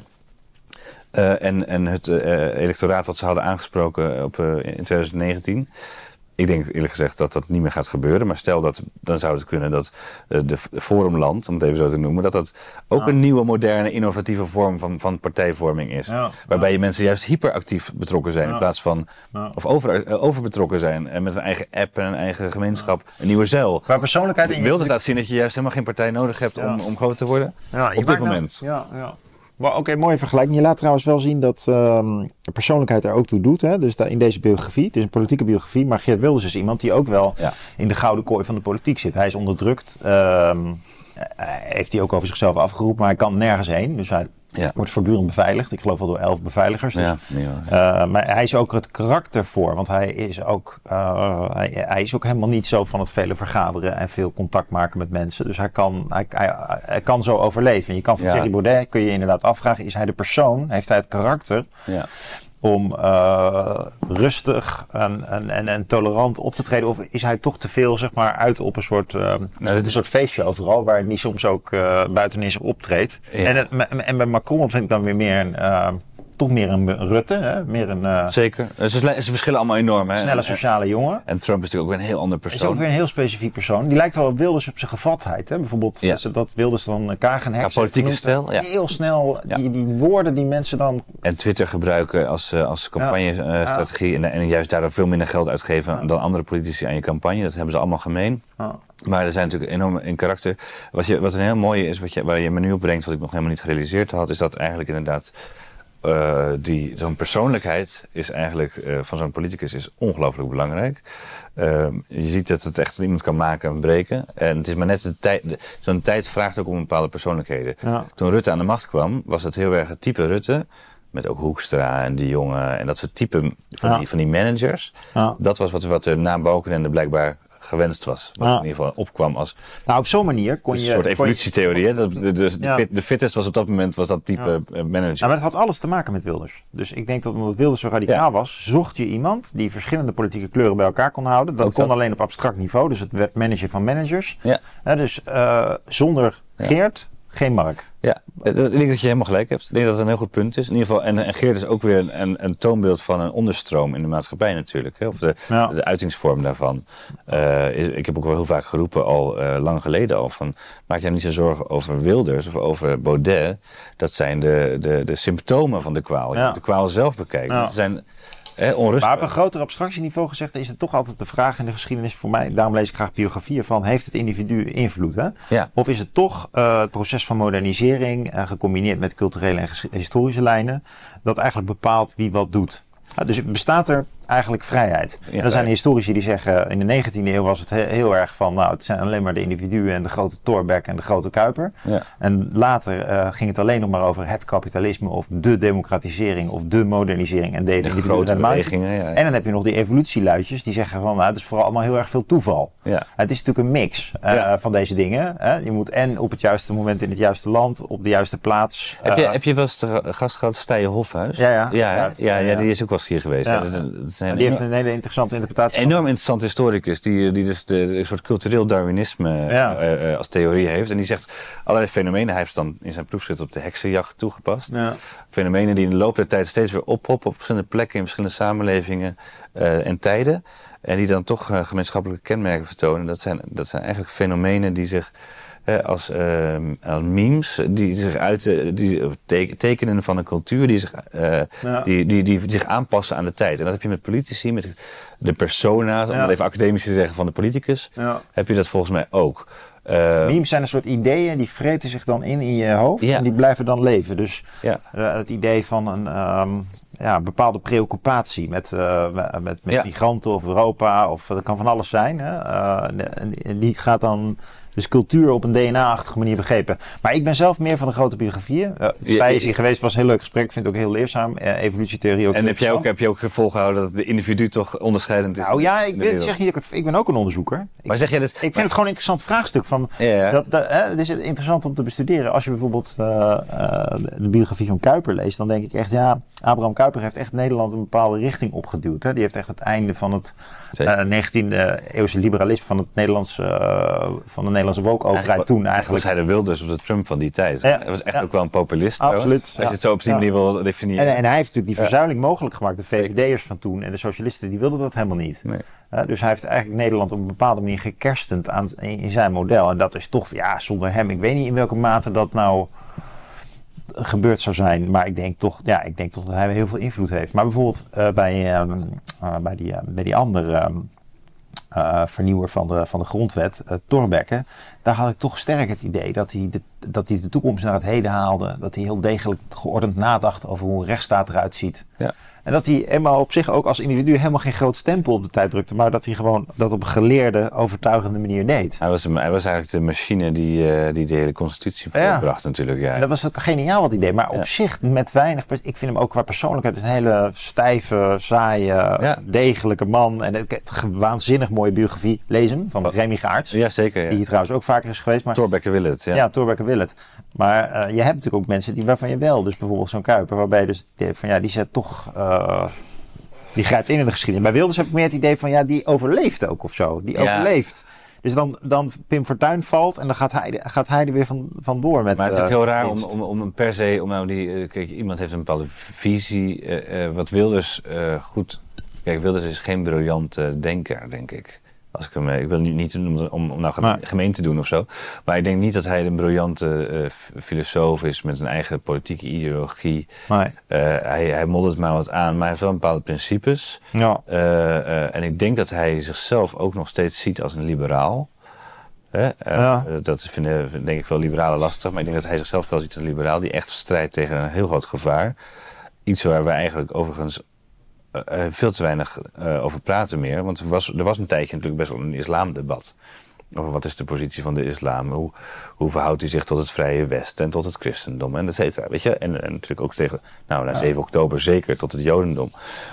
Uh, en, en het uh, electoraat wat ze hadden aangesproken op, uh, in twintig negentien. Ik denk eerlijk gezegd dat dat niet meer gaat gebeuren. Maar stel dat, dan zou het kunnen dat uh, de Forumland, om het even zo te noemen, dat dat ook ja. een nieuwe, moderne, innovatieve vorm van, van partijvorming is. Ja. Waarbij je mensen juist hyperactief betrokken zijn ja. in plaats van, ja. of over, uh, overbetrokken zijn. En met een eigen app en een eigen gemeenschap, ja. een nieuwe zeil. Qua persoonlijkheid... In je... Wil het laten zien dat je juist helemaal geen partij nodig hebt ja. om, om groot te worden? Ja, op dit moment. Nou, ja, ja. Oké, okay, mooie vergelijking. Je laat trouwens wel zien dat um, persoonlijkheid er ook toe doet. Hè? Dus da- in deze biografie, het is een politieke biografie, maar Geert Wilders is iemand die ook wel ja. in de gouden kooi van de politiek zit. Hij is onderdrukt, um, heeft hij ook over zichzelf afgeroepen, maar hij kan nergens heen. Dus hij ja. wordt voortdurend beveiligd. Ik geloof wel door elf beveiligers. Dus, ja, ja. Uh, maar hij is ook het karakter voor, want hij is ook, uh, hij, hij is ook helemaal niet zo van het vele vergaderen en veel contact maken met mensen. Dus hij kan, hij, hij, hij kan zo overleven. Je kan van ja. Thierry Baudet, kun je inderdaad afvragen, is hij de persoon, heeft hij het karakter ja. om uh, rustig en, en, en, en tolerant op te treden? Of is hij toch te veel, zeg maar, uit op een soort, uh, nou, een soort feestje overal, waar hij soms ook uh, buitenin zich optreedt? Ja. En, het, en bij Macron vind ik dan weer meer een... Uh, toch meer een Rutte, hè? Meer een... Uh, Zeker. Ze, ze verschillen allemaal enorm. Hè? Snelle sociale jongen. En Trump is natuurlijk ook weer een heel ander persoon. Is ook weer een heel specifiek persoon. Die lijkt wel op Wilders op zijn gevatheid. Hè? Bijvoorbeeld ja. dat Wilders dan Kagenheks. Ja, politieke stijl. Ja. Heel snel ja. die, die woorden die mensen dan... En Twitter gebruiken als, als campagnestrategie. Ja. Uh, en, en juist daardoor veel minder geld uitgeven ja. dan andere politici aan je campagne. Dat hebben ze allemaal gemeen. Ja. Maar er zijn natuurlijk enorm in karakter. Wat, je, wat een heel mooie is, wat je, waar je me nu op brengt, wat ik nog helemaal niet gerealiseerd had, is dat eigenlijk inderdaad... Uh, die, zo'n persoonlijkheid is eigenlijk uh, van zo'n politicus is ongelooflijk belangrijk. Uh, je ziet dat het echt iemand kan maken en breken. En het is maar net de tijd. De, zo'n tijd vraagt ook om bepaalde persoonlijkheden. Ja. Toen Rutte aan de macht kwam, was het heel erg het type Rutte. Met ook Hoekstra en die jongen en dat soort typen van, ja. die, van die managers. Ja. Dat was wat, wat er na Balkenende blijkbaar gewenst was. Wat ja. in ieder geval opkwam als... Nou, op zo'n manier kon je... Een soort evolutietheorie, hè? De, de, de, ja. de fittest was op dat moment was dat type ja. manager. Nou, maar het had alles te maken met Wilders. Dus ik denk dat omdat Wilders zo radicaal ja. was, zocht je iemand die verschillende politieke kleuren bij elkaar kon houden. Dat ook kon dat. alleen op abstract niveau. Dus het werd manager van managers. Ja. Ja, dus uh, zonder ja. Geert... geen markt. Ja, ik denk dat je helemaal gelijk hebt. Ik denk dat het een heel goed punt is. In ieder geval, en, en Geert is ook weer een, een toonbeeld van een onderstroom in de maatschappij natuurlijk. Hè? Of de, ja. de uitingsvorm daarvan. Uh, is, ik heb ook wel heel vaak geroepen, al uh, lang geleden al, van maak je niet zo zorgen over Wilders of over Baudet. Dat zijn de, de, de symptomen van de kwaal. Je ja. moet de kwaal zelf bekijken. Ja. Dat zijn... He, onrustig. Maar op een groter abstractieniveau gezegd is het toch altijd de vraag in de geschiedenis voor mij, daarom lees ik graag biografieën van, heeft het individu invloed? Hè? Ja. Of is het toch uh, het proces van modernisering, uh, gecombineerd met culturele en ges- historische lijnen, dat eigenlijk bepaalt wie wat doet? Uh, dus bestaat er eigenlijk vrijheid? Ja, en er zijn historici die zeggen, in de negentiende eeuw was het he- heel erg van, nou, het zijn alleen maar de individuen en de grote Thorbecke en de grote Kuiper. Ja. En later uh, ging het alleen nog maar over het kapitalisme of de democratisering of de modernisering en de, de grote bewegingen. Ja, ja. En dan heb je nog die evolutieluidjes die zeggen van, nou, het is vooral allemaal heel erg veel toeval. Ja. Het is natuurlijk een mix uh, ja. van deze dingen. Hè? Je moet en op het juiste moment in het juiste land, op de juiste plaats. Heb je, uh, heb je wel eens de gast gehad, Stije Hofhuis? Ja, ja. Ja, ja, ja, ja, ja. die is ook wel eens hier geweest. Ja. Dat, dat zijn die heeft een hele interessante interpretatie. Een enorm interessante historicus die, die dus de, de, een soort cultureel Darwinisme ja. uh, uh, als theorie heeft. En die zegt allerlei fenomenen. Hij heeft dan in zijn proefschrift op de heksenjacht toegepast. Ja. Fenomenen die in de loop der tijd steeds weer oppoppen op verschillende plekken in verschillende samenlevingen uh, en tijden. En die dan toch uh, gemeenschappelijke kenmerken vertonen. Dat zijn, dat zijn eigenlijk fenomenen die zich uh, als, uh, als memes, die zich uit die tekenen van een cultuur, die zich, uh, ja. die, die, die, die zich aanpassen aan de tijd. En dat heb je met politici, met de persona's, om ja. het even academisch te zeggen, van de politicus, ja. heb je dat volgens mij ook. Uh, Memes zijn een soort ideeën, die vreten zich dan in in je hoofd ja. en die blijven dan leven. Dus ja. uh, het idee van een um, ja, bepaalde preoccupatie met, uh, met, met ja. migranten of Europa, of dat kan van alles zijn. Hè? Uh, en die gaat dan dus cultuur op een D N A-achtige manier begrepen. Maar ik ben zelf meer van de grote biografieën. Uh, Stij is hier geweest, was een heel leuk gesprek. Ik vind het ook heel leerzaam. Uh, evolutietheorie ook. En heb je ook, heb je ook volgehouden dat de individu toch onderscheidend is? Nou ja, ik, weet, zeg niet dat ik, het, ik ben ook een onderzoeker. Maar zeg je dat? Ik vind maar, het gewoon een interessant vraagstuk. Van, ja. dat, dat, hè, het is interessant om te bestuderen. Als je bijvoorbeeld uh, uh, de biografie van Kuiper leest, dan denk ik echt, ja, Abraham Kuyper heeft echt Nederland een bepaalde richting opgeduwd. Hè? Die heeft echt het einde van het uh, negentiende eeuwse liberalisme, van het Nederlandse, uh, van de Nederlandse woke-overheid toen eigenlijk. Was hij de Wilders of de Trump van die tijd? Ja, hij was echt ja. ook wel een populist. Absoluut. Als je het zo op die ja. manier wil definiëren. En, en hij heeft natuurlijk die verzuiling ja. mogelijk gemaakt. De V V D'ers van toen en de socialisten, die wilden dat helemaal niet. Nee. Uh, dus hij heeft eigenlijk Nederland op een bepaalde manier gekerstend aan, in, in zijn model. En dat is toch, ja, zonder hem, ik weet niet in welke mate dat nou gebeurd zou zijn, maar ik denk toch, ja, ik denk toch dat hij heel veel invloed heeft. Maar bijvoorbeeld uh, bij, uh, uh, bij, die, uh, bij die andere uh, uh, vernieuwer van de, van de grondwet, uh, Thorbecke, daar had ik toch sterk het idee dat hij, de, dat hij de toekomst naar het heden haalde, dat hij heel degelijk geordend nadacht over hoe een rechtsstaat eruit ziet. Ja. En dat hij helemaal op zich ook als individu helemaal geen groot stempel op de tijd drukte, maar dat hij gewoon dat op een geleerde, overtuigende manier deed. Hij was, hij was eigenlijk de machine die, uh, die de hele constitutie voortbracht ja. natuurlijk. Ja. En dat was ook geniaal wat idee, maar ja. op zich met weinig, ik vind hem ook qua persoonlijkheid een hele stijve, saaie, ja. degelijke man. En een waanzinnig mooie biografie, lees hem, van oh. Remy Gaerts. Ja, zeker. Ja. Die hier trouwens ook vaker is geweest. Maar, Thorbecke wil het. Ja, ja Thorbecke wil het. Maar uh, je hebt natuurlijk ook mensen die, waarvan je wel, dus bijvoorbeeld zo'n Kuyper, waarbij je dus het idee van ja, die zet toch, uh, die grijpt in in de geschiedenis. Bij Wilders heb ik meer het idee van ja, die overleeft ook of zo. Die ja. overleeft. Dus dan, dan Pim Fortuyn valt en dan gaat hij, gaat hij er weer van, van door met. Maar het is ook uh, heel raar om, om, om per se, om nou die, uh, kijk, iemand heeft een bepaalde visie, uh, uh, wat Wilders uh, goed, kijk, Wilders is geen briljante denker, denk ik. Als ik, hem, ik wil niet, niet om, om, om nou geme, gemeen te doen of zo. Maar ik denk niet dat hij een briljante uh, filosoof is met een eigen politieke ideologie. Nee. Uh, hij, hij moddert maar wat aan, maar hij heeft wel bepaalde principes. Ja. Uh, uh, en ik denk dat hij zichzelf ook nog steeds ziet als een liberaal. Uh, uh, ja. uh, dat vinden denk ik veel liberalen lastig. Maar ik denk dat hij zichzelf wel ziet als een liberaal die echt strijdt tegen een heel groot gevaar. Iets waar we eigenlijk overigens Uh, veel te weinig uh, over praten meer. Want er was, er was een tijdje natuurlijk best wel een islamdebat. Over wat is de positie van de islam? Hoe, hoe verhoudt hij zich tot het vrije Westen en tot het christendom en et cetera. Weet je? En, en natuurlijk ook tegen, nou na ja. zeven oktober zeker tot het jodendom.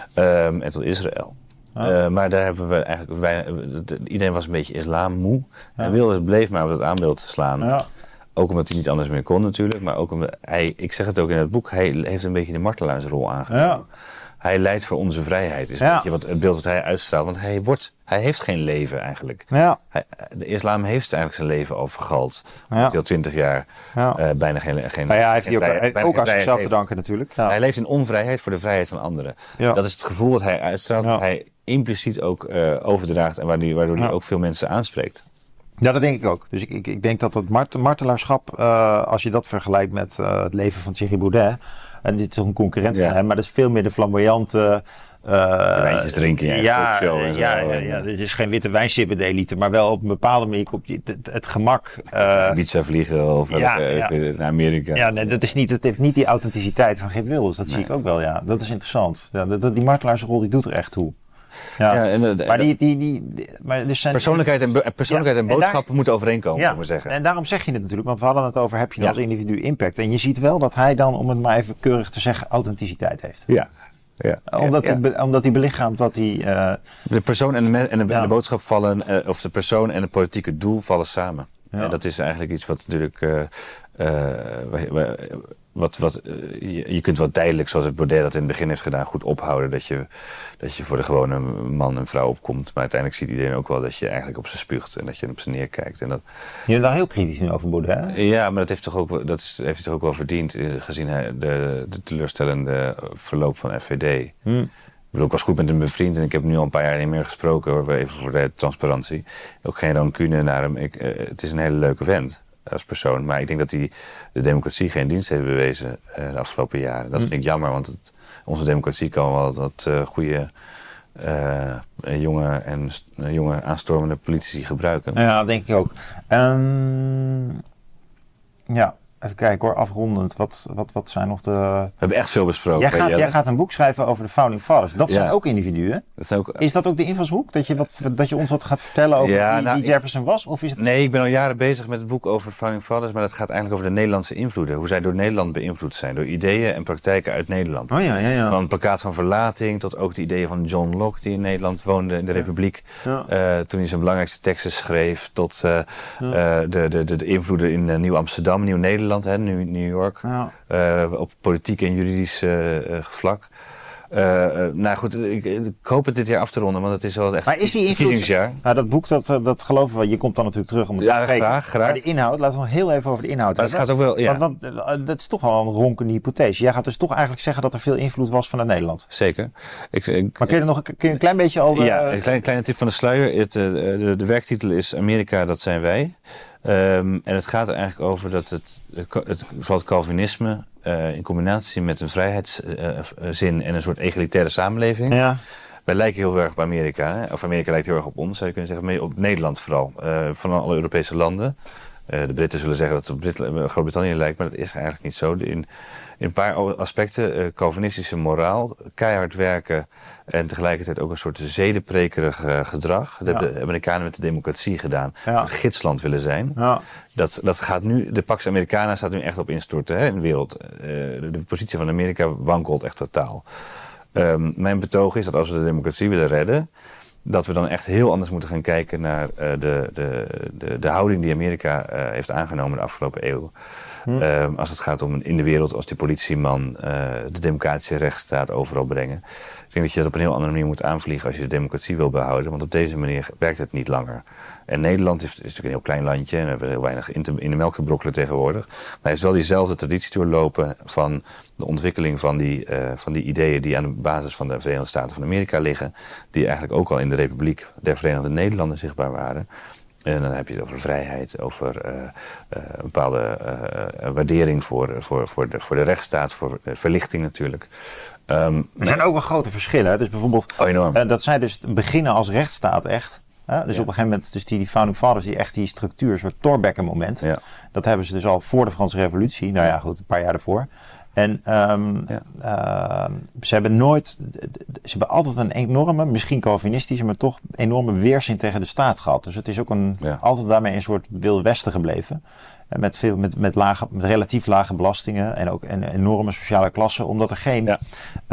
Um, en tot Israël. Ja. Uh, maar daar hebben we eigenlijk weinig, iedereen was een beetje islammoe. Ja. En Wilders bleef maar op dat aanbeeld slaan. Ja. Ook omdat hij niet anders meer kon natuurlijk. Maar ook omdat hij, ik zeg het ook in het boek, hij heeft een beetje de martelaarsrol aangenomen. Ja. hij leidt voor onze vrijheid. Is een ja. beetje wat, het beeld dat hij uitstraalt. Want hij, wordt, hij heeft geen leven eigenlijk. Ja. Hij, de islam heeft eigenlijk zijn leven al vergald. Ja. Omdat hij al twintig jaar ja. uh, bijna geen, geen nou ja, hij heeft geen hij ook, vrijheid, hij, ook aan zichzelf heeft. te danken natuurlijk. Ja. Hij leeft in onvrijheid voor de vrijheid van anderen. Ja. Dat is het gevoel dat hij uitstraalt. Ja. Dat hij impliciet ook uh, overdraagt. En waardoor, waardoor ja. hij ook veel mensen aanspreekt. Ja, dat denk ik ook. Dus ik, ik, ik denk dat het mart- martelaarschap, uh, als je dat vergelijkt met uh, het leven van Thierry Baudet, en dit is een concurrent ja. van hem, maar dat is veel meer de flamboyante... Uh, wijntjes drinken, ja. Ja, show ja, en zo. ja, ja, ja. Dit is geen witte wijnsippende elite, maar wel op een bepaalde manier op je, het, het gemak. Uh, Ibiza vliegen of ja, uh, ja. naar Amerika. Ja, nee, dat is niet, het heeft niet die authenticiteit van Geert Wilders. Dat nee. zie ik ook wel, ja. Dat is interessant. Ja, dat, dat, die martelaarsrol die doet er echt toe. Ja, ja en, uh, maar die, die, die, die maar dus zijn persoonlijkheid en, persoonlijkheid ja, en boodschappen en daar, moeten overeenkomen, ja, moet ik maar zeggen. En daarom zeg je het natuurlijk, want we hadden het over, heb je ja. als individu impact? En je ziet wel dat hij dan, om het maar even keurig te zeggen, authenticiteit heeft. Ja. Ja, omdat, ja, hij, omdat hij belichaamt wat hij... Uh, de persoon en de, en de, ja. en de boodschap vallen, uh, of de persoon en het politieke doel vallen samen. Ja. En dat is eigenlijk iets wat natuurlijk... Uh, uh, wat, wat, uh, je, je kunt wel tijdelijk, zoals het Baudet dat in het begin heeft gedaan, goed ophouden. Dat je, dat je voor de gewone man en vrouw opkomt. Maar uiteindelijk ziet iedereen ook wel dat je eigenlijk op ze spuugt. En dat je op ze neerkijkt. En dat, je bent daar heel kritisch nu over Baudet. Ja, maar dat heeft, toch ook, dat is, heeft hij toch ook wel verdiend. Gezien hij de, de teleurstellende verloop van F V D. Hmm. Ik bedoel, ik was goed met hem bevriend en ik heb nu al een paar jaar niet meer gesproken. Hoor, even voor de transparantie. Ook geen rancune naar hem. Ik, uh, het is een hele leuke vent als persoon. Maar ik denk dat hij de democratie geen dienst heeft bewezen uh, de afgelopen jaren. Dat vind ik jammer, want het, onze democratie kan wel dat uh, goede, uh, jonge en uh, jonge aanstormende politici gebruiken. Ja, denk ik ook. Um, ja. Even kijken hoor, afrondend. Wat, wat, wat zijn nog de... We hebben echt veel besproken. Jij gaat, jij gaat een boek schrijven over de Founding Fathers. Dat ja. zijn ook individuen. Dat zijn ook... Is dat ook de invalshoek? Dat je, wat, dat je ons wat gaat vertellen over ja, wie, nou, wie Jefferson was? Of is het... Nee, ik ben al jaren bezig met het boek over Founding Fathers. Maar dat gaat eigenlijk over de Nederlandse invloeden. Hoe zij door Nederland beïnvloed zijn. Door ideeën en praktijken uit Nederland. Oh ja, ja, ja. Van het plakkaat van verlating tot ook de ideeën van John Locke, die in Nederland woonde in de ja. Republiek. Ja. Uh, toen hij zijn belangrijkste teksten schreef. Tot uh, ja. uh, de, de, de, de invloeden in uh, Nieuw-Amsterdam, Nieuw-Nederland, hè, nu New York, ja. uh, op politiek en juridisch uh, uh, vlak. Uh, uh, nou goed, ik, ik hoop het dit jaar af te ronden, want het is wel echt maar is die verkiezingsjaar. Nou, dat boek, dat, dat geloven we, je komt dan natuurlijk terug om het ja, te kijken. graag, graag. Maar de inhoud, laten we nog heel even over de inhoud hebben. Het gaat ook wel, ja. Want, want uh, dat is toch wel een ronkende hypothese. Jij gaat dus toch eigenlijk zeggen dat er veel invloed was vanuit Nederland. Zeker. Ik, ik, maar kun je er nog kun je een klein beetje al... De, ja, een klein, kleine tip van de sluier. Het, uh, de, de werktitel is Amerika, dat zijn wij. Um, en het gaat er eigenlijk over dat het, het, vooral het Calvinisme uh, in combinatie met een vrijheidszin uh, en een soort egalitaire samenleving. Ja. Wij lijken heel erg op Amerika, hè? Of Amerika lijkt heel erg op ons, zou je kunnen zeggen, maar op Nederland vooral. Uh, van alle Europese landen. Uh, de Britten zullen zeggen dat het op Brit- Groot-Brittannië lijkt, maar dat is eigenlijk niet zo. In, in een paar aspecten, uh, Calvinistische moraal, keihard werken en tegelijkertijd ook een soort zedenprekerig uh, gedrag. Dat ja. hebben de Amerikanen met de democratie gedaan. Ja. Een gidsland willen zijn. Ja. Dat, dat gaat nu, de Pax Americana staat nu echt op instorten, hè, in de wereld. Uh, de, de positie van Amerika wankelt echt totaal. Um, mijn betoog is dat als we de democratie willen redden, dat we dan echt heel anders moeten gaan kijken naar uh, de, de, de, de houding die Amerika uh, heeft aangenomen de afgelopen eeuw. Hm. Uh, als het gaat om in de wereld als die politieman uh, de democratische rechtsstaat overal brengen. Ik denk dat je dat op een heel andere manier moet aanvliegen als je de democratie wil behouden. Want op deze manier werkt het niet langer. En Nederland heeft, is natuurlijk een heel klein landje en we hebben heel weinig in, te, in de melk te brokkelen tegenwoordig. Maar hij heeft wel diezelfde traditie doorlopen van de ontwikkeling van die, uh, van die ideeën die aan de basis van de Verenigde Staten van Amerika liggen. Die eigenlijk ook al in de Republiek der Verenigde Nederlanden zichtbaar waren. En dan heb je het over vrijheid, over uh, uh, een bepaalde uh, waardering voor, voor, voor, de, voor de rechtsstaat, voor verlichting natuurlijk. Um, er zijn ook wel grote verschillen. Dus bijvoorbeeld, oh, enorm. Uh, dat zij dus beginnen als rechtsstaat echt. Hè? Dus ja. op een gegeven moment, dus die, die Founding Fathers, die echt die structuur, een soort Thorbecke moment. Ja. Dat hebben ze dus al voor de Franse Revolutie. Nou ja, goed, een paar jaar ervoor. En um, ja. uh, ze hebben nooit, ze hebben altijd een enorme, misschien Calvinistische, maar toch enorme weerzin tegen de staat gehad. Dus het is ook een, ja. altijd daarmee een soort Wilde Westen gebleven. Met, veel, met, met, lage, met relatief lage belastingen en ook een enorme sociale klasse, omdat er geen ja.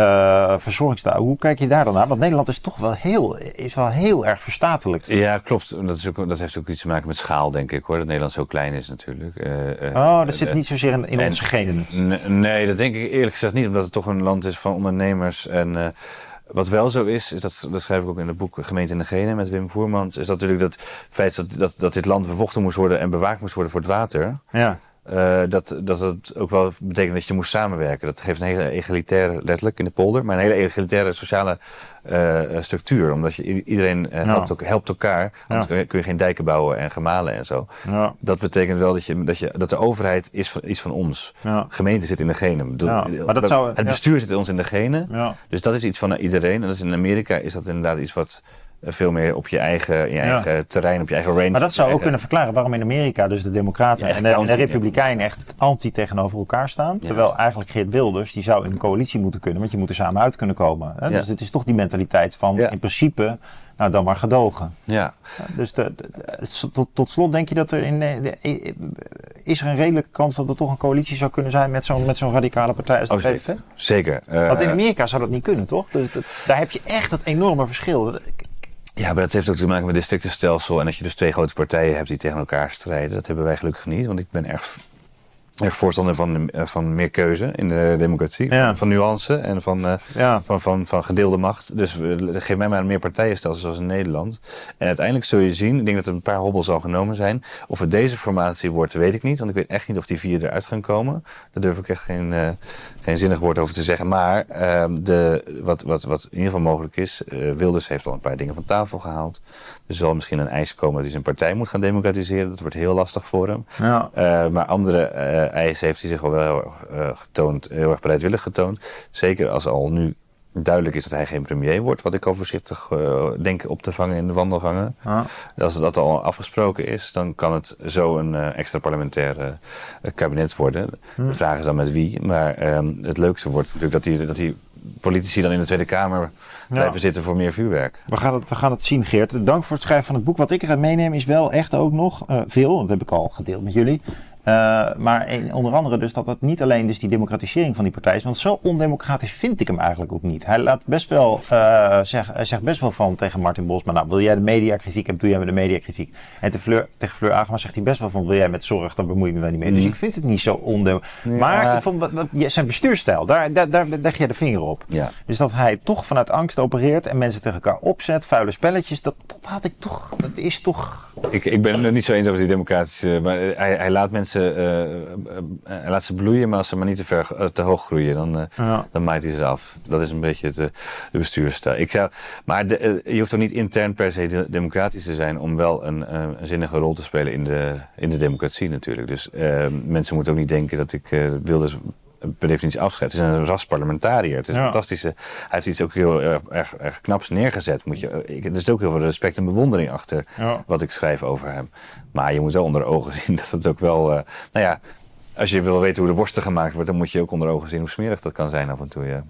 uh, verzorging staat. Hoe kijk je daar dan naar? Want Nederland is toch wel heel, is wel heel erg verstatelijkt. Ja, klopt. Dat, is ook, dat heeft ook iets te maken met schaal, denk ik, hoor. Dat Nederland zo klein is natuurlijk. Uh, uh, oh, dat uh, zit niet zozeer in, in en, onze genen. N- nee, dat denk ik eerlijk gezegd niet, omdat het toch een land is van ondernemers en... Uh, Wat wel zo is, is dat, dat schrijf ik ook in het boek Gemeente in de Genen met Wim Voermans, is natuurlijk dat feit dat, dat, dat dit land bevochten moest worden en bewaakt moest worden voor het water. Ja. Uh, dat, dat het ook wel betekent dat je moest samenwerken. Dat geeft een hele egalitaire, letterlijk in de polder, maar een hele egalitaire sociale uh, structuur. Omdat je iedereen uh, helpt, ook, helpt elkaar. Anders ja. kun je geen dijken bouwen en gemalen en zo. Ja. Dat betekent wel dat, je, dat, je, dat de overheid is van, is van ons. Ja. Gemeente zit in de genen. Ja. Maar dat zou, het bestuur ja. zit in ons in de genen. Ja. Dus dat is iets van iedereen. En dat is in Amerika is dat inderdaad iets wat... veel meer op je eigen, je ja. eigen terrein, op je eigen range. Maar dat zou ook eigen... kunnen verklaren waarom in Amerika dus de Democraten en de, en de Republikeinen echt anti tegenover elkaar staan. Ja. Terwijl eigenlijk Geert Wilders, die zou in een coalitie moeten kunnen, want je moet er samen uit kunnen komen. Hè? Ja. Dus het is toch die mentaliteit van ja. in principe, nou dan maar gedogen. Ja. Dus de, de, tot, tot slot denk je dat er in de, de, is er een redelijke kans dat er toch een coalitie zou kunnen zijn met zo'n, met zo'n radicale partij als de oh, P V V? Zeker. zeker. Uh, Want in Amerika zou dat niet kunnen, toch? Dus dat, daar heb je echt dat enorme verschil. Ja, maar dat heeft ook te maken met het districtenstelsel en dat je dus twee grote partijen hebt die tegen elkaar strijden. Dat hebben wij gelukkig niet, want ik ben erg, erg voorstander van, van meer keuze in de democratie. Ja. Van nuance en van, uh, ja. van, van, van gedeelde macht. Dus uh, geef mij maar meer partijenstelsel zoals in Nederland. En uiteindelijk zul je zien, ik denk dat er een paar hobbels al genomen zijn. Of het deze formatie wordt, weet ik niet. Want ik weet echt niet of die vier eruit gaan komen. Daar durf ik echt geen, uh, geen zinnig woord over te zeggen. Maar uh, de, wat, wat, wat in ieder geval mogelijk is, uh, Wilders heeft al een paar dingen van tafel gehaald. Er zal misschien een eis komen dat hij zijn partij moet gaan democratiseren. Dat wordt heel lastig voor hem. Ja. Uh, maar andere uh, eisen heeft hij zich al wel heel erg, uh, getoond, heel erg bereidwillig getoond. Zeker als al nu duidelijk is dat hij geen premier wordt, wat ik al voorzichtig uh, denk op te vangen in de wandelgangen. Ja. Als dat al afgesproken is, dan kan het zo een uh, extra parlementaire uh, kabinet worden. Hm. De vraag is dan met wie. Maar uh, het leukste wordt natuurlijk dat die, dat die politici dan in de Tweede Kamer blijven ja. zitten voor meer vuurwerk. We gaan, het, we gaan het zien, Geert. Dank voor het schrijven van het boek. Wat ik eruit meeneem is wel echt ook nog uh, veel, dat heb ik al gedeeld met jullie. Uh, maar een, onder andere dus dat het niet alleen dus die democratisering van die partij is. Want zo ondemocratisch vind ik hem eigenlijk ook niet. Hij laat best wel, uh, zeg, hij zegt best wel van tegen Martin Bosma, nou wil jij de mediakritiek hebben, doe jij met de mediakritiek. En te Fleur, tegen Fleur Agema zegt hij best wel van, wil jij met zorg, dan bemoei je me daar niet mee. Mm. Dus ik vind het niet zo ondemocratisch. Ja. Maar ik vond, wat, wat, zijn bestuurstijl, daar, daar, daar leg jij de vinger op. Ja. Dus dat hij toch vanuit angst opereert en mensen tegen elkaar opzet, vuile spelletjes, dat, dat had ik toch, dat is toch... Ik, ik ben er niet zo eens over die democratische, maar hij, hij laat mensen Uh, uh, uh, laat ze bloeien, maar als ze maar niet te, ver, uh, te hoog groeien, dan, uh, ja. dan maait hij ze af. Dat is een beetje het, uh, de bestuursstijl. Ik zou, maar de, uh, je hoeft toch niet intern per se de, democratisch te zijn om wel een, uh, een zinnige rol te spelen in de, in de democratie natuurlijk. Dus uh, mensen moeten ook niet denken dat ik uh, Wilders per definitie afschrijf. Het is een ras parlementariër. Het is ja. een fantastische... Hij heeft iets ook heel erg, erg, erg knaps neergezet. Moet je, ik, er is ook heel veel respect en bewondering achter ja. wat ik schrijf over hem. Maar je moet wel onder ogen zien dat het ook wel... Uh, nou ja, als je wil weten hoe de worsten gemaakt wordt, dan moet je ook onder ogen zien hoe smerig dat kan zijn af en toe. Ja.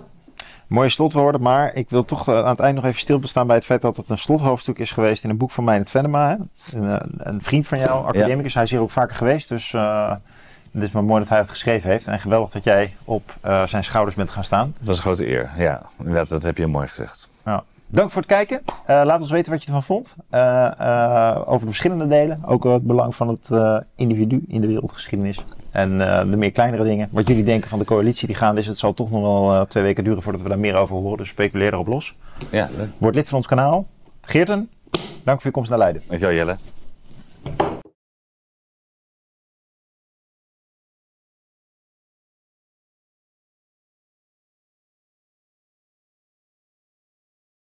Mooie slotwoorden, maar ik wil toch aan het eind nog even stilbestaan bij het feit dat het een slothoofdstuk is geweest in een boek van Meijnerd Venema. Een, een vriend van jou, academicus. Ja. Hij is hier ook vaker geweest, dus... Uh, Het is maar mooi dat hij het geschreven heeft. En geweldig dat jij op uh, zijn schouders bent gaan staan. Dat was een grote eer. Ja, inderdaad, dat heb je mooi gezegd. Ja. Dank voor het kijken. Uh, laat ons weten wat je ervan vond. Uh, uh, over de verschillende delen. Ook het belang van het uh, individu in de wereldgeschiedenis. En uh, de meer kleinere dingen. Wat jullie denken van de coalitie die gaande is. Het zal toch nog wel uh, twee weken duren voordat we daar meer over horen. Dus speculeer erop los. Ja, leuk. Word lid van ons kanaal. Geerten, dank voor je komst naar Leiden. Dankjewel, Jelle.